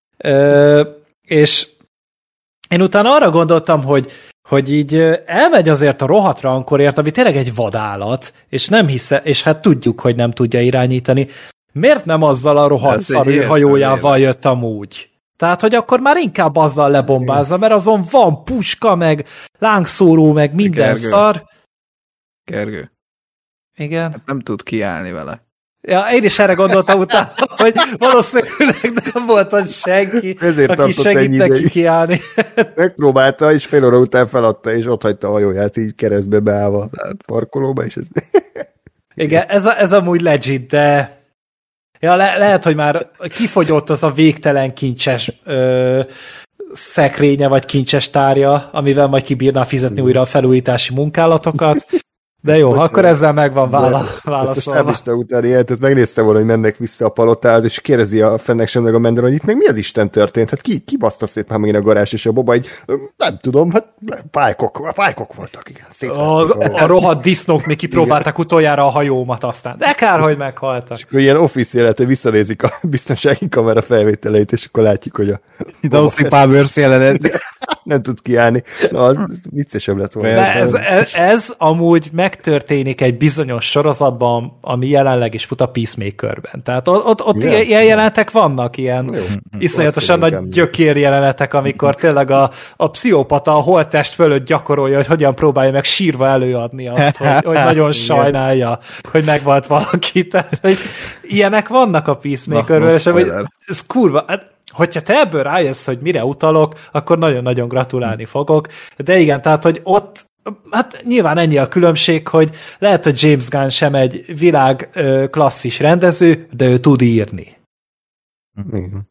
és én utána arra gondoltam, hogy, hogy így elmegy azért a rohadt rankorért, ami tényleg egy vadállat, és nem hisze, és hát tudjuk, hogy nem tudja irányítani. Miért nem azzal a rohadt szarű hajójával jött amúgy? Tehát, hogy akkor már inkább azzal lebombázza, mert azon van puska, meg lángszóró, meg minden Gergő. szar. Gergő. Igen. Hát nem tud kiállni vele. Ja, én is erre gondoltam utána, hogy valószínűleg nem volt ott senki, Ezért aki segít neki kiállni. Megpróbálta, és fél óra után feladta, és ott hagyta a hajóját így keresztbe beállva a parkolóba, és ez... Igen, ez, a, ez amúgy legit, de ja, le, lehet, hogy már kifogyott az a végtelen kincses ö, szekrénye, vagy kincses tárja, amivel majd kibírná fizetni újra a felújítási munkálatokat. De jó, Bocsánat. Akkor ezzel megvan vála, válaszolva. Ezt a stábista utáni életet megnézte volna, hogy mennek vissza a palotához, és kérdezi a fennek sem meg a Mendel, hogy itt meg mi az Isten történt? Hát ki, ki baszta szét már megint a garázs, és a Boba így, nem tudom, hát pálykok, pálykok voltak, igen. Az, a rohadt disznók még kipróbálták utoljára a hajómat aztán. De kár, hogy meghaltak. És akkor ilyen office élete visszanézik a biztonsági kamera felvételeit, és akkor látjuk, hogy a... Itt Austin Powers jelenet. Nem tud kiállni. Na, az, az viccesebb lett volna. De ez, ez, ez amúgy megtörténik egy bizonyos sorozatban, ami jelenleg is fut a Peacemakerben. Tehát ott, ott, ott yeah. ilyen jelenetek vannak, ilyen jó. Iszonyatosan nagy gyökér jelenetek, amikor tényleg a, a pszichopata a holttest fölött gyakorolja, hogy hogyan próbálja meg sírva előadni azt, hogy, hogy nagyon sajnálja, hogy megvalt valaki. Tehát, hogy ilyenek vannak a Peacemakerben, és hogy ez kurva... Hogyha te ebből rájössz, hogy mire utalok, akkor nagyon-nagyon gratulálni fogok. De igen, tehát, hogy ott, hát nyilván ennyi a különbség, hogy lehet, hogy James Gunn sem egy világ klasszis rendező, de ő tud írni. Igen.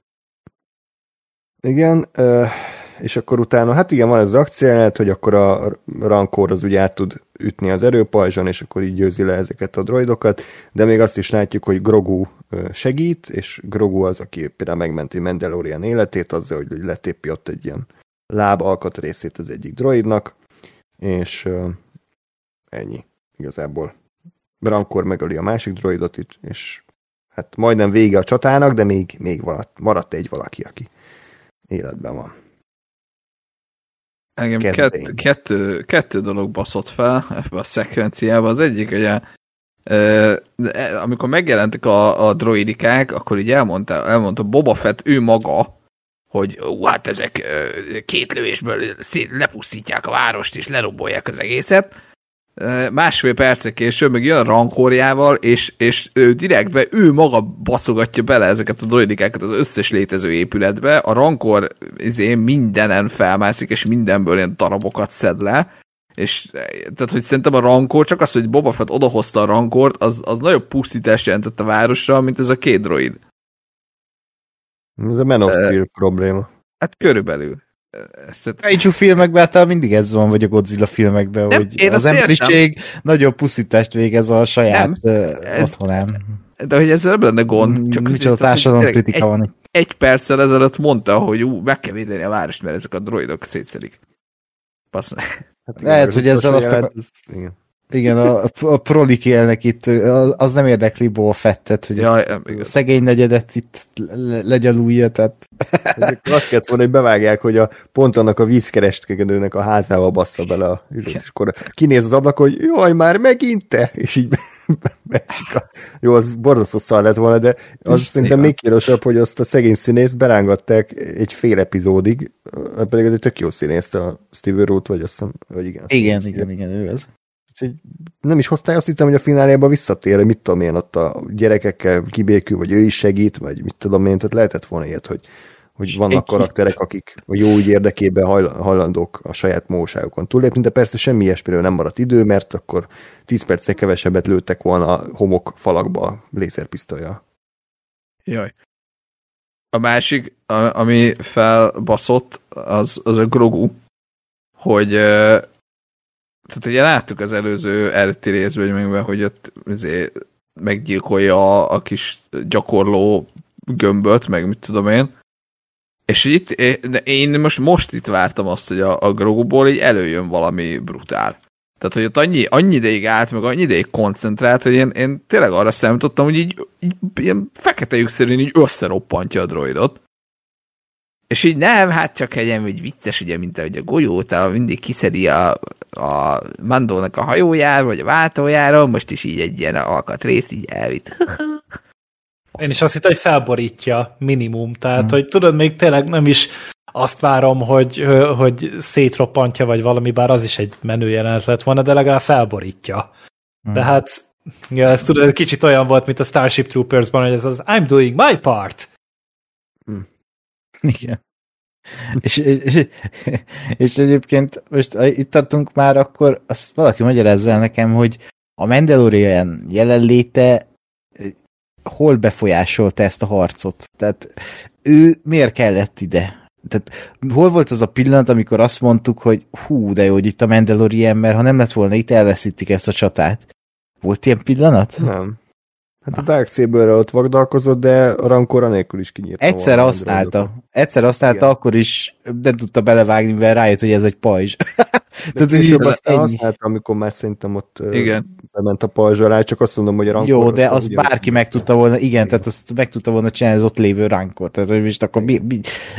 Igen, és akkor utána, hát igen, van ez az akciójelenet, hogy akkor a Rancor az úgy át tud ütni az erőpajzson, és akkor így győzi le ezeket a droidokat, de még azt is látjuk, hogy Grogu segít, és Grogu az, aki például megmenti Mandalorian életét, azzal, hogy letépi ott egy ilyen láb alkatrészét az egyik droidnak, és uh, ennyi igazából. Rancor megöli a másik droidot itt, és hát majdnem vége a csatának, de még, még valatt, maradt egy valaki, aki életben van. Engem kett, kettő, kettő dolog baszott fel ebbe a szekvenciába. Az egyik, ugye, e, amikor megjelentek a, a droidikák, akkor így elmondta, elmondta Boba Fett ő maga, hogy ó, hát ezek két lövésből lepusztítják a várost, és lerombolják az egészet. Másfél percre később meg jön a rankorjával, és, és ő direktbe ő maga baszogatja bele ezeket a droidikákat az összes létező épületbe. A rankor izé mindenen felmászik, és mindenből ilyen darabokat szed le. És tehát, hogy szerintem a rankor, csak az, hogy Boba Fett odahozta a rankort, az, az nagyobb pusztítást jelentett a városra, mint ez a két droid. Ez a Man of Steel uh, probléma. Hát körülbelül. Kaiju filmekben általában mindig ez van, vagy a Godzilla filmekben, nem, hogy az emberiség nagyobb pusztítást végez a saját nem, ez, otthonán. De hogy ezzel nem lenne gond. Csak micsoda társadalom kritika van. Egy, egy perccel ezelőtt mondta, hogy ú, meg kell védeni a várost, mert ezek a droidok szétszedik. Passz meg. Hát lehet, hogy ezzel azt akar... Igen. Igen, a, a prolik élnek itt, az nem érdekli Boba Fettet, hogy ja, a szegény negyedet itt le, legyalulja, tehát... Azt kellett volna, hogy bevágják, hogy a, pont annak a vízkereskedőnek a házába bassza bele a... És akkor kinéz az ablak, hogy jaj, már megint te! És így beesik a... Jó, az borzasztó szar lett volna, de az szerintem még kínosabb, hogy azt a szegény színészt berángatták egy fél epizódig, pedig ez egy tök jó színész, a Steve Root, vagy azt hiszem, vagy igen. Igen, igen, igen, ő az. Nem is hozták, azt hittem, hogy a fináléban visszatér, hogy mit tudom én, ott a gyerekekkel kibékül, vagy ő is segít, vagy mit tudom én, tehát lehetett volna ilyet, hogy, hogy vannak karakterek, akik a jó ügy érdekében hajlandók a saját móságokon túllépni, de persze semmi ilyesmiről nem maradt idő, mert akkor tíz perccel kevesebbet lőttek volna a homok falakba lézerpisztollyal. Jaj. A másik, ami felbaszott, az, az a Grogu, hogy tehát ugye láttuk az előző előtti részben, hogy ott azért meggyilkolja a, a kis gyakorló gömböt, meg mit tudom én. És itt, de én most, most itt vártam azt, hogy a, a Groguból így előjön valami brutál. Tehát, hogy ott annyi, annyi ideig állt, meg annyi ideig koncentrált, hogy én, én tényleg arra számítottam, hogy így, így ilyen fekete lyukszerűen így összeroppantja a droidot. És így nem, hát csak egy ilyen vicces, ugye, mint ahogy a golyóta mindig kiszedi a, a Mandónak a hajójára, vagy a váltójára, most is így egy ilyen alkatrész így elvitt. Én is azt hittem, hogy felborítja minimum, tehát, hmm. hogy tudod, még tényleg nem is azt várom, hogy, hogy szétroppantja, vagy valami, bár az is egy menő jelenet lett volna, de legalább felborítja. Hmm. De hát, ja, ez tudod, ez kicsit olyan volt, mint a Starship Troopers-ban, hogy ez az I'm doing my part. Hmm. Igen. és, és, és egyébként most itt tartunk már, akkor azt valaki magyarázza nekem, hogy a Mandalorian jelenléte hol befolyásolta ezt a harcot? Tehát ő miért kellett ide? Tehát hol volt az a pillanat, amikor azt mondtuk, hogy hú, de jó, hogy itt a Mandalorian, mert ha nem lett volna itt, elveszítik ezt a csatát. Volt ilyen pillanat? Nem. Hát a Darksaberre ott vagdalkozott, de a Rancor anélkül is kinyírta. Egyszer használta. Egyszer használta, akkor is nem tudta belevágni, mert rájött, hogy ez egy pajzs. De később aztán használta, amikor már szerintem ott igen. bement a pajzs alá, csak azt mondom, hogy a Rancor... Jó, de az bárki meg tudta volna, igen, tehát azt meg tudta volna csinálni az ott lévő Rancor. Tehát hogy most akkor mi, mi,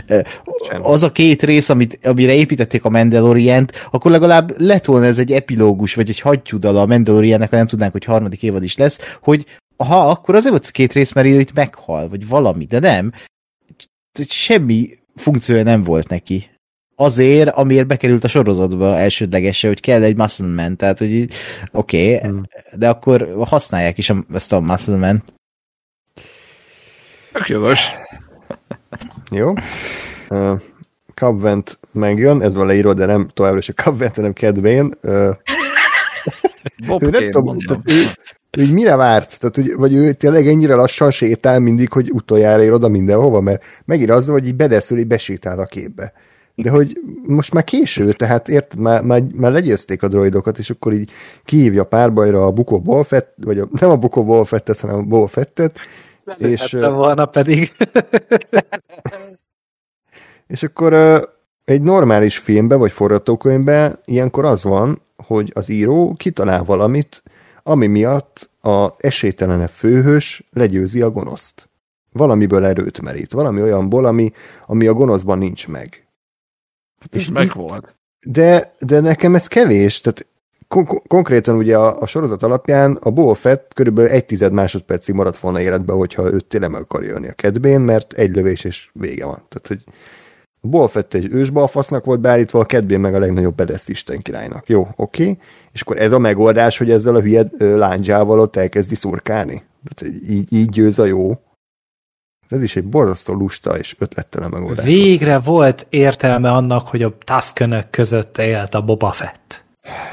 az a két rész, amit, amire építették a Mandalorient, akkor legalább lett volna ez egy epilógus, vagy egy hattyúdala a Mandaloriannek, ha nem tudnánk, hogy harmadik évad is lesz, hogy ha, akkor azért volt két rész, mert ő itt meghal, vagy valami, de nem. Semmi funkciója nem volt neki. Azért, amiért bekerült a sorozatba elsődlegesen, hogy kell egy muscle man, tehát, hogy oké, okay, hmm. de akkor használják is a, ezt a muscle man-t. Tök jogos. Jó. Uh, Cobb Vanth megjön, ez van leíró, de nem továbbra is a Cobb Vanth, hanem Cad Bane. Uh, ő nem tudom, tehát ő, ő mire várt? Tehát, hogy, vagy ő tényleg ennyire lassan sétál mindig, hogy utoljára ér oda mindenhova, mert megír azzal, hogy így bedeszül, így besétál a képbe. De hogy most már késő, tehát érted, már, már, már legyőzték a droidokat, és akkor így kihívja párbajra a Book of Boba Fett, vagy a, nem a Book of Boba Fettet, hanem a Boba Fettet. És volna pedig. És akkor egy normális filmben, vagy forgatókönyvben ilyenkor az van, hogy az író kitalál valamit, ami miatt a esélytelenebb főhős legyőzi a gonoszt. Valamiből erőt merít. Valami olyanból, ami, ami a gonoszban nincs meg. Hát és meg volt. De, de nekem ez kevés. Tehát kon- konkrétan ugye a, a sorozat alapján a Boba Fett körülbelül egy tized másodpercig maradt volna életben, hogyha őt tényleg meg akar jönni a Cad Bane, mert egy lövés és vége van. Tehát, hogy a Boba Fett egy ősbalfasznak volt beállítva, a Cad Bane meg a legnagyobb bedesz Isten királynak. Jó, oké. Okay. És akkor ez a megoldás, hogy ezzel a hülye lándzsával ott elkezdi szurkálni. Tehát így, így győz a jó. Ez is egy borzasztó lusta és ötlettelen megoldás. Végre volt értelme annak, hogy a Tuskenök között élt a Boba Fett.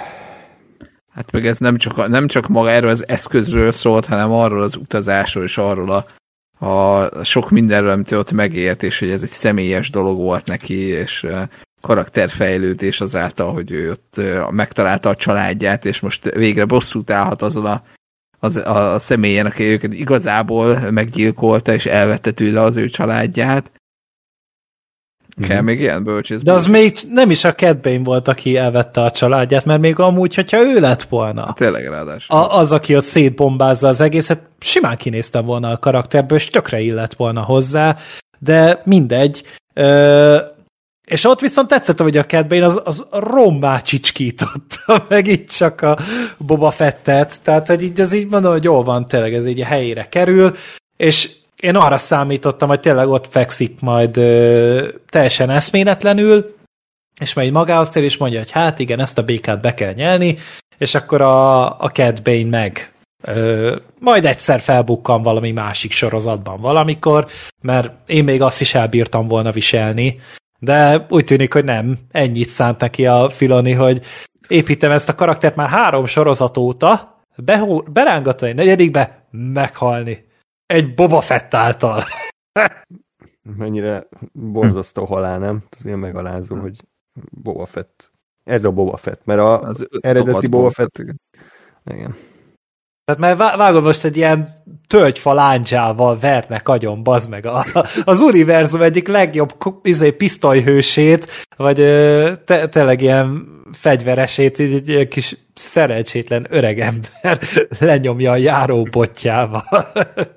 Hát meg ez nem csak, nem csak maga erről az eszközről szólt, hanem arról az utazásról és arról a, a sok mindenről, amit ott megélt, és hogy ez egy személyes dolog volt neki, és karakterfejlődés azáltal, hogy ő ott megtalálta a családját, és most végre bosszút állhat azon a Az, a, a személyen, aki őket igazából meggyilkolta, és elvette tőle az ő családját. Mm. Kell még ilyen bölcsész? De az még nem is a Cad Bane volt, aki elvette a családját, mert még amúgy, hogyha ő lett volna. Hát tényleg ráadásul. A, az, aki ott szétbombázza az egészet, simán kinéztem volna a karakterből, és tökre illett volna hozzá, de mindegy. Ö- És ott viszont tetszett, hogy a Cad Bane az, az rommá csicskította meg így csak a Boba Fettet, tehát hogy így ez így mondom, hogy jól van, tényleg ez így a helyére kerül, és én arra számítottam, hogy tényleg ott fekszik majd ö, teljesen eszméletlenül, és majd magához tér, és mondja, hogy hát igen, ezt a békát be kell nyelni, és akkor a, a Cad Bane meg ö, majd egyszer felbukkan valami másik sorozatban valamikor, mert én még azt is elbírtam volna viselni, de úgy tűnik, hogy nem. Ennyit szánt neki a Filoni, hogy építem ezt a karaktert már három sorozat óta, behó- berángatni egy negyedikbe, meghalni. Egy Boba Fett által. Mennyire borzasztó halál, nem? Ez ilyen megalázó, hogy Boba Fett Ez a Boba Fett, mert a Az eredeti Boba Fett... igen. Igen. Tehát mert vágod, most egy ilyen tölgyfa láncsával vernek agyon, bazd meg a, az univerzum egyik legjobb izé, pisztolyhősét, vagy te, tényleg ilyen fegyveresét, egy, egy kis szerencsétlen öregember lenyomja a járóbotjával.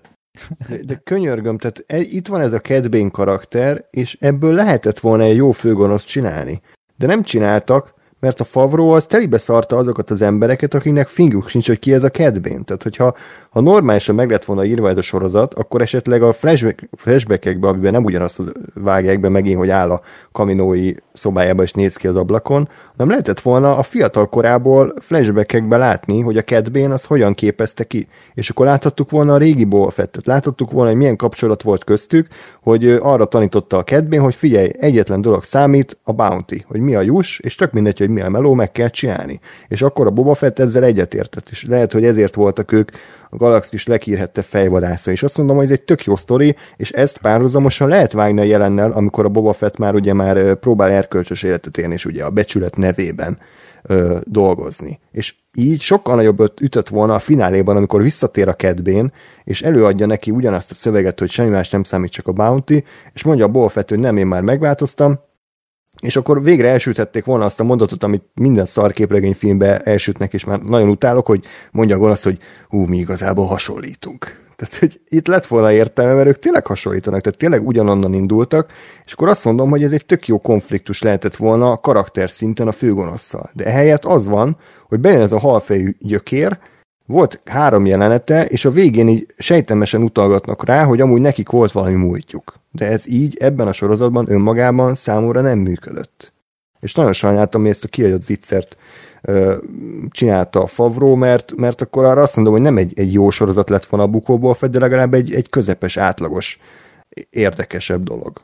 De könyörgöm, tehát itt van ez a Cad Bane karakter, és ebből lehetett volna egy jó főgonoszt csinálni. De nem csináltak, mert a Favreau az telibe szarta azokat az embereket, akiknek fingjuk sincs, hogy ki ez a Cad Bane. Tehát, hogyha ha normálisan meg lett volna írva ez a sorozat, akkor esetleg a flashback, flashbackekben, amiben nem ugyanazt az vágják be megint, hogy áll a kaminói szobájába és néz ki az ablakon, hanem lehetett volna a fiatal korából flashbackekben látni, hogy a Cad Bane az hogyan képezte ki. És akkor láthattuk volna a régi Boba Fettet, láthattuk volna, hogy milyen kapcsolat volt köztük, hogy arra tanította a Cad Bane, hogy figyelj, egyetlen dolog számít, a bounty, hogy mi a juss, és tök mindegy, hogy mi a meló, meg kell csinálni. És akkor a Boba Fett ezzel egyetértett, és lehet, hogy ezért voltak ők a galaxis leghírhette fejvadásza. És azt mondom, hogy ez egy tök jó sztori, és ezt párhuzamosan lehet vágni a jelennel, amikor a Boba Fett már ugye már próbál erkölcsös életet élni, és ugye a becsület nevében ö, dolgozni. És így sokkal nagyobb ütött volna a fináléban, amikor visszatér a Cad Bane, és előadja neki ugyanazt a szöveget, hogy semmi más nem számít, csak a bounty, és mondja a Boba Fett, hogy nem, én már megváltoztam, és akkor végre elsüthették volna azt a mondatot, amit minden szarképregény filmben elsütnek, és már nagyon utálok, hogy mondja a gonosz, hogy hú, mi igazából hasonlítunk. Tehát, hogy itt lett volna értelme, mert ők tényleg hasonlítanak, tehát tényleg ugyanonnan indultak, és akkor azt mondom, hogy ez egy tök jó konfliktus lehetett volna a karakter szinten a főgonosszal. De ehelyett az van, hogy bejön ez a halfejű gyökér, volt három jelenete, és a végén így sejtemesen utalgatnak rá, hogy amúgy nekik volt valami múltjuk. De ez így ebben a sorozatban önmagában számomra nem működött. És nagyon sajnáltam, hogy ezt a kiadott zicsert ö, csinálta a Favreau, mert, mert akkor arra azt mondom, hogy nem egy, egy jó sorozat lett volna a Bukóból, de legalább egy, egy közepes, átlagos, érdekesebb dolog.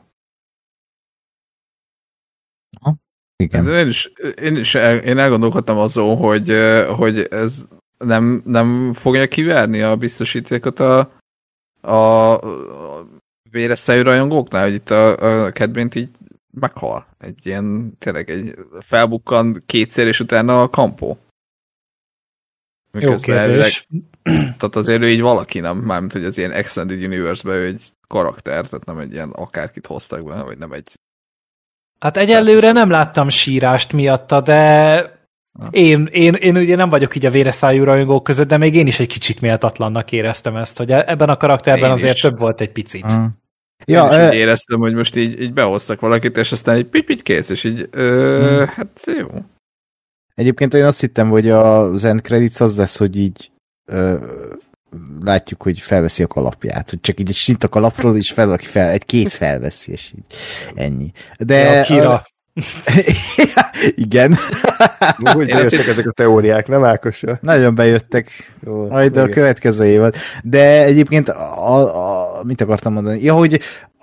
Ha, igen. Én is, én is el, én elgondolkodtam azon, hogy, hogy ez nem, nem fogja kiverni a biztosítékot a, a, a véres szájú rajongóknál, hogy itt a, a Cad Bane-t így meghal. Egy ilyen, tényleg egy felbukkan kétszer, és utána a kampó. Jó kérdés. Tehát azért ő így valaki, nem? Mármint, hogy az ilyen Extended Universe-ben ő egy karakter, tehát nem egy ilyen akárkit hoztak be, vagy nem egy... Hát egyelőre nem láttam sírást miatta, de én, én, én ugye nem vagyok így a véres szájú rajongók között, de még én is egy kicsit méltatlannak éreztem ezt, hogy ebben a karakterben én azért is. Több volt egy picit. Uh. Ja, én is ö... így éreztem, hogy most így, így behoztak valakit, és aztán egy picit kész, és így, ö, hmm. hát jó. Egyébként én azt hittem, hogy az end credits az lesz, hogy így ö, látjuk, hogy felveszi a kalapját, hogy csak így sint a kalapról, és fel, aki fel, egy kéz felveszi, és így ennyi. De ja, Kira. A... Igen. Úgy bejöttek ezek a teóriák, nem Ákossal? Nagyon bejöttek. Jó, majd a következő évad. De egyébként a, a, mit akartam mondani? Ja, hogy a,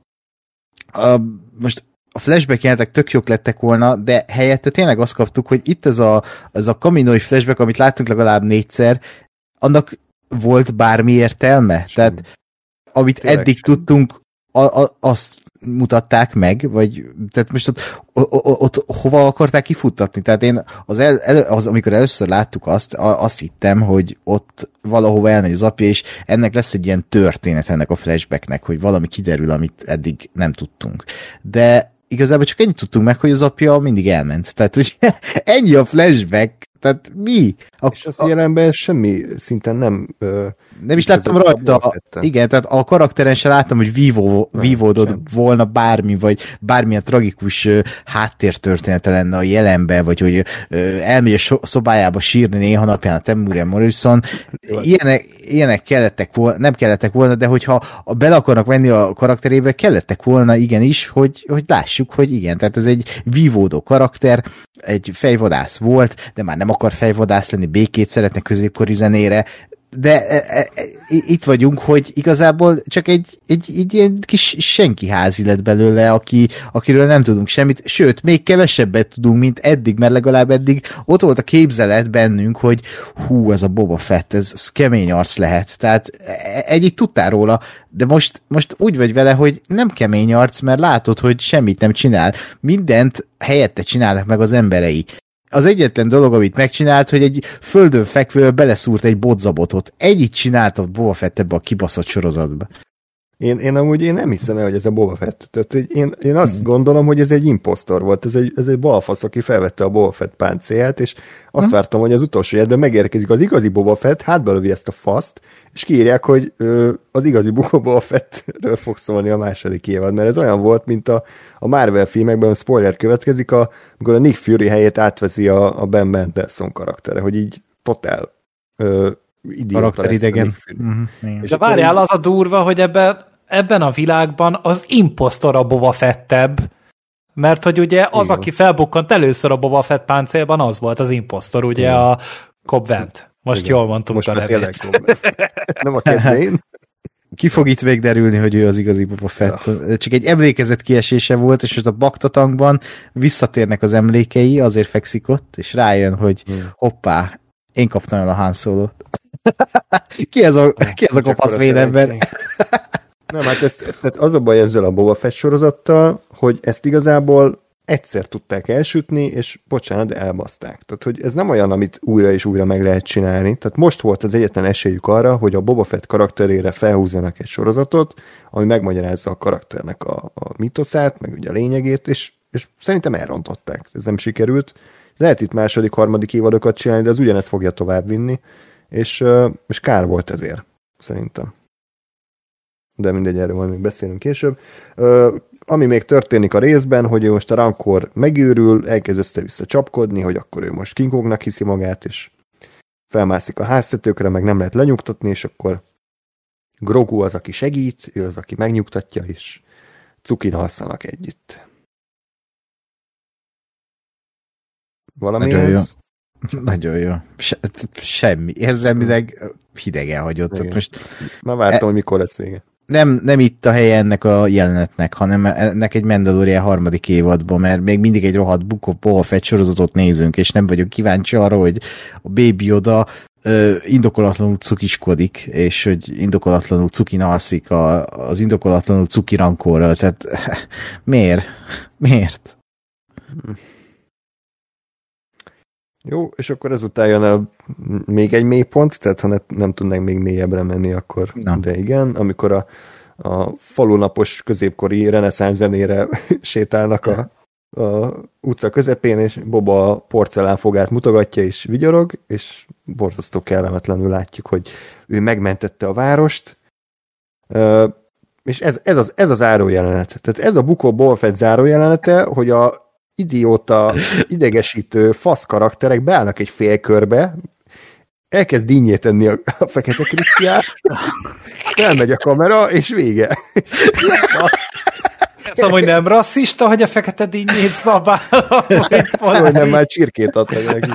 a most a flashback jelentek tök jók lettek volna, de helyette tényleg azt kaptuk, hogy itt ez a, ez a kaminói flashback, amit láttunk legalább négyszer, annak volt bármi értelme? Sem. Tehát amit tényleg eddig sem. tudtunk, a, a, azt mutatták meg, vagy tehát most ott, ott, ott hova akarták kifuttatni? Tehát én az, el, el, az amikor először láttuk azt, azt hittem, hogy ott valahova elmegy az apja, és ennek lesz egy ilyen történet ennek a flashbacknek, hogy valami kiderül, amit eddig nem tudtunk. De igazából csak ennyit tudtunk meg, hogy az apja mindig elment. Tehát, hogy ennyi a flashback, tehát mi? A, és az a, jelenben semmi szinten nem... Ö, nem is láttam rajta. Igen, tehát a karakteren se láttam, hogy vívó, vívódott volna bármi, vagy bármilyen tragikus ö, háttértörténete lenne a jelenben, vagy hogy ö, elmegy a so, szobájába sírni néha napján a Temuria Morrison. Ilyenek, ilyenek kellettek volna, nem kellettek volna, de hogyha bele akarnak venni a karakterébe, kellettek volna igenis, hogy, hogy lássuk, hogy igen, tehát ez egy vívódó karakter, egy fejvadász volt, de már nem akar fejvadász lenni, békét szeretne középkori zenére, de e, e, itt vagyunk, hogy igazából csak egy, egy, egy ilyen kis senkiházi lett belőle, aki, akiről nem tudunk semmit, sőt, még kevesebbet tudunk, mint eddig, mert legalább eddig ott volt a képzelet bennünk, hogy hú, ez a Boba Fett, ez, ez kemény arc lehet. Tehát egyik tudtál róla, de most, most úgy vagy vele, hogy nem kemény arc, mert látod, hogy semmit nem csinál. Mindent helyette csinálnak meg az emberei. Az egyetlen dolog, amit megcsinált, hogy egy földön fekvő beleszúrt egy bodzabotot. Egyit csinált a Boba Fett ebbe a kibaszott sorozatba. Én, én amúgy én nem hiszem el, hogy ez a Boba Fett. Tehát én, én azt hmm. gondolom, hogy ez egy imposztor volt. Ez egy, ez egy balfasz, aki felvette a Boba Fett páncélját, és azt hmm. vártam, hogy az utolsó életben megérkezik az igazi Boba Fett, hátbelövi ezt a faszt, és kiírják, hogy ö, az igazi Boba Fettről fog szólni a második évad. Mert ez olyan volt, mint a, a Marvel filmekben, a spoiler következik, a, amikor a Nick Fury helyét átveszi a, a Ben Mendelsohn karaktere, hogy így totál ö, karakter idegen. Uh-huh. De várjál, az a durva, hogy ebben, ebben a világban az imposztor a Boba Fettebb, mert hogy ugye az, igen, aki felbukkant először a Boba Fett páncélban, az volt az imposztor, ugye, igen, a Cobb Vanth. Most igen, jól mondtunk most a nevét. Nem a kedvein. Ki fog itt végderülni, hogy ő az igazi Boba Fett? Ja. Csak egy emlékezet kiesése volt, és most a Baktatankban visszatérnek az emlékei, azért fekszik ott, és rájön, hogy hmm. hoppá, én kaptam el a Han Solo-t. Ki ez a, ki ez a kopasz vénember? Nem, hát ez, tehát az a baj ezzel a Boba Fett sorozattal, hogy ezt igazából egyszer tudták elsütni, és bocsánat, de elbaszták. Tehát, hogy ez nem olyan, amit újra és újra meg lehet csinálni. Tehát most volt az egyetlen esélyük arra, hogy a Boba Fett karakterére felhúzzanak egy sorozatot, ami megmagyarázza a karakternek a, a mitoszát, meg ugye a lényegét, és, és szerintem elrontották. Ez nem sikerült. Lehet itt második, harmadik évadokat csinálni, de az ugyanezt fogja tovább vinni, és, és kár volt ezért, szerintem. De mindegy, erről majd még beszélünk később. Ami még történik a részben, hogy ő most a Rancor megőrül, elkezd össze-vissza csapkodni, hogy akkor ő most King Kongnak hiszi magát, és felmászik a háztetőkre, meg nem lehet lenyugtatni, és akkor Grogu az, aki segít, ő az, aki megnyugtatja, és cukin alszanak együtt. Valami Nagyon ez? Jó. Nagyon jó. Se, semmi. Érzelmileg hidegen hagyott. Most már vártam, e- hogy mikor lesz vége. Nem, nem itt a helye ennek a jelenetnek, hanem ennek egy Mandalorian harmadik évadban, mert még mindig egy rohadt Book of Boba Fett sorozatot nézünk, és nem vagyok kíváncsi arra, hogy a Baby Yoda ö, indokolatlanul cukiskodik, és hogy indokolatlanul cukin alszik a, az indokolatlanul cuki Rancorral. Tehát miért? Miért? Jó, és akkor ezután jön el még egy mélypont, tehát ha ne, nem tudnánk még mélyebbre menni, akkor nem. De igen, amikor a, a falunapos középkori reneszánsz zenére sétálnak a, a utca közepén, és Boba a porcelánfogát mutogatja, és vigyorog, és borzasztó kellemetlenül látjuk, hogy ő megmentette a várost, és ez, ez, az, ez az zárójelenet. Tehát ez a Book of Boba Fett zárójelenete, hogy a idióta, idegesítő fasz karakterek beállnak egy félkörbe, elkezd dinnyét tenni a, a Fekete Krisztián, elmegy a kamera, és vége. Szóval, hogy nem rasszista, hogy a fekete dinnyét zabál. Hogy nem, már csirkét adta neki.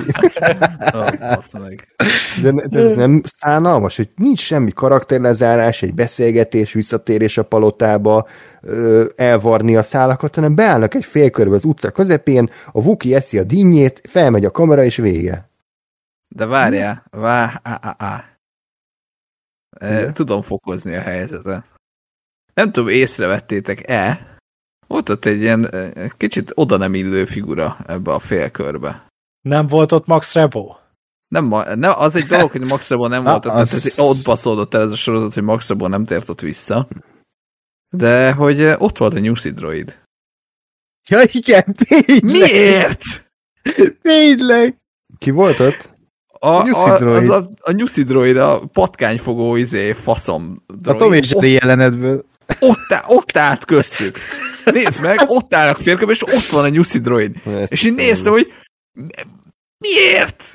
De, de ez nem szánalmas, hogy nincs semmi karakterlezárás, egy beszélgetés, visszatérés a palotába, elvarni a szálakat, hanem beállnak egy félkörbe az utca közepén, a Wookie eszi a dinnyét, felmegy a kamera, és vége. De várjál, vá, á, á, á. E, tudom fokozni a helyzetet. Nem tudom, észrevettétek-e, volt ott egy ilyen kicsit oda nem illő figura ebbe a félkörbe. Nem volt ott Max Rebo? Nem, nem, az egy dolog, hogy Max Rebo nem volt ott, az... ez, ott baszódott el ez a sorozat, hogy Max Rebo nem tért ott vissza. De hogy ott volt a Nyuszi droid. Ja igen, tényleg! Miért? Tényleg! Ki volt ott? A, a, az a, a Nyuszi droid, a patkányfogó izé, faszom droid. A Tom és Jerry jelenetből. Ott, á, ott állt köztük. Nézd meg, ott állnak félkörben, és ott van a Nyuszi droid. Ezt és én néztem, hogy miért?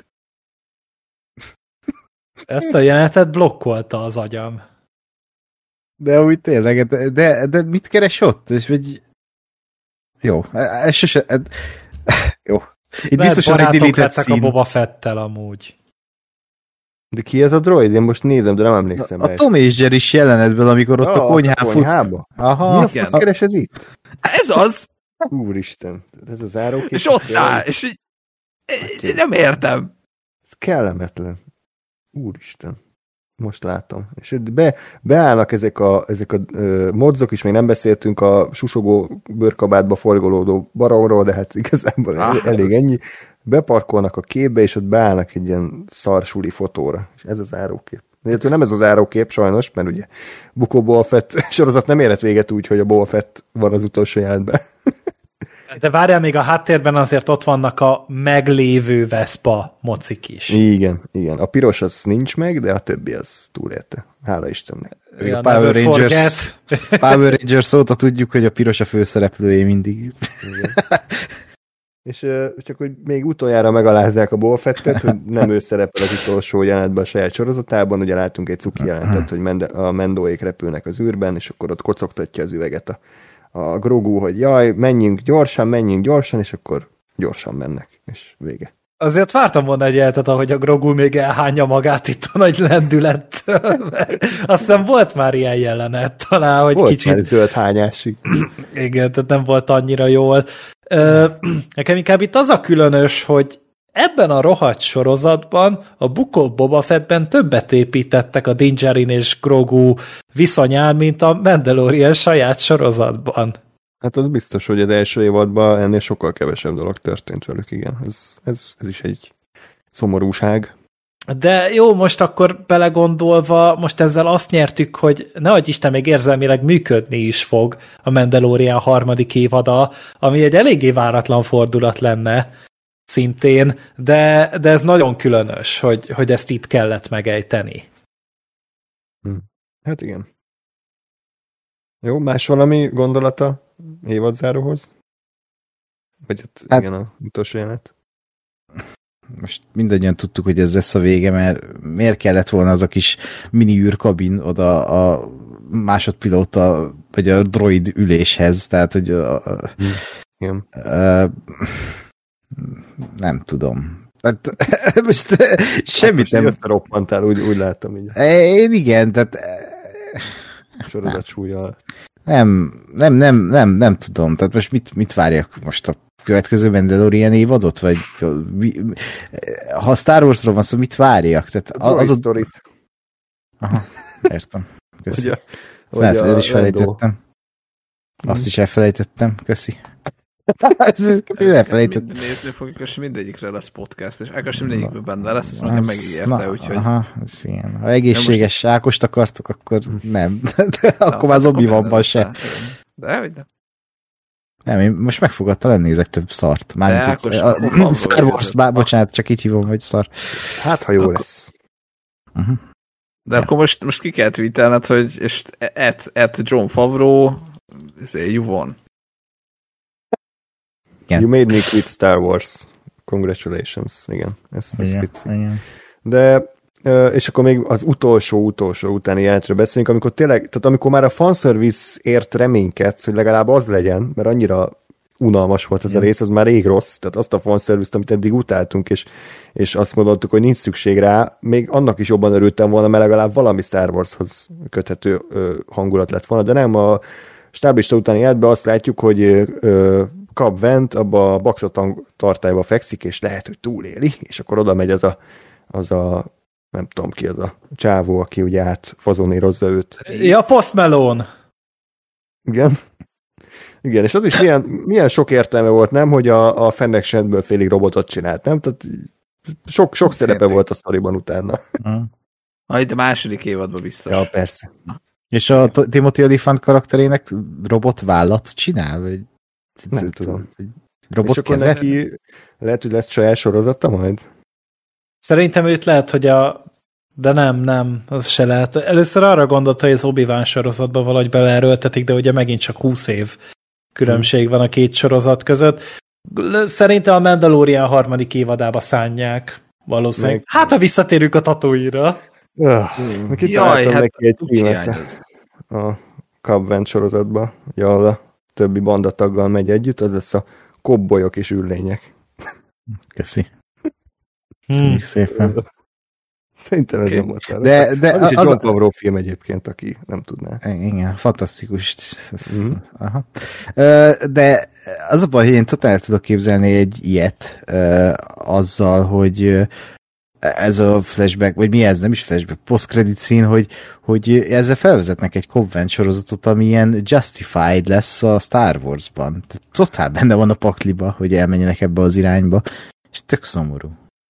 Ezt a jelenetet blokkolta az agyam. De úgy tényleg, de, de, de mit keres ott? És vagy... Jó, ez sose... Ez... Jó. Itt biztosan egy deleted szín. A Boba Fettel amúgy. De ki ez a droid? Én most nézem, de nem emlékszem. A, a Tom és Jerry is jelenetből, amikor ott ja, a konyhán fut. Konyhába? Aha. Mi a fasz keres ez itt? Ez az! Úristen, ez az zárókép. És ott áll, és így, én nem értem. Ez kellemetlen. Úristen. Most látom. És be, beállnak ezek a, ezek a uh, modzok is, még nem beszéltünk a susogó bőrkabátba forgolódó baromról, de hát igazából ah, el, elég ez... ennyi. Beparkolnak a képbe, és ott beállnak egy ilyen szarsuli fotóra. És ez az zárókép. De nem ez az zárókép sajnos, mert ugye Bukó Boba Fett sorozat nem érett véget úgy, hogy a Boba Fett van az utolsó jelentben. De várjál, még a háttérben azért ott vannak a meglévő Vespa mocik is. Igen, igen. A piros az nincs meg, de a többi az túlélte. Hála Istennek. Ja, a Power Rangers, Power Rangers óta tudjuk, hogy a piros a főszereplője mindig. Igen. És uh, csak hogy még utoljára megalázzák a Boba Fettet, hogy nem ő szerepel az utolsó jelenetben a saját sorozatában, ugye látunk egy cuki jelentet, hogy Mende- a Mendóék repülnek az űrben, és akkor ott kocogtatja az üveget a, a Grogu, hogy jaj, menjünk gyorsan, menjünk gyorsan, és akkor gyorsan mennek, és vége. Azért vártam volna egy jelentet, ahogy a Grogu még elhányja magát itt a nagy lendülettől. Azt hiszem volt már ilyen jelenet, talán, hogy volt kicsit... Volt zöld hányásig. Igen, tehát nem volt annyira jól. Nekem inkább itt az a különös, hogy ebben a rohadt sorozatban, a Book of Boba Fettben többet építettek a Din Djarin és Grogu viszonyán, mint a Mandalorian saját sorozatban. Hát az biztos, hogy az első évadban ennél sokkal kevesebb dolog történt velük, igen. Ez, ez, ez is egy szomorúság. De jó, most akkor belegondolva, most ezzel azt nyertük, hogy nehogy Isten még érzelmileg működni is fog a Mandalorian harmadik évada, ami egy eléggé váratlan fordulat lenne szintén, de, de ez nagyon különös, hogy, hogy ezt itt kellett megejteni. Hm. Hát igen. Jó, más valami gondolata évadzáróhoz? Vagy ott hát, igen, a utolsó jelenet? Most mindannyian tudtuk, hogy ez lesz a vége, mert miért kellett volna az a kis mini űrkabin oda a másodpilóta, vagy a droid üléshez, tehát, hogy a, a, igen. A, nem tudom. Hát, most semmit hát nem... Összeroppantál, úgy, úgy láttam így. Én igen, tehát... Sorozat súlya. Nem, nem, nem, nem, nem tudom. Tehát most mit, mit várjak most a következő Mandalorian évadot? Vagy ha Star Warsról van szó, mit várjak? Tehát a az a sztorit. Aha, értem. Köszi. Ugye, Ezt el is felejtettem. Azt is elfelejtettem. Köszi. Mind, nézni fogjuk, és mindegyikre lesz podcast, és Ákos mindegyikben benne lesz, ezt nekem megígérte, úgyhogy... Aha, ez ilyen. Ha egészséges most... Ákost akartok, akkor nem. De akkor már zombi van se. De, hogy nem. Nem, én most megfogadta, nem nézek több szart. Már Star Wars, bár, bocsánat, csak így hívom, hogy szar. Hát, ha jó akkor... lesz. Uh-huh. De ja. Akkor most, most ki kell tweetelned, hogy és at, at John Favreau you won. Igen. You made me quit Star Wars. Congratulations. Igen. Ez, ez igen, igen. De, és akkor még az utolsó-utolsó utáni jelentről beszélünk, amikor tényleg, tehát amikor már a fanservice ért reménykedsz, hogy legalább az legyen, mert annyira unalmas volt ez a rész, az már rég rossz, tehát azt a fanservice-t, amit eddig utáltunk, és, és azt gondoltuk, hogy nincs szükség rá, még annak is jobban örültem volna, mert legalább valami Star Warshoz köthető ö, hangulat lett volna, de nem, a stáblista utáni jelentben azt látjuk, hogy ö, Cobb Vanth abba a Baxotang tartályba fekszik, és lehet, hogy túléli, és akkor oda megy az a, az a nem tudom ki az a csávó, aki ugye átfazonírozza őt. Ja, Post Malone. Igen. Igen, és az is milyen, milyen sok értelme volt, nem, hogy a, a Fennec Shand-ből félig robotot csinált, nem? Tehát sok, sok szerepe Érték. volt a sztoriban utána. Majd a második évadban biztos. Ja, persze. És a Timothy Olyphant karakterének robotvállat csinál? Vagy... Nem tudom. Robot és akkor neki lehet, hogy lesz saját sorozata majd? Szerintem őt lehet, hogy a... De nem, nem, az se lehet. Először arra gondolta, hogy az Obi-Wan sorozatban valahogy beleerőltetik, de ugye megint csak húsz év különbség hmm. van a két sorozat között. Szerintem a Mandalorian harmadik évadába szánják valószínűleg. Meg... Hát, ha visszatérünk a Tatooine-ra. Uh, hmm. Kitaláltam hát neki egy címet a Cobb Vanth sorozatba, hogy a többi bandataggal megy együtt, az lesz a kobbolyok és üllények. Köszi. Köszönjük hmm. szépen. Szerintem ez nem volt arra. De, de az, az is egy az John Favreau film egyébként, aki nem tudná. Igen, fantasztikus. Mm. Aha. De az a baj, hogy én totál el tudok képzelni egy ilyet azzal, hogy ez a flashback, vagy mi ez, nem is flashback, post-credit szín, hogy, hogy ezzel felvezetnek egy Covenant sorozatot, ami ilyen Justified lesz a Star Wars-ban. Tehát totál benne van a pakliba, hogy elmenjenek ebbe az irányba, és tök szomorú.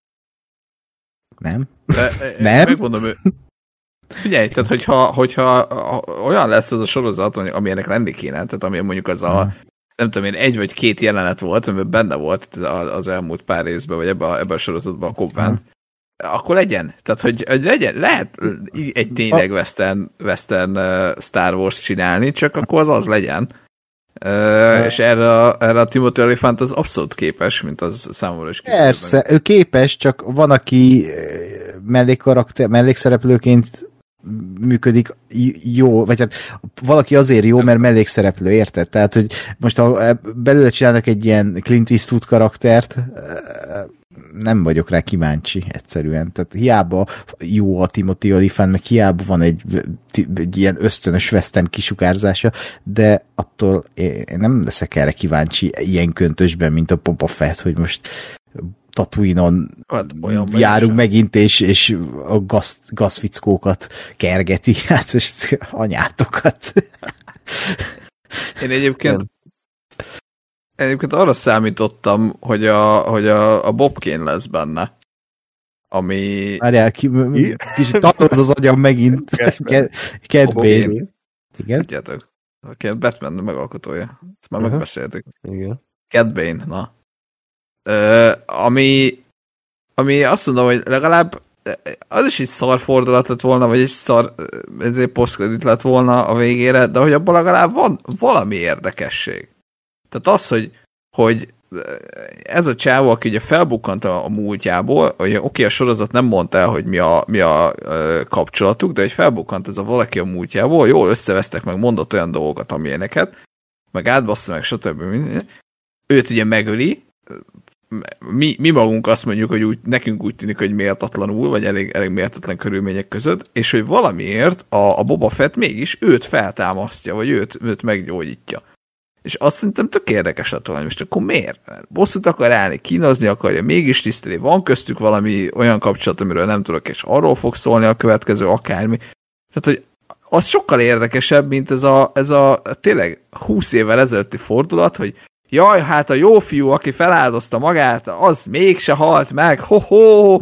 Nem? De, nem? Megmondom, figyelj, tehát hogyha, hogyha olyan lesz az a sorozat, amilyenek lenni kéne, tehát amilyen mondjuk az a, nem tudom én, egy vagy két jelenet volt, amiben benne volt az elmúlt pár részben, vagy ebben a, ebbe a sorozatban a Covenant, akkor legyen. Tehát, hogy, hogy legyen, lehet egy tényleg western, western Star Wars csinálni, csak akkor az az legyen. Uh, és erre a, erre a Timothy Olyphant az abszolút képes, mint az számomra is képes. Persze, ő képes, csak van, aki mellékkarakter, mellékszereplőként működik jó, vagy hát valaki azért jó, mert mellékszereplő, érted? Tehát, hogy most ha belőle csinálnak egy ilyen Clint Eastwood karaktert, nem vagyok rá kíváncsi egyszerűen. Tehát hiába jó a Timothy Olyphant, meg hiába van egy, egy ilyen ösztönös western kisugárzása, de attól én nem leszek erre kíváncsi ilyen köntösben, mint a Boba Fett, hogy most Tatooine-on hát, járunk megint, és, és a gaz, gazfickókat kergeti. Hát most anyátokat. Én egyébként Egyébként arra számítottam, hogy a, hogy a, a Bob Kane lesz benne. Ami... Várjál, ki, kicsit tatoz az agyam megint. Cat Bane. Igen? Tudjátok, aki a Batman megalkotója. Ezt már uh-huh. megbeszéltük. Igen. Cat Bane, na. Ö, ami, ami azt mondom, hogy legalább az is egy szar fordulat lett volna, vagy egy szar ezért post-credit lett volna a végére, de hogy abban legalább van valami érdekesség. Tehát az, hogy, hogy ez a csávó, aki ugye felbukkant a, a múltjából, hogy oké, okay, a sorozat nem mondta el, hogy mi a, mi a ö, kapcsolatuk, de hogy felbukkant ez a valaki a múltjából, jól összevesztek, meg mondott olyan dolgokat, amilyeneket, meg átbassza meg, stb. Őt ugye megöli, mi, mi magunk azt mondjuk, hogy úgy, nekünk úgy tűnik, hogy méltatlanul, vagy elég, elég méltatlan körülmények között, és hogy valamiért a, a Boba Fett mégis őt feltámasztja, vagy őt, őt meggyógyítja. És azt szerintem tök érdekes lett volna, most akkor miért? Bosszút akar állni, kínozni akarja, mégis tiszteli, van köztük valami olyan kapcsolat, amiről nem tudok, és arról fog szólni a következő akármi. Tehát, hogy az sokkal érdekesebb, mint ez a, ez a tényleg húsz évvel ezelőtti fordulat, hogy jaj, hát a jó fiú, aki feláldozta magát, az mégse halt meg, ho-ho!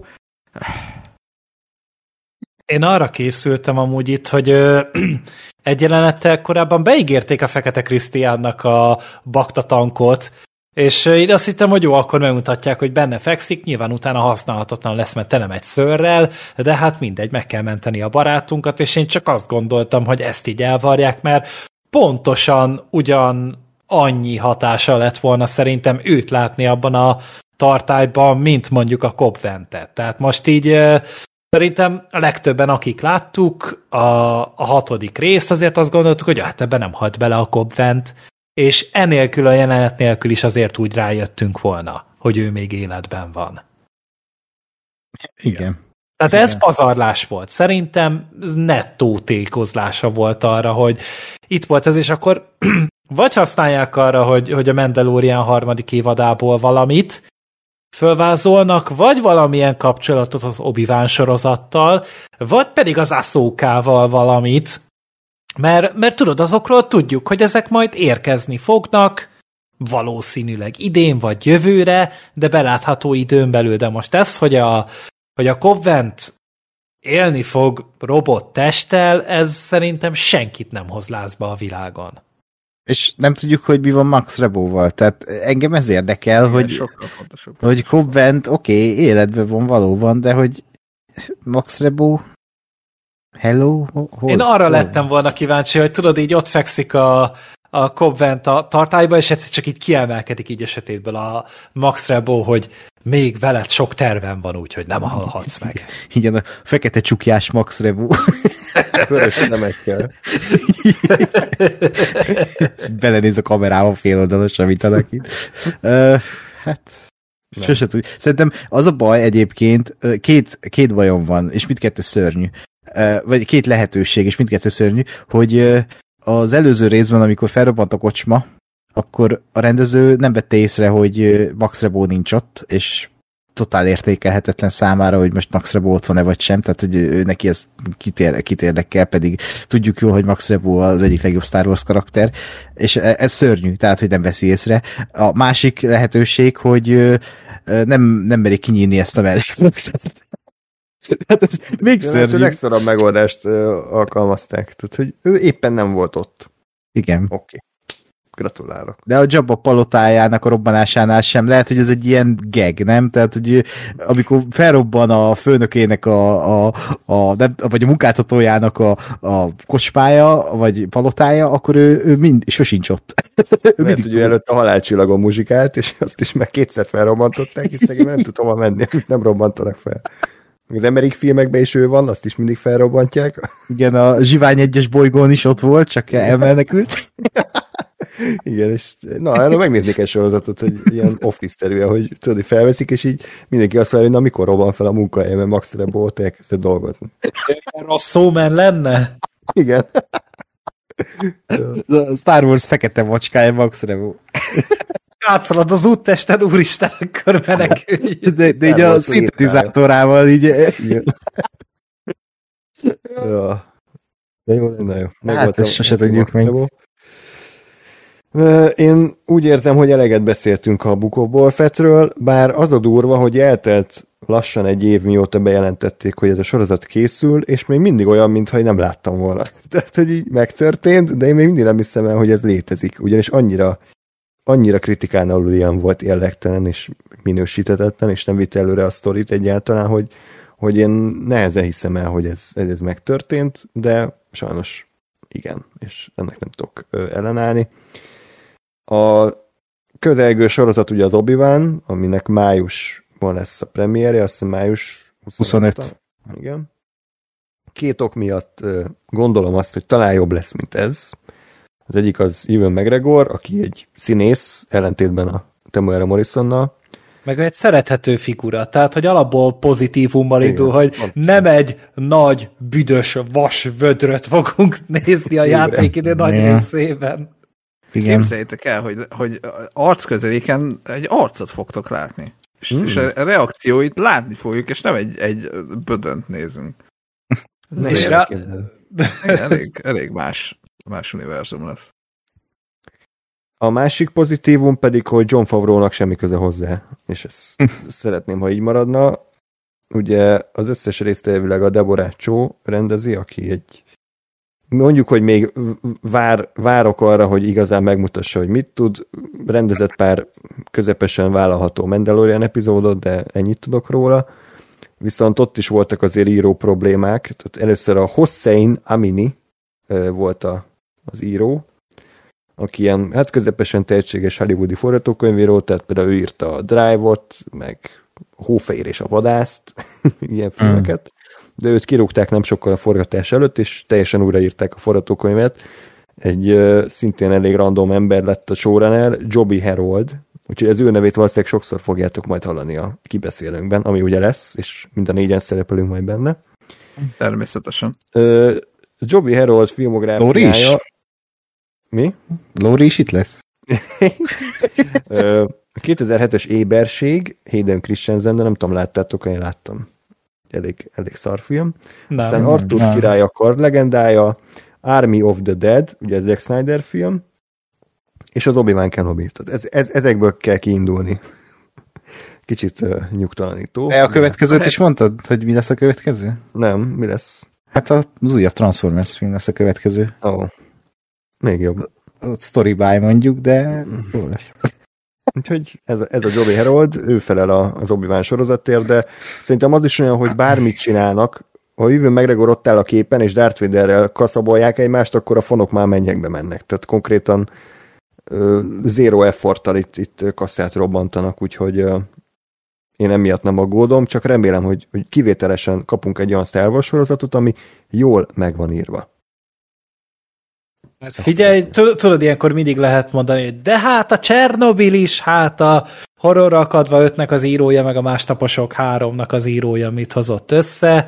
Én arra készültem amúgy itt, hogy ö, egy jelenettel korábban beígérték a Fekete Krisztiánnak a bakta tankot, és én azt hittem, hogy jó, akkor megmutatják, hogy benne fekszik, nyilván utána használhatatlan lesz, mert tele megy szőrrel, de hát mindegy, meg kell menteni a barátunkat, és én csak azt gondoltam, hogy ezt így elvarják, mert pontosan ugyan annyi hatása lett volna szerintem őt látni abban a tartályban, mint mondjuk a Cobb Vantet. Tehát most így szerintem a legtöbben, akik láttuk a, a hatodik részt, azért azt gondoltuk, hogy hát ebben nem halt bele a Cobb Vant, és enélkül a jelenet nélkül is azért úgy rájöttünk volna, hogy ő még életben van. Igen. Tehát Igen. ez pazarlás volt. Szerintem nettó tékozlása volt arra, hogy itt volt ez, és akkor vagy használják arra, hogy, hogy a Mandalorian harmadik évadából valamit fölvázolnak, vagy valamilyen kapcsolatot az Obi-Wan sorozattal, vagy pedig az Ahsokával valamit, mert, mert tudod, azokról tudjuk, hogy ezek majd érkezni fognak, valószínűleg idén vagy jövőre, de belátható időn belül. De most ez, hogy a, hogy a Cobb Vant élni fog robot testtel, ez szerintem senkit nem hoz lázba a világon. És nem tudjuk, hogy mi van Max Rebo-val. Tehát engem ez érdekel, igen, hogy, hogy Cobb Vant, oké, okay, életben van valóban, de hogy Max Rebo, hello? Hol? Én arra Hol? lettem volna kíváncsi, hogy tudod, így ott fekszik a, a Cobb Vant a tartályba, és egyszer csak így kiemelkedik így esetétből a Max Rebo, hogy még veled sok tervem van, úgyhogy nem halhatsz meg. Igen, a fekete csukjás Max Rebo. Körös szemekkel. Belenéz a kamerába fél oldalos, amit alakít. Uh, hát... Sose tudjuk. Szerintem az a baj egyébként, két, két bajom van, és mindkettő szörnyű. Vagy két lehetőség, és mindkettő szörnyű, hogy az előző részben, amikor felrobbant a kocsma, akkor a rendező nem vette észre, hogy Max Rebo nincs ott, és totál értékelhetetlen számára, hogy most Max Rebo ott van-e vagy sem, tehát hogy ő neki ez kit, ér, kit érdekel, pedig tudjuk jól, hogy Max Rebo az egyik legjobb Star Wars karakter, és ez szörnyű, tehát hogy nem veszi észre. A másik lehetőség, hogy nem, nem merik kinyírni ezt a mellékkarakter. Hát ez még szörnyű. A legszorabb megoldást alkalmazták, tehát hogy ő éppen nem volt ott. Igen. Oké. Okay. Gratulálok. De a Jabba palotájának a robbanásánál sem lehet, hogy ez egy ilyen gag, nem? Tehát, hogy amikor felrobban a főnökének a, a, a nem, vagy a munkáltatójának a, a kocsmája, vagy palotája, akkor ő, ő mind, sosincs ott. Mert hogy előtt a halálcsillagon muzsikált, és azt is meg kétszer felrobbantották, és szegény nem tudom hova menni, amit nem robbantanak fel. Az Emmerich filmekben is ő van, azt is mindig felrobbantják. Igen, a Zsivány egyes bolygón is ott volt, csak elmenekült. Igen, és na, erről megnéznék egy sorozatot, hogy ilyen office-terűen, hogy tudod, hogy felveszik, és így mindenki azt várja, hogy na, mikor robban fel a munkahely, mert Max Rebo ott elkezdett dolgozni. A Szómen lenne? Igen. A Star Wars fekete macskája Max Rebo. Átszalad az úttesten, úristen, akkor menekülj. De, de így a szintetizátorával így... Ja. De jó, na jó. Hát ezt sose tudjuk meg. Én úgy érzem, hogy eleget beszéltünk a Book of Boba Fettről, bár az a durva, hogy eltelt lassan egy év, mióta bejelentették, hogy ez a sorozat készül, és még mindig olyan, mintha nem láttam volna. Tehát, hogy így megtörtént, de én még mindig nem hiszem el, hogy ez létezik. Ugyanis annyira, annyira kritikán alul ilyen volt érlektelen és minősítetetlen, és nem vitt előre a sztorit egyáltalán, hogy, hogy én nehezen hiszem el, hogy ez, ez megtörtént, de sajnos igen, és ennek nem tudok ellenállni. A közelgő sorozat ugye az Obi-Wan, aminek májusban lesz a premierje, azt hiszem május huszonöt. Igen. Két ok miatt gondolom azt, hogy talán jobb lesz, mint ez. Az egyik az Ewan McGregor, aki egy színész, ellentétben a Temuera Morrisonnal. Meg egy szerethető figura, tehát hogy alapból pozitívummal indul, hogy pontosan. Nem egy nagy, büdös vas vödröt fogunk nézni a játékidő nagy részében. Igen. Képzeljétek el, hogy, hogy arcközeléken egy arcot fogtok látni. És, mm. és a reakcióit látni fogjuk, és nem egy, egy bödönt nézünk. Ez és rá... elég, elég más, más univerzum lesz. A másik pozitívum pedig, hogy Jon Favreau-nak semmi köze hozzá, és ezt szeretném, ha így maradna. Ugye az összes részt elvileg a Deborah Chow rendezi, aki egy mondjuk, hogy még vár, várok arra, hogy igazán megmutassa, hogy mit tud. Rendezett pár közepesen vállalható Mandalorian epizódot, de ennyit tudok róla. Viszont ott is voltak azért író problémák. Tehát először a Hossein Amini volt a, az író, aki ilyen hát közepesen tehetséges hollywoodi forgatókönyvíró, tehát például ő írta a Drive-ot, meg a Hófehér és a vadászt, ilyen filmeket. De őt kirúgták nem sokkal a forgatás előtt, és teljesen újraírták a forgatókönyvet. Egy uh, szintén elég random ember lett a showrunner, Joby Harold, úgyhogy az ő nevét valószínűleg sokszor fogjátok majd hallani a kibeszélőnkben, ami ugye lesz, és mind a négyen szerepelünk majd benne. Természetesen. Uh, Joby Harold filmográfiája... Lóri is? Mi? Lóri is itt lesz? uh, a kétezer-hetes Éberség, Hayden Christensen, de nem tudom, láttátok, én láttam. Elég, elég szar film. Nem, Aztán Arthur nem. király a kard legendája, Army of the Dead, ugye ez Zack Snyder film, és az Obi-Wan Kenobi. Tehát ez, ez, ezekből kell kiindulni. Kicsit uh, nyugtalanító. E a következőt de... is mondtad, hogy mi lesz a következő? Nem, mi lesz? Hát az újabb Transformers film lesz a következő. Ó, oh. Még jobb. A Story by mondjuk, de jó lesz. Úgyhogy ez a, ez a Joby Harold, ő felel a, az Obi-Wan sorozatért, de szerintem az is olyan, hogy bármit csinálnak, ha Ewan McGregor ott áll a képen, és Darth Vaderrel kaszabolják egymást, akkor a fonok már mennyekbe mennek. Tehát konkrétan uh, zero efforttal itt, itt kasszát robbantanak, úgyhogy uh, én emiatt nem aggódom, csak remélem, hogy, hogy kivételesen kapunk egy olyan Star Wars sorozatot, ami jól meg van írva. Figyelj, tudod, ilyenkor mindig lehet mondani, hogy de hát a Csernobil is, hát a Horrorra akadva ötnek az írója, meg a Másnaposok háromnak az írója mit hozott össze.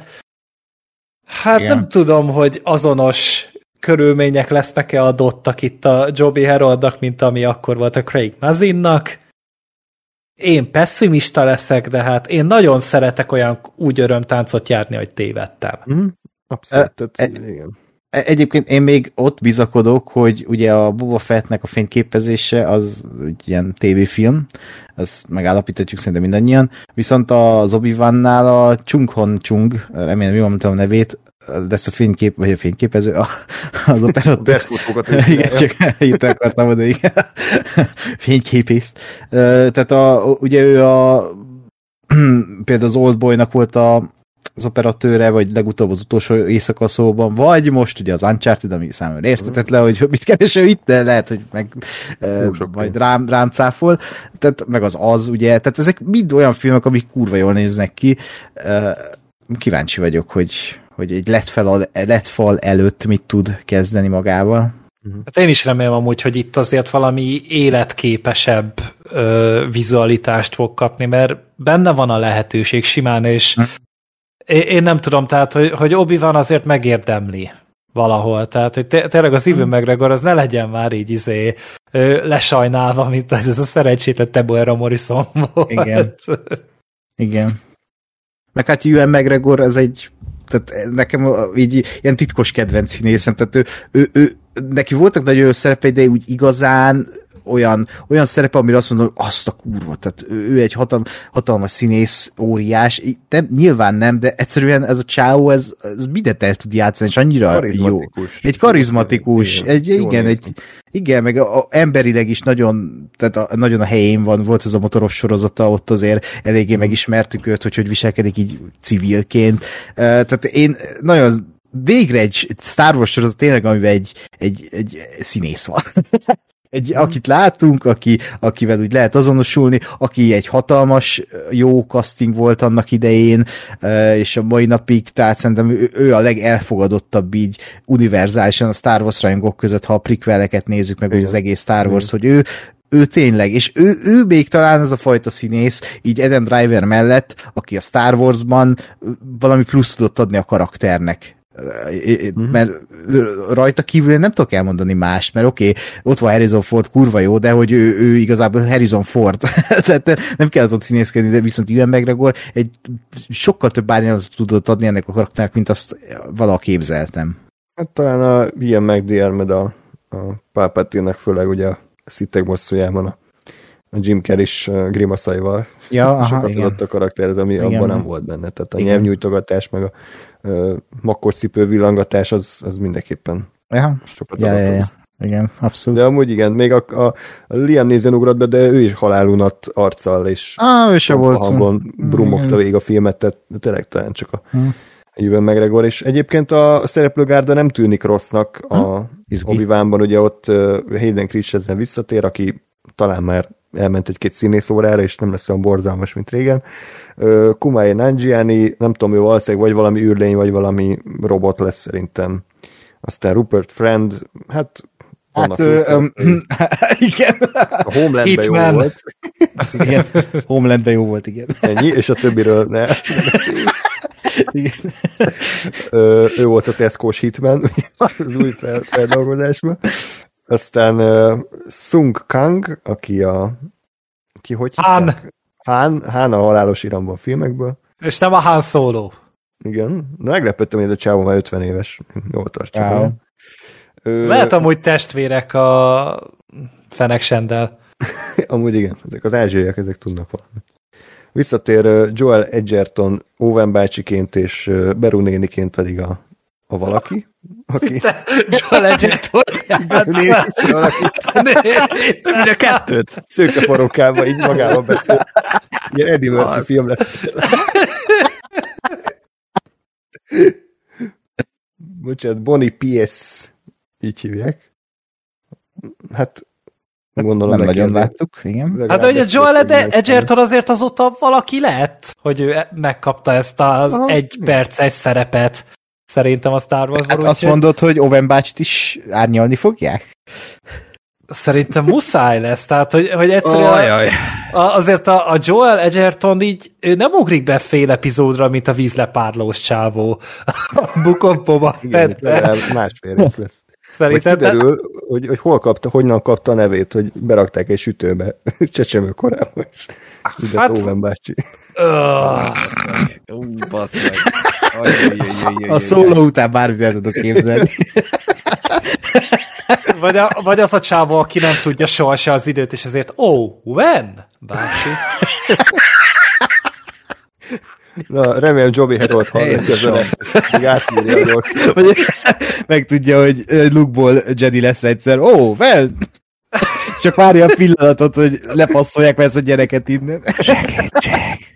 Hát igen. Nem tudom, hogy azonos körülmények lesznek-e adottak itt a Joby Haroldnak, mint ami akkor volt a Craig Mazinnak. Én pessimista leszek, de hát én nagyon szeretek olyan úgy örömtáncot járni, hogy tévedtem. Mm, abszolút, e, e, igen. Egyébként én még ott bizakodok, hogy ugye a Boba Fettnek a fényképezése az ilyen tévéfilm, ezt megállapíthatjuk szerintem mindannyian, viszont az Obi-Wannál a Chung Hon Chung, remélem jól mondtam a nevét, de ezt a fénykép, vagy a fényképező, az operatőr. Igen, csak itt akartam oda, igen. Fényképészt. Tehát a, ugye ő a például az Oldboynak volt a az operatőre, vagy legutóbb az utolsó éjszaka szóban, vagy most ugye az Uncharted, ami számomra értetetlen, hogy mit kereső itt, de lehet, hogy meg uh, majd rám, rám cáfol, tehát meg az az, ugye, tehát ezek mind olyan filmek, amik kurva jól néznek ki. Uh, kíváncsi vagyok, hogy, hogy egy letfal, letfal előtt mit tud kezdeni magával. Hát én is remélem amúgy, hogy itt azért valami életképesebb ö, vizualitást fog kapni, mert benne van a lehetőség simán, és hm. Én nem tudom, tehát, hogy, hogy Obi-Wan azért megérdemli valahol, tehát, hogy tényleg az Ewan McGregor az ne legyen már így izé lesajnálva, mint ez a szerencsétlen Temuera Morrison volt. Igen. Igen. Meg hát Ewan McGregor az egy, tehát nekem így ilyen titkos kedvenc színészem, tehát ő, ő, ő, neki voltak nagyon jó szerepei, de úgy igazán olyan, olyan szerepe, amire azt mondom, hogy azt a kurva, tehát ő, ő egy hatal, hatalmas színész, óriás, nem, nyilván nem, de egyszerűen ez a csávó, ez, ez mindent el tud játszani, és annyira jó. Egy karizmatikus, igen, egy, igen, egy, igen, meg a, a, emberileg is nagyon, tehát a, nagyon a helyén van, volt ez a motoros sorozata, ott azért eléggé megismertük őt, hogy hogy viselkedik így civilként. Uh, tehát én nagyon végre egy Star Wars sorozat tényleg, amiben egy, egy, egy színész van. Egy, akit látunk, aki, akivel úgy lehet azonosulni, aki egy hatalmas jó casting volt annak idején, és a mai napig, tehát szerintem ő, ő a legelfogadottabb így univerzálisan a Star Wars rajongók között, ha a prequeleket nézzük meg, hogy az egész Star Wars, hogy ő, ő tényleg, és ő, ő még talán az a fajta színész, így Adam Driver mellett, aki a Star Warsban valami plusz tudott adni a karakternek. Uh-huh. Mert rajta kívül nem tudok elmondani mást, mert oké, okay, ott van Harrison Ford, kurva jó, de hogy ő, ő igazából Harrison Ford. Tehát nem kellett ott színészkedni, de viszont Ewan McGregor egy sokkal több árnyalatot tudott adni ennek a karakternek, mint azt valaha képzeltem. Hát talán a Ian McDiarmid a, a Palpatine-nek, főleg ugye a Szitek bosszújában a, a Jim Carrey-s grimaszaival ja, sokat adott a karakter, ami igen, abban nem volt benne. Tehát a igen, nyelvnyújtogatás, meg a uh, makkorcipő villangatás, az, az mindenképpen ja, sokat ja, adott. Ja, ja. Igen, abszolút. De amúgy igen, még a, a, a Liam Neeson ugrott be, de ő is halálunat arccal, és ah, ő se volt hangon brummogta végig a filmet, tehát tényleg talán csak a hmm. Ewan McGregor, és egyébként a szereplőgárda nem tűnik rossznak a hmm. Obi-Wanban, ugye ott Hayden Christensen visszatér, aki talán már elment egy-két színész órára, és nem lesz olyan borzalmas, mint régen. Kumail Nanjiani, nem tudom, ő valószínűleg vagy valami űrlény, vagy valami robot lesz szerintem. Aztán Rupert Friend, hát hát ő, um, igen. A Homelandben jó volt. Igen, Homelandben jó volt, igen. Ennyi, és a többiről ne. Igen. Ö, ő volt a Tesco-s Hitman, az új fel, feldolgozásban. Aztán uh, Sung Kang, aki a ki hogy Han. Han, Han a halálos iramban filmekből. És nem a Han Solo. Igen. Na, meglepődtem, hogy ez a csávó már ötven éves. Jól tartja. Wow. Ö... Lehet amúgy testvérek a Fennec-Shandel. Amúgy igen, ezek az ázsiaiak, ezek tudnak valami. Visszatér Joel Edgerton Owen bácsiként és Beru néniként pedig a, a valaki. Aki... Szinte Joel Edgerton játsza. Többnyire kettőt. Szőke farokkába így magával beszél. Ilyen Eddie Murphy film lesz. Bocsánat, Bonnie P S így hívják. Hát gondolom, nem nagyon láttuk, igen. Hát, hogy a Joel Edgerton azért azóta valaki lett, hogy ő megkapta ezt az aha, egy perces szerepet. Szerintem a Star Wars-ban. Hát azt mondod, hogy Owen bácsit is árnyalni fogják? Szerintem muszáj lesz, tehát hogy, hogy egyszerűen Ajaj. a, azért a, a Joel Edgerton így ő nem ugrik be fél epizódra, mint a vízlepárlós csávó a Book of Boba Igen, itt Fettben. legalább másfél rész lesz. Szerintem Vagy kiderül, hogy, hogy hol kapta, honnan kapta a nevét, hogy berakták egy sütőbe csecsemő korában is. Ide Hát- Owen bácsi. Ú, bassz meg. Ajajajajajajaj. A szóló után bármit el tudok képzelni. Vagy, a, vagy az a csávó, aki nem tudja sohasem az időt, és ezért oh, when? Bácsi. Na, remélem Joby Harold hallgatja az a hogy átírja a gyors. Vagy megtudja, hogy Luke-ból Jedi lesz egyszer. Ó, oh, well! Csak várja a pillanatot, hogy lepasszolják ezt a gyereket innen. Segítség.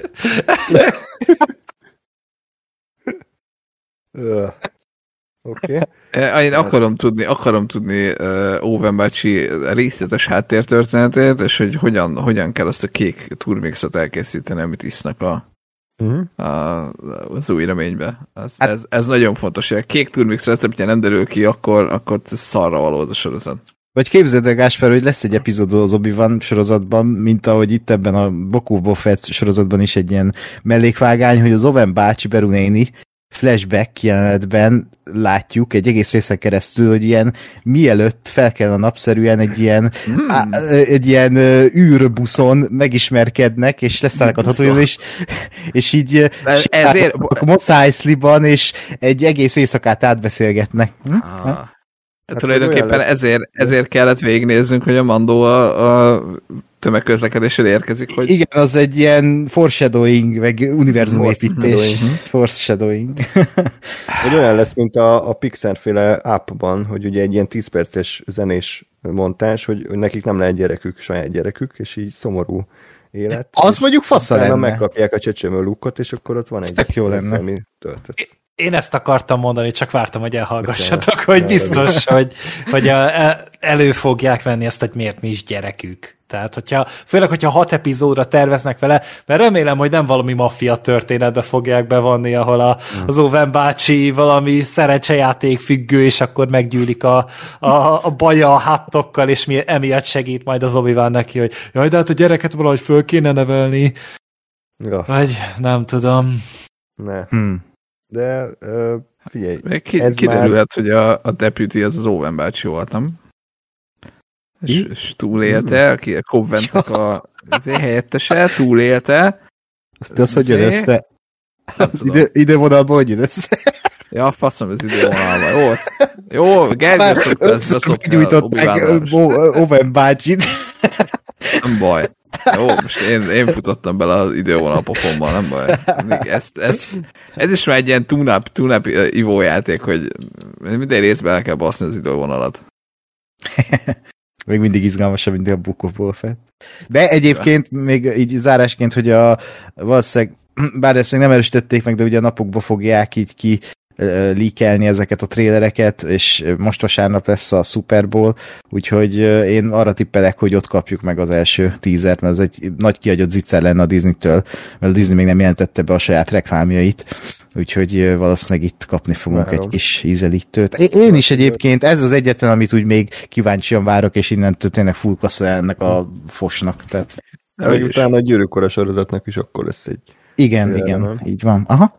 Öh. Oké. Okay. Én akarom tudni, akarom tudni uh, Owen bácsi részletes háttértörténetét, és hogy hogyan, hogyan kell azt a kék turmixot elkészíteni, amit isznak a, Uh-huh. a, az új reménybe. Ez, hát, ez, ez nagyon fontos, hogy a kék turmix receptje nem derül ki, akkor, akkor szarra való az a sorozat. Vagy képzeld el, Gáspár, hogy lesz egy epizód az Obi-Wan sorozatban, mint ahogy itt ebben a Book of Boba Fett sorozatban is egy ilyen mellékvágány, hogy az Owen bácsi, Beru néni flashback jelenetben látjuk egy egész részen keresztül, hogy ilyen mielőtt fel kell a napszerűen egy ilyen, hmm. á, egy ilyen űrbuszon megismerkednek, és leszállnak a Tatooine-on, és, és így ezért... a Mos Eisley-ban, és egy egész éjszakát átbeszélgetnek. Hm? Ah. Hát tulajdonképpen ezért, ezért kellett végignéznünk, hogy a Mandó a, a tömegközlekedéssel érkezik. Hogy... Igen, az egy ilyen foreshadowing, meg univerzumépítés. Foreshadowing. Hogy olyan lesz, mint a, a Pixar-féle appban, hogy ugye egy ilyen tíz perces zenés montás, hogy nekik nem lehet gyerekük, saját gyerekük, és így szomorú élet. Az mondjuk fasza lenne. Megkapják a csecsemő Luke-ot, és akkor ott van egy jó lenne. ami töltött. Én ezt akartam mondani, csak vártam, hogy elhallgassatok, hogy biztos, hogy, hogy a, elő fogják venni ezt, hogy miért nincs gyerekük. Tehát, hogyha, főleg, hogyha hat epizódra terveznek vele, mert remélem, hogy nem valami maffia történetbe fogják bevonni, ahol a, az Owen bácsi valami szerencsejáték függő, és akkor meggyűlik a, a, a baja a hattokkal, és mi, emiatt segít majd az Obi-Wan neki, hogy jaj, de hát a gyereket valahogy föl kéne nevelni. Ja. Vagy nem tudom. Ne. Hmm. De uh, figyelj, Ki, ez kiderülhet, már... hogy a, a deputy az az Owen bácsi volt, nem? És, és túlélte, aki a Coventnek a helyettese, túlélte. Azt az, hogy jön össze? Ide, idővonalban hogy jön össze? Ja, faszom az idővonalban. Jó, az, jó, Gergő szokta ezt beszokni a Obi-Wan-ról. Owen bácsit. Nem baj. Jó, most én, én futottam bele az idővonal pofommal, nem baj. Ezt, ezt, ez is már egy ilyen tune-up, tune-up ivójáték, hogy minden részben el kell baszni az idővonalat. Még mindig izgalmasabb, mint a Book of Boba Fett. De egyébként még így zárásként, hogy a valószínűleg, bár ezt még nem erősítették meg, de ugye a napokban fogják így ki leakelni ezeket a trélereket, és most vasárnap lesz a Super Bowl, úgyhogy én arra tippelek, hogy ott kapjuk meg az első tízert, mert ez egy nagy kiagyott zicser lenne a Disney-től, mert a Disney még nem jelentette be a saját reklámjait, úgyhogy valószínűleg itt kapni fogunk Várom. egy kis ízelítőt. Én is egyébként, ez az egyetlen, amit úgy még kíváncsian várok, és innentől tényleg full kassa ennek a fosnak. Tehát... De hogy utána a Gyűrűkora sorozatnak is akkor lesz egy... Igen, igen, nem? Így van. Aha.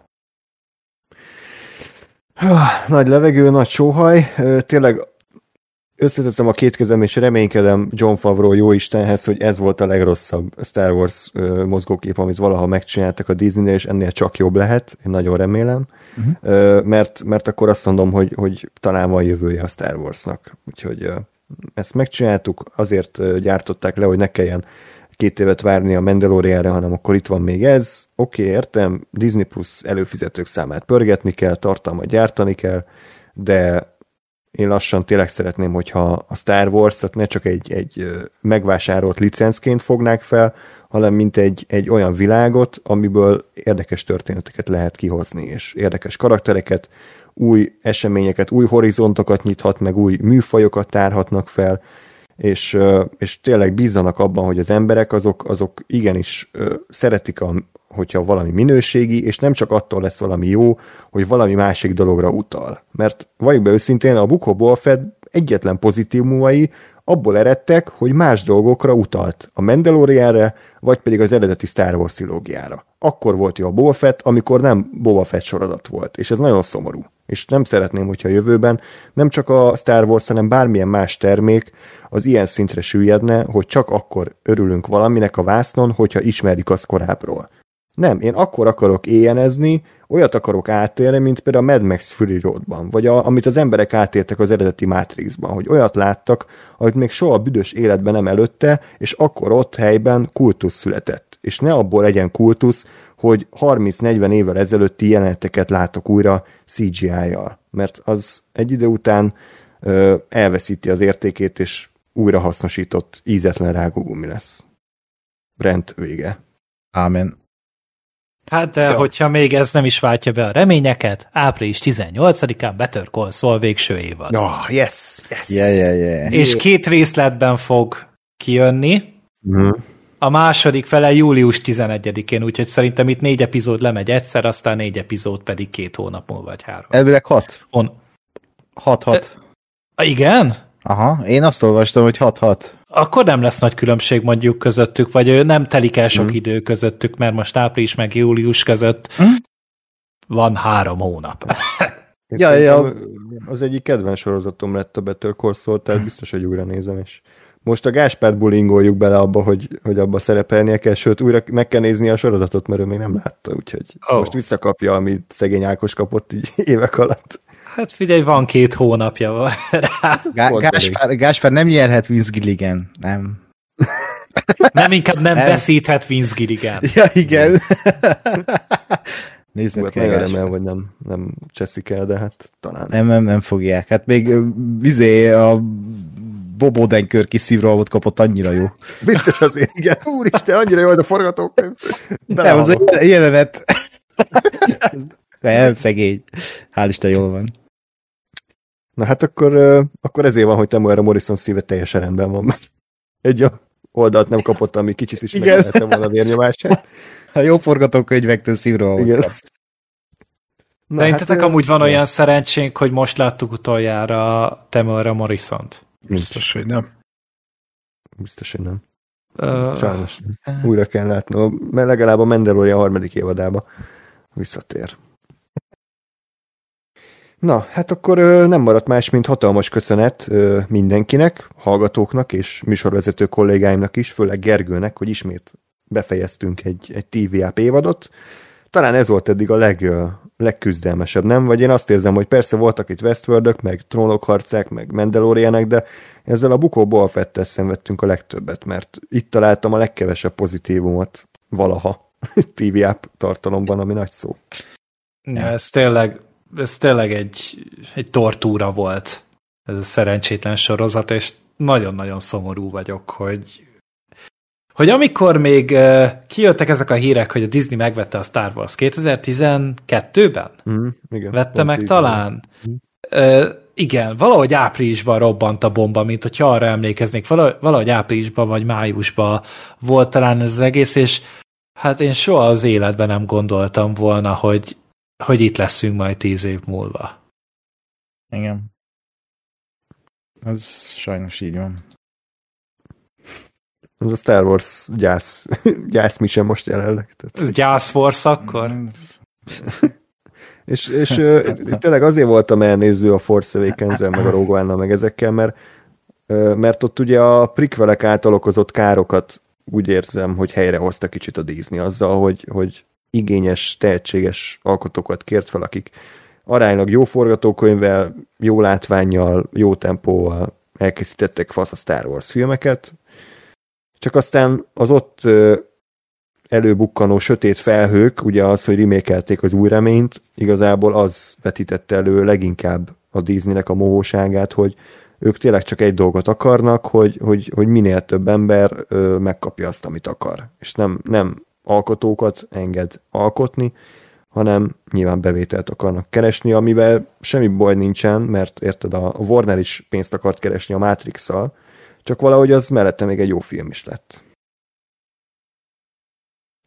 Nagy levegő, nagy sóhaj, tényleg összeteszem a két kezem, és reménykedem Jon Favreau jóistenhez, hogy ez volt a legrosszabb Star Wars mozgókép, amit valaha megcsináltak a Disney-nél, és ennél csak jobb lehet, én nagyon remélem, uh-huh. mert, mert akkor azt mondom, hogy, hogy talán van jövője a Star Warsnak. Úgyhogy ezt megcsináltuk, azért gyártották le, hogy ne kelljen két évet várni a Mandalorianre, hanem akkor itt van még ez. Oké, okay, értem, Disney Plus előfizetők számát pörgetni kell, tartalmat gyártani kell, de én lassan tényleg szeretném, hogyha a Star Wars-at ne csak egy, egy megvásárolt licencként fognák fel, hanem mint egy, egy olyan világot, amiből érdekes történeteket lehet kihozni, és érdekes karaktereket, új eseményeket, új horizontokat nyithat, meg új műfajokat tárhatnak fel, és, és tényleg bízzanak abban, hogy az emberek azok, azok igenis szeretik, a, hogyha valami minőségi, és nem csak attól lesz valami jó, hogy valami másik dologra utal. Mert valljuk be őszintén, a Book of Boba Fett egyetlen pozitívumai abból eredtek, hogy más dolgokra utalt, a Mandalorianre, vagy pedig az eredeti Star Wars trilógiára. Akkor volt jó a Boba Fett, amikor nem Boba Fett sorozat volt, és ez nagyon szomorú. És nem szeretném, hogyha a jövőben nem csak a Star Wars, hanem bármilyen más termék az ilyen szintre süllyedne, hogy csak akkor örülünk valaminek a vásznon, hogyha ismerik azt korábbról. Nem, én akkor akarok éjjenezni, olyat akarok átélni, mint például a Mad Max Fury Roadban, vagy a, amit az emberek átéltek az eredeti Matrixban, hogy olyat láttak, amit még soha büdös életben nem előtte, és akkor ott helyben kultusz született. És ne abból legyen kultusz, hogy harminc-negyven évvel ezelőtti jeleneteket látok újra cé gé í-jal, mert az egy idő után ö, elveszíti az értékét, és újra hasznosított ízetlen rágógumi lesz. Rend vége. Ámen. Hát de, ja. hogyha még ez nem is váltja be a reményeket, április tizennyolcadikán Better Call Saul végső évad. Oh, yes, yes. Yeah, yeah, yeah. És két részletben fog kijönni. Mm. A második fele július tizenegyedikén, úgyhogy szerintem itt négy epizód lemegy egyszer, aztán négy epizód pedig két hónap múlva, vagy három. Elvileg hat. On. Hat, hat. E, igen? Aha, én azt olvastam, hogy hat, hat. Akkor nem lesz nagy különbség mondjuk közöttük, vagy nem telik el sok mm. idő közöttük, mert most április meg július között mm. van három hónap. ja, ja. Az egyik kedvenc sorozatom lett a Better Call Saul, tehát biztos, hogy újra nézem, és most a Gáspárt bulingoljuk bele abba, hogy, hogy abba szerepelnie kell, sőt, újra meg kell nézni a sorozatot, mert ő még nem látta, úgyhogy oh. most visszakapja, amit szegény Ákos kapott így évek alatt. Hát figyelj, van két hónapja van rá. Gá- Gáspár, Gáspár nem nyerhet Vince Gilligan, nem. Nem, inkább nem, nem. veszíthet Vince Gilligan. Ja, igen. Nézned kell, remélem, hogy nem, nem cseszik el, de hát talán. Nem, nem, nem fogják. Hát még vizé a Bob Odenkirk is szívrohamot kapott, annyira jó. Biztos azért, igen. Úristen, annyira jó ez a forgatókönyv. Nem, az a jelenet. Nem, szegény. Hál' Isten, jól van. Na hát akkor, akkor ezért van, hogy Temuera Morrison szíve teljesen rendben van. Egy oldalt nem kapott, ami kicsit is megemelte volna a vérnyomását. A jó forgatókönyvektől szívrohamot kap. Szerintetek hát, amúgy van olyan ja. szerencsénk, hogy most láttuk utoljára Temuera Morrisont? Biztos, hogy nem. Biztos, hogy nem. Uh... Sajnos újra kell látnom, mert legalább a Mandalorian harmadik évadába visszatér. Na, hát akkor nem maradt más, mint hatalmas köszönet mindenkinek, hallgatóknak és műsorvezető kollégáimnak is, főleg Gergőnek, hogy ismét befejeztünk egy, egy té vé á évadot. Talán ez volt eddig a leg, legküzdelmesebb, nem? Vagy én azt érzem, hogy persze voltak itt Westworldök, meg Trónok harcák, meg Mandalorianek, de ezzel a Bukó Boba Fettel szenvedtünk a legtöbbet, mert itt találtam a legkevesebb pozitívumot valaha té vé á tartalomban, ami nagy szó. Ja, ez tényleg, ez tényleg egy, egy tortúra volt, ez a szerencsétlen sorozat, és nagyon-nagyon szomorú vagyok, hogy hogy amikor még uh, kijöttek ezek a hírek, hogy a Disney megvette a Star Wars kétezer-tizenkettőben? Mm, igen, vette meg talán? Mm. Uh, igen, valahogy áprilisban robbant a bomba, mint hogyha arra emlékeznék. Valahogy, valahogy áprilisban vagy májusban volt talán ez az egész, és hát én soha az életben nem gondoltam volna, hogy, hogy itt leszünk majd tíz év múlva. Igen. Ez sajnos így van. Ez a Star Wars gyász, gyász mi sem most jelenleg. Ez gyász Wars akkor? és és uh, tényleg azért voltam elnéző a Force Awakens-el, meg a Rogue One-nal, meg ezekkel, mert, uh, mert ott ugye a prequelek által okozott károkat úgy érzem, hogy helyrehozta kicsit a Disney azzal, hogy, hogy igényes, tehetséges alkotókat kért fel, akik aránylag jó forgatókönyvvel, jó látvánnyal, jó tempóval elkészítettek fasz a Star Wars filmeket, csak aztán az ott előbukkanó sötét felhők, ugye az, hogy remékelték az Új Reményt, igazából az vetítette elő leginkább a Disneynek a mohóságát, hogy ők tényleg csak egy dolgot akarnak, hogy, hogy, hogy minél több ember ö, megkapja azt, amit akar. És nem, nem alkotókat enged alkotni, hanem nyilván bevételt akarnak keresni, amivel semmi baj nincsen, mert érted, a Warner is pénzt akart keresni a Matrix-szal, csak valahogy az mellette még egy jó film is lett.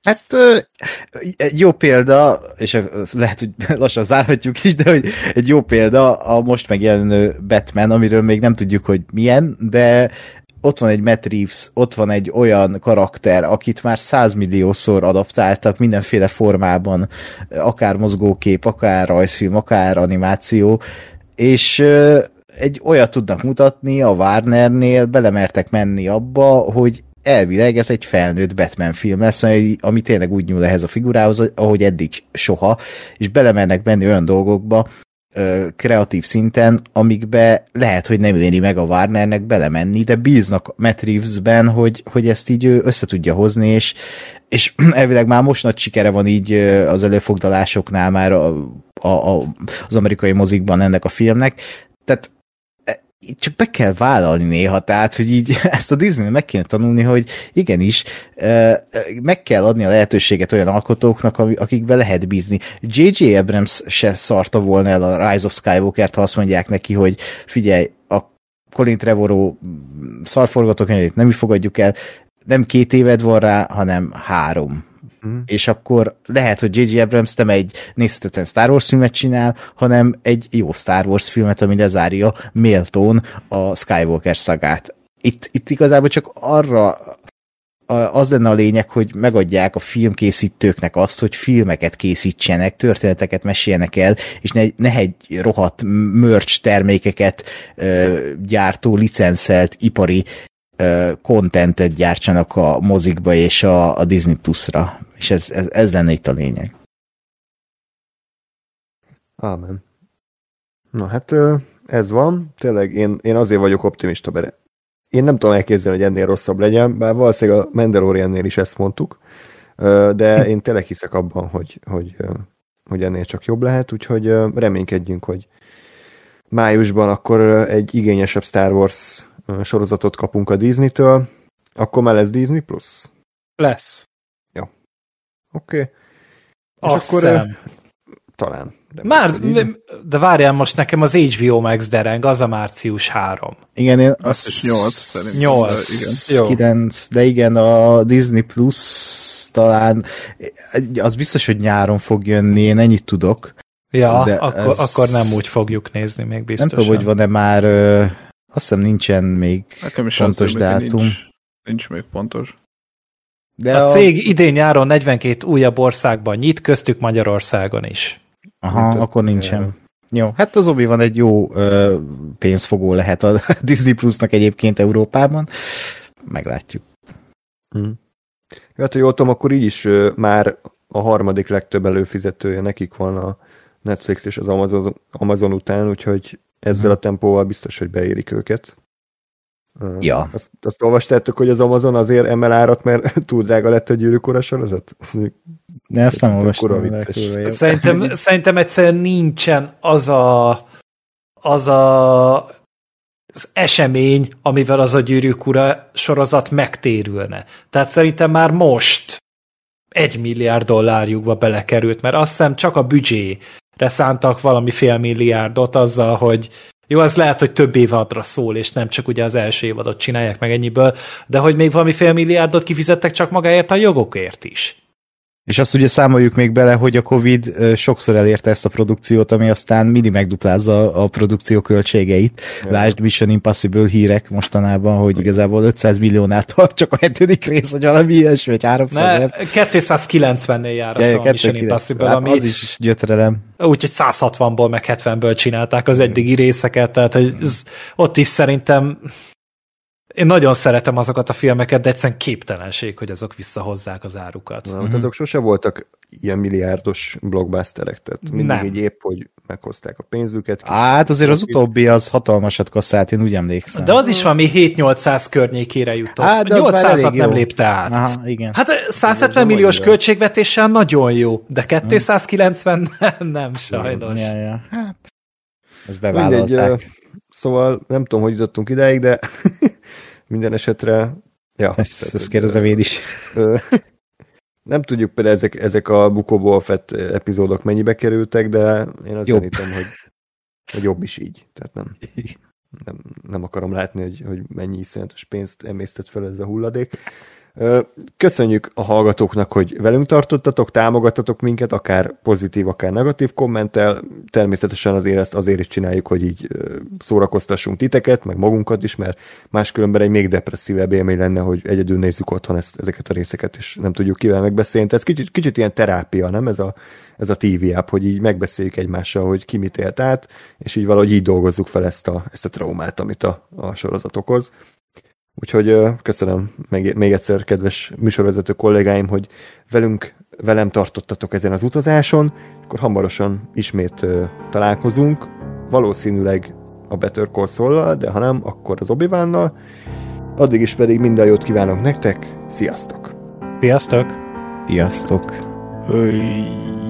Hát egy jó példa, és lehet, hogy lassan zárhatjuk is, de hogy egy jó példa a most megjelenő Batman, amiről még nem tudjuk, hogy milyen, de ott van egy Matt Reeves, ott van egy olyan karakter, akit már százmilliószor adaptáltak mindenféle formában, akár mozgókép, akár rajzfilm, akár animáció, és egy olyat tudnak mutatni a Warnernél, belemertek menni abba, hogy elvileg ez egy felnőtt Batman film lesz, ami tényleg úgy nyúl ehhez a figurához, ahogy eddig soha, és belemernek menni olyan dolgokba, kreatív szinten, amikbe lehet, hogy nem éri meg a Warnernek belemenni, de bíznak Matt Reevesben, hogy, hogy ezt így össze tudja hozni, és, és elvileg már most nagy sikere van így az előfoglalásoknál már a, a, a, az amerikai mozikban ennek a filmnek, tehát csak be kell vállalni néha, tehát, hogy így ezt a Disney meg kéne tanulni, hogy igenis, meg kell adni a lehetőséget olyan alkotóknak, akikbe lehet bízni. jé jé Abrams se szarta volna el a Rise of Skywalker-t, ha azt mondják neki, hogy figyelj, a Colin Trevorrow szarforgatókönyvét nem is fogadjuk el, nem két éved van rá, hanem három. Mm. És akkor lehet, hogy jé jé Abrams nem egy nézhetetlen Star Wars filmet csinál, hanem egy jó Star Wars filmet, ami lezárja méltón a Skywalker szagát. Itt, itt igazából csak arra az lenne a lényeg, hogy megadják a filmkészítőknek azt, hogy filmeket készítsenek, történeteket meséljenek el, és ne, ne egy rohadt merch termékeket ö, gyártó, licenszelt, ipari contentet gyártsanak a mozikba és a, a Disney Plus-ra. És ez, ez, ez lenne itt a lényeg. Ámen. Na hát ez van. Tényleg én, én azért vagyok optimista, mert én nem tudom elképzelni, hogy ennél rosszabb legyen, bár valószínűleg a Mandaloriannél is ezt mondtuk, de én tényleg hiszek abban, hogy, hogy, hogy ennél csak jobb lehet, úgyhogy reménykedjünk, hogy májusban akkor egy igényesebb Star Wars sorozatot kapunk a Disney-től, akkor már lesz Disney Plus? Lesz. Jó. Oké. Okay. És Azt akkor szem. talán. Már, de várjál, most nekem az há bé o Max dereng, az a március harmadika. Igen, én azt és nyolc szerintem. nyolc. Igen. kilenc, de igen, a Disney Plus talán, az biztos, hogy nyáron fog jönni, én ennyit tudok. Ja, akkor, ez... akkor nem úgy fogjuk nézni még biztosan. Nem tudom, hogy van-e már, ö, azt hiszem nincsen még nekem is pontos az, dátum. Nincs, nincs még pontos. De a, a cég idén nyáron negyvenkét újabb országban nyit, köztük Magyarországon is. Aha, Mint akkor nincsen. Jel. Jó, hát az Obi-Wan egy jó ö, pénzfogó lehet a Disney Plusnak egyébként Európában. Meglátjuk. Hmm. Hát, ha jól tudom, akkor így is ö, már a harmadik legtöbb előfizetője nekik van a Netflix és az Amazon, Amazon után, úgyhogy ezzel hmm. a tempóval biztos, hogy beérik őket. Ja. Azt, azt olvastátok, hogy az Amazon azért emel árat, mert túl drága lett a Gyűrűk Ura sorozat? De ezt nem olvastam. Szerintem, szerintem egyszerűen nincsen az a az a az esemény, amivel az a Gyűrűk Ura sorozat megtérülne. Tehát szerintem már most egy milliárd dollárjukba belekerült, mert azt hiszem csak a büdzsére szántak valami fél milliárdot azzal, hogy jó, ez lehet, hogy több évadra szól, és nem csak ugye az első évadot csinálják meg ennyiből, de hogy még valami fél milliárdot kifizettek csak magáért a jogokért is. És azt ugye számoljuk még bele, hogy a Covid sokszor elérte ezt a produkciót, ami aztán mindig megduplázza a produkció költségeit. Ja. Lásd Mission Impossible hírek mostanában, hogy igazából ötszáz milliónál tart csak a hetedik rész, hogy valami ilyesmi, vagy háromszáz. Ne, kétszázkilencvennél jár a Mission Impossible, hát ami... az is gyötrelem. Úgyhogy száz hatvanból meg hetvenből csinálták az eddigi részeket, tehát ez, ott is szerintem én nagyon szeretem azokat a filmeket, de egyszerűen képtelenség, hogy azok visszahozzák az árukat. Na, mm-hmm. azok sose voltak ilyen milliárdos blockbusterek, tehát mindig nem. Így épp, hogy meghozták a pénzüket. Hát azért az utóbbi az hatalmasat kasszált, én úgy emlékszem. De az is valami hét-nyolcszáz környékére jutott. Hát, nyolcszázat nem lépte át. Aha, igen. Hát száz hetven milliós költségvetéssel nagyon jó, de kétszázkilencven nem, nem sajnos. Ja, ja. Hát, ezt bevállalták. Mindegy, szóval nem tudom, hogy jutottunk ideig, de minden esetre... Ja, ezt, tehát, ezt kérdezem én is. Nem tudjuk például ezek, ezek a Bukóból Fett epizódok mennyibe kerültek, de én azt gyanítom, hogy, hogy jobb is így. Tehát nem, nem, nem akarom látni, hogy, hogy mennyi iszonyatos pénzt emésztett fel ez a hulladék. Köszönjük a hallgatóknak, hogy velünk tartottatok, támogattatok minket, akár pozitív, akár negatív kommenttel. Természetesen azért ezt azért is csináljuk, hogy így szórakoztassunk titeket, meg magunkat is, mert máskülönben egy még depresszívebb élmény lenne, hogy egyedül nézzük otthon ezt, ezeket a részeket, és nem tudjuk kivel megbeszélni. Ez kicsit, kicsit ilyen terápia, nem? Ez a, ez a té vé app, hogy így megbeszéljük egymással, hogy ki mit élt át, és így valahogy így dolgozzuk fel ezt a, ezt a traumát, amit a, a sorozat okoz. Úgyhogy köszönöm még, még egyszer, kedves műsorvezető kollégáim, hogy velünk, velem tartottatok ezen az utazáson, akkor hamarosan ismét uh, találkozunk, valószínűleg a Better Call Saul-lal, de ha nem, akkor az Obi-Wannal. Addig is pedig minden jót kívánok nektek, sziasztok! Sziasztok! Sziasztok! Hey.